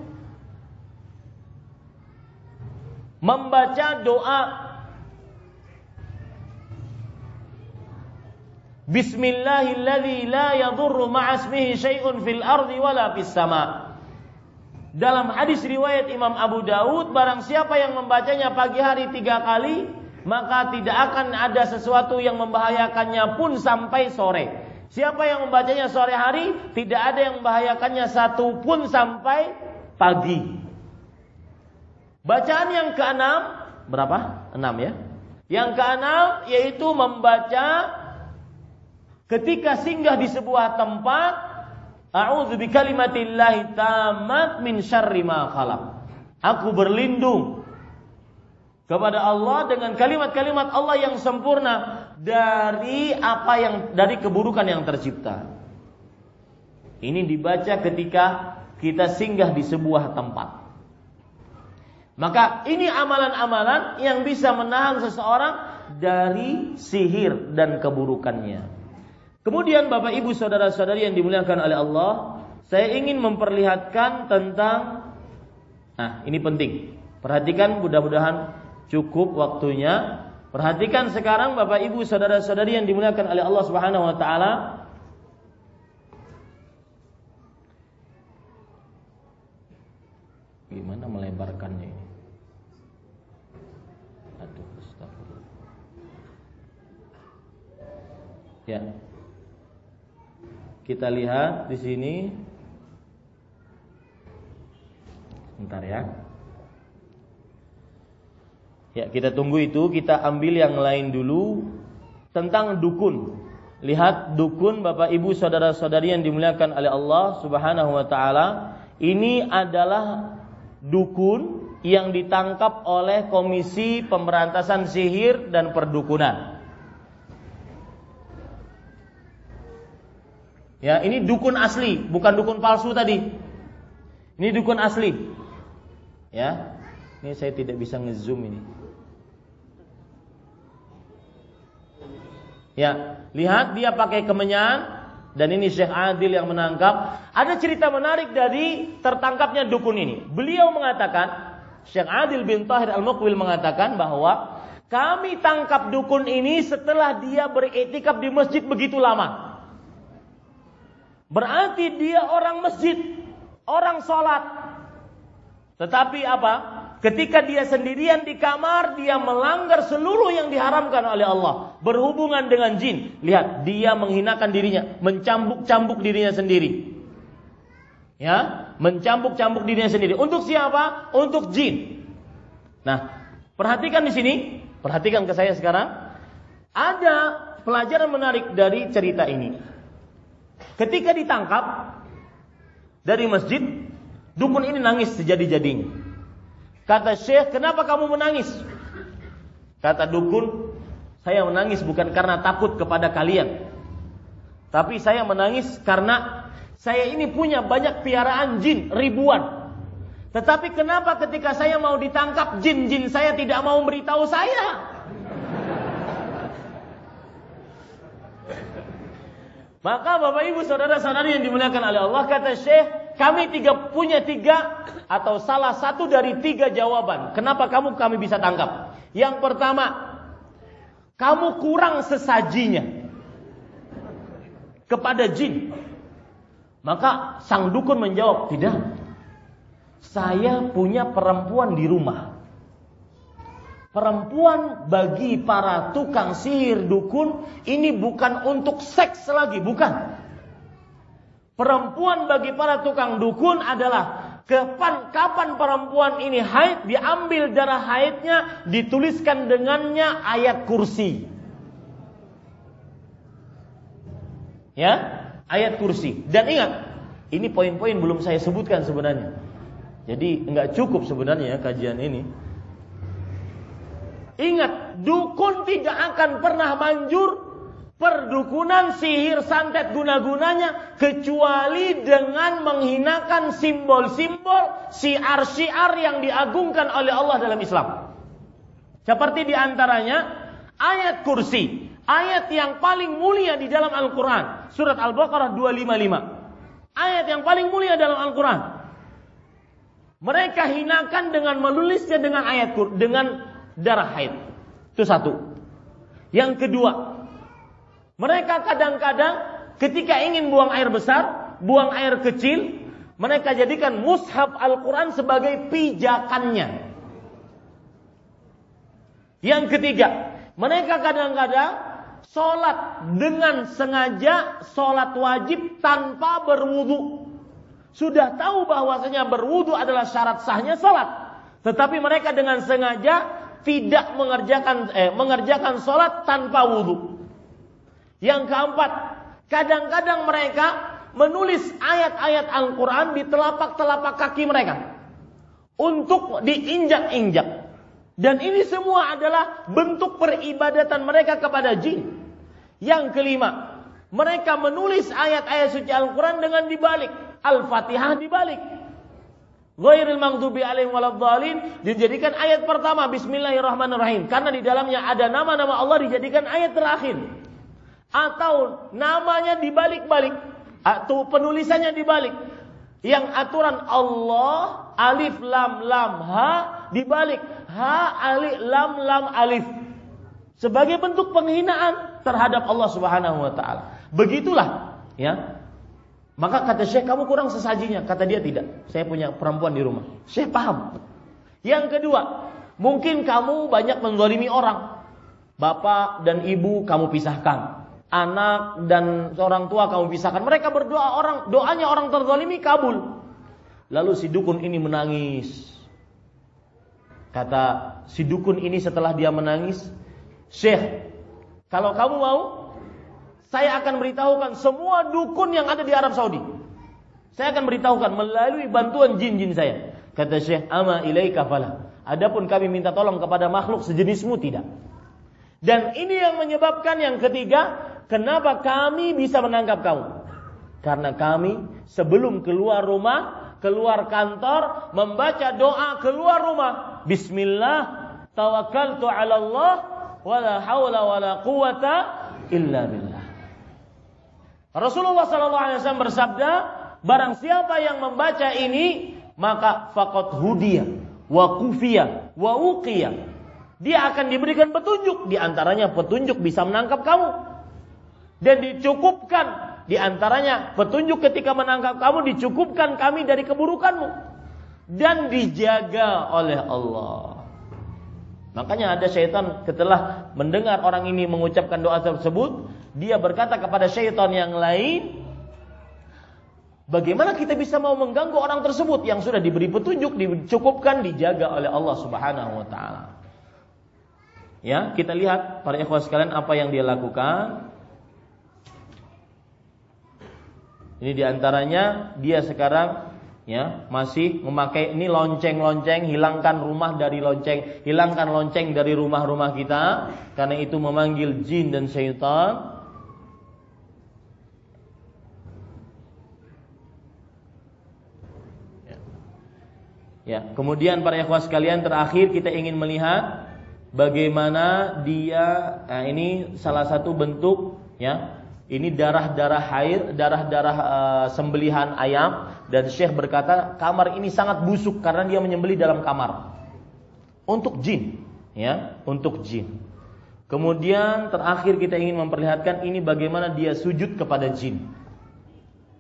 membaca doa Bismillahilladzi la yadurru ma'asmihi syai'un fil ardi wala fis sama'. Dalam hadis riwayat Imam Abu Daud, barang siapa yang membacanya pagi hari tiga kali, maka tidak akan ada sesuatu yang membahayakannya pun sampai sore. Siapa yang membacanya sore hari, tidak ada yang membahayakannya satu pun sampai pagi. Bacaan yang keenam, berapa? Enam ya. Yang keenam yaitu membaca ketika singgah di sebuah tempat, a'udzu bikalimatillahi tammat min syarri ma khalaq. Aku berlindung kepada Allah dengan kalimat-kalimat Allah yang sempurna dari apa yang dari keburukan yang tercipta. Ini dibaca ketika kita singgah di sebuah tempat. Maka ini amalan-amalan yang bisa menahan seseorang dari sihir dan keburukannya. Kemudian Bapak Ibu saudara-saudari yang dimuliakan oleh Allah, saya ingin memperlihatkan tentang, nah ini penting, perhatikan, mudah-mudahan cukup waktunya. Perhatikan sekarang Bapak Ibu saudara-saudari yang dimuliakan oleh Allah Subhanahu wa taala. Gimana melebarkannya ini? Aduh, astagfirullah. Ya. Kita lihat di sini. Bentar ya. Ya, kita tunggu itu, kita ambil yang lain dulu tentang dukun. Lihat dukun Bapak Ibu saudara-saudari yang dimuliakan oleh Allah Subhanahu wa taala. Ini adalah dukun yang ditangkap oleh Komisi Pemberantasan Sihir dan Perdukunan. Ya, ini dukun asli, bukan dukun palsu tadi. Ini dukun asli. Ya. Ini saya tidak bisa nge-zoom ini. Ya, lihat dia pakai kemenyan dan ini Syekh Adil yang menangkap. Ada cerita menarik dari tertangkapnya dukun ini. Beliau mengatakan, Syekh Adil bin Tahir Al-Muqbil mengatakan bahwa kami tangkap dukun ini setelah dia beriktikaf di masjid begitu lama. Berarti dia orang masjid, orang sholat. Tetapi apa? Ketika dia sendirian di kamar, dia melanggar seluruh yang diharamkan oleh Allah. Berhubungan dengan jin. Lihat, dia menghinakan dirinya, mencambuk-cambuk dirinya sendiri. Ya, mencambuk-cambuk dirinya sendiri. Untuk siapa? Untuk jin. Nah, perhatikan di sini, perhatikan ke saya sekarang. Ada pelajaran menarik dari cerita ini. Ketika ditangkap dari masjid, dukun ini nangis sejadi-jadinya. Kata Syekh, kenapa kamu menangis? Kata dukun, saya menangis bukan karena takut kepada kalian, tapi saya menangis karena saya ini punya banyak piaraan jin, ribuan. Tetapi kenapa ketika saya mau ditangkap, jin-jin saya tidak mau memberitahu saya? Maka Bapak Ibu saudara-saudari yang dimuliakan oleh Allah, kata Syekh, kami tiga punya tiga atau salah satu dari tiga jawaban. Kenapa kamu kami bisa tangkap? Yang pertama, kamu kurang sesajinya kepada jin. Maka sang dukun menjawab, tidak. Saya punya perempuan di rumah. Perempuan bagi para tukang sihir dukun ini bukan untuk seks lagi, bukan. Perempuan bagi para tukang dukun adalah kapan, kapan perempuan ini haid, diambil darah haidnya, dituliskan dengannya ayat kursi. Ya, ayat kursi. Dan ingat, ini poin-poin belum saya sebutkan sebenarnya. Jadi enggak cukup sebenarnya kajian ini. Ingat, dukun tidak akan pernah manjur perdukunan, sihir, santet, guna-gunanya kecuali dengan menghinakan simbol-simbol, syiar-syiar yang diagungkan oleh Allah dalam Islam. Seperti diantaranya ayat kursi, ayat yang paling mulia di dalam Al-Quran, surat Al-Baqarah dua ratus lima puluh lima. Ayat yang paling mulia dalam Al-Quran. Mereka hinakan dengan menulisnya dengan ayat kur, dengan darah haid. Itu satu. Yang kedua, mereka kadang-kadang ketika ingin buang air besar, buang air kecil, mereka jadikan mushaf Al-Quran sebagai pijakannya. Yang ketiga, mereka kadang-kadang sholat dengan sengaja, sholat wajib tanpa berwudu. Sudah tahu bahwasanya berwudu adalah syarat sahnya sholat, tetapi mereka dengan sengaja tidak mengerjakan eh, mengerjakan sholat tanpa wudu. Yang keempat, kadang-kadang mereka menulis ayat-ayat Al-Quran di telapak-telapak kaki mereka untuk diinjak-injak. Dan ini semua adalah bentuk peribadatan mereka kepada jin. Yang kelima, mereka menulis ayat-ayat suci Al-Quran dengan dibalik, Al-Fatihah dibalik. Ghairil maghdubi alaihim waladhdallin dijadikan ayat pertama, Bismillahirrahmanirrahim, karena di dalamnya ada nama-nama Allah, dijadikan ayat terakhir. Atau namanya dibalik-balik, atau penulisannya dibalik. Yang aturan Allah alif lam lam ha dibalik ha alif lam lam alif, sebagai bentuk penghinaan terhadap Allah Subhanahu wa taala. Begitulah, ya. Maka kata Syekh, kamu kurang sesajinya. Kata dia, tidak, saya punya perempuan di rumah. Syekh paham. Yang kedua, mungkin kamu banyak menzalimi orang. Bapak dan ibu kamu pisahkan, anak dan orang tua kamu pisahkan. Mereka berdoa, orang doanya orang terzalimi kabul. Lalu si dukun ini menangis. Kata si dukun ini setelah dia menangis, Syekh, kalau kamu mau, saya akan beritahukan semua dukun yang ada di Arab Saudi. Saya akan beritahukan melalui bantuan jin-jin saya. Kata Syekh, ama ilaika fala. Adapun kami minta tolong kepada makhluk sejenismu, tidak. Dan ini yang menyebabkan yang ketiga, kenapa kami bisa menangkap kamu? Karena kami sebelum keluar rumah, keluar kantor, membaca doa keluar rumah. Bismillah, tawakkaltu ala Allah, wala hawla wala quwata illa billah. Rasulullah sallallahu alaihi wasallam bersabda, barang siapa yang membaca ini, maka faqad hudiya wa kufiya wa uqiya. Dia akan diberikan petunjuk, di antaranya petunjuk bisa menangkap kamu. Dan dicukupkan, di antaranya petunjuk ketika menangkap kamu, dicukupkan kami dari keburukanmu. Dan dijaga oleh Allah. Makanya ada syaitan setelah mendengar orang ini mengucapkan doa tersebut, dia berkata kepada syaitan yang lain, bagaimana kita bisa mau mengganggu orang tersebut yang sudah diberi petunjuk, dicukupkan, dijaga oleh Allah Subhanahu wa taala. Ya, kita lihat para ikhwah sekalian apa yang dia lakukan. Ini diantaranya dia sekarang, ya, masih memakai ini lonceng-lonceng, hilangkan rumah dari lonceng, hilangkan lonceng dari rumah-rumah kita, karena itu memanggil jin dan syaitan. Ya. Ya, kemudian para ikhwah sekalian, terakhir kita ingin melihat bagaimana dia, nah ini salah satu bentuk, ya. Ini darah-darah haid, darah-darah uh, sembelihan ayam, dan Syekh berkata kamar ini sangat busuk karena dia menyembelih dalam kamar untuk jin, ya, untuk jin. Kemudian terakhir kita ingin memperlihatkan ini bagaimana dia sujud kepada jin.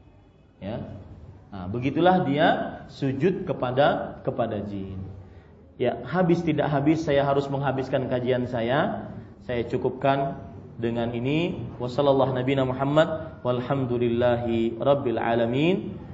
Ya. Nah, begitulah dia sujud kepada kepada jin. Ya, habis tidak habis saya harus menghabiskan kajian saya. Saya cukupkan dengan ini. Wassallallahu nabiyana Muhammad walhamdulillahi rabbil alamin.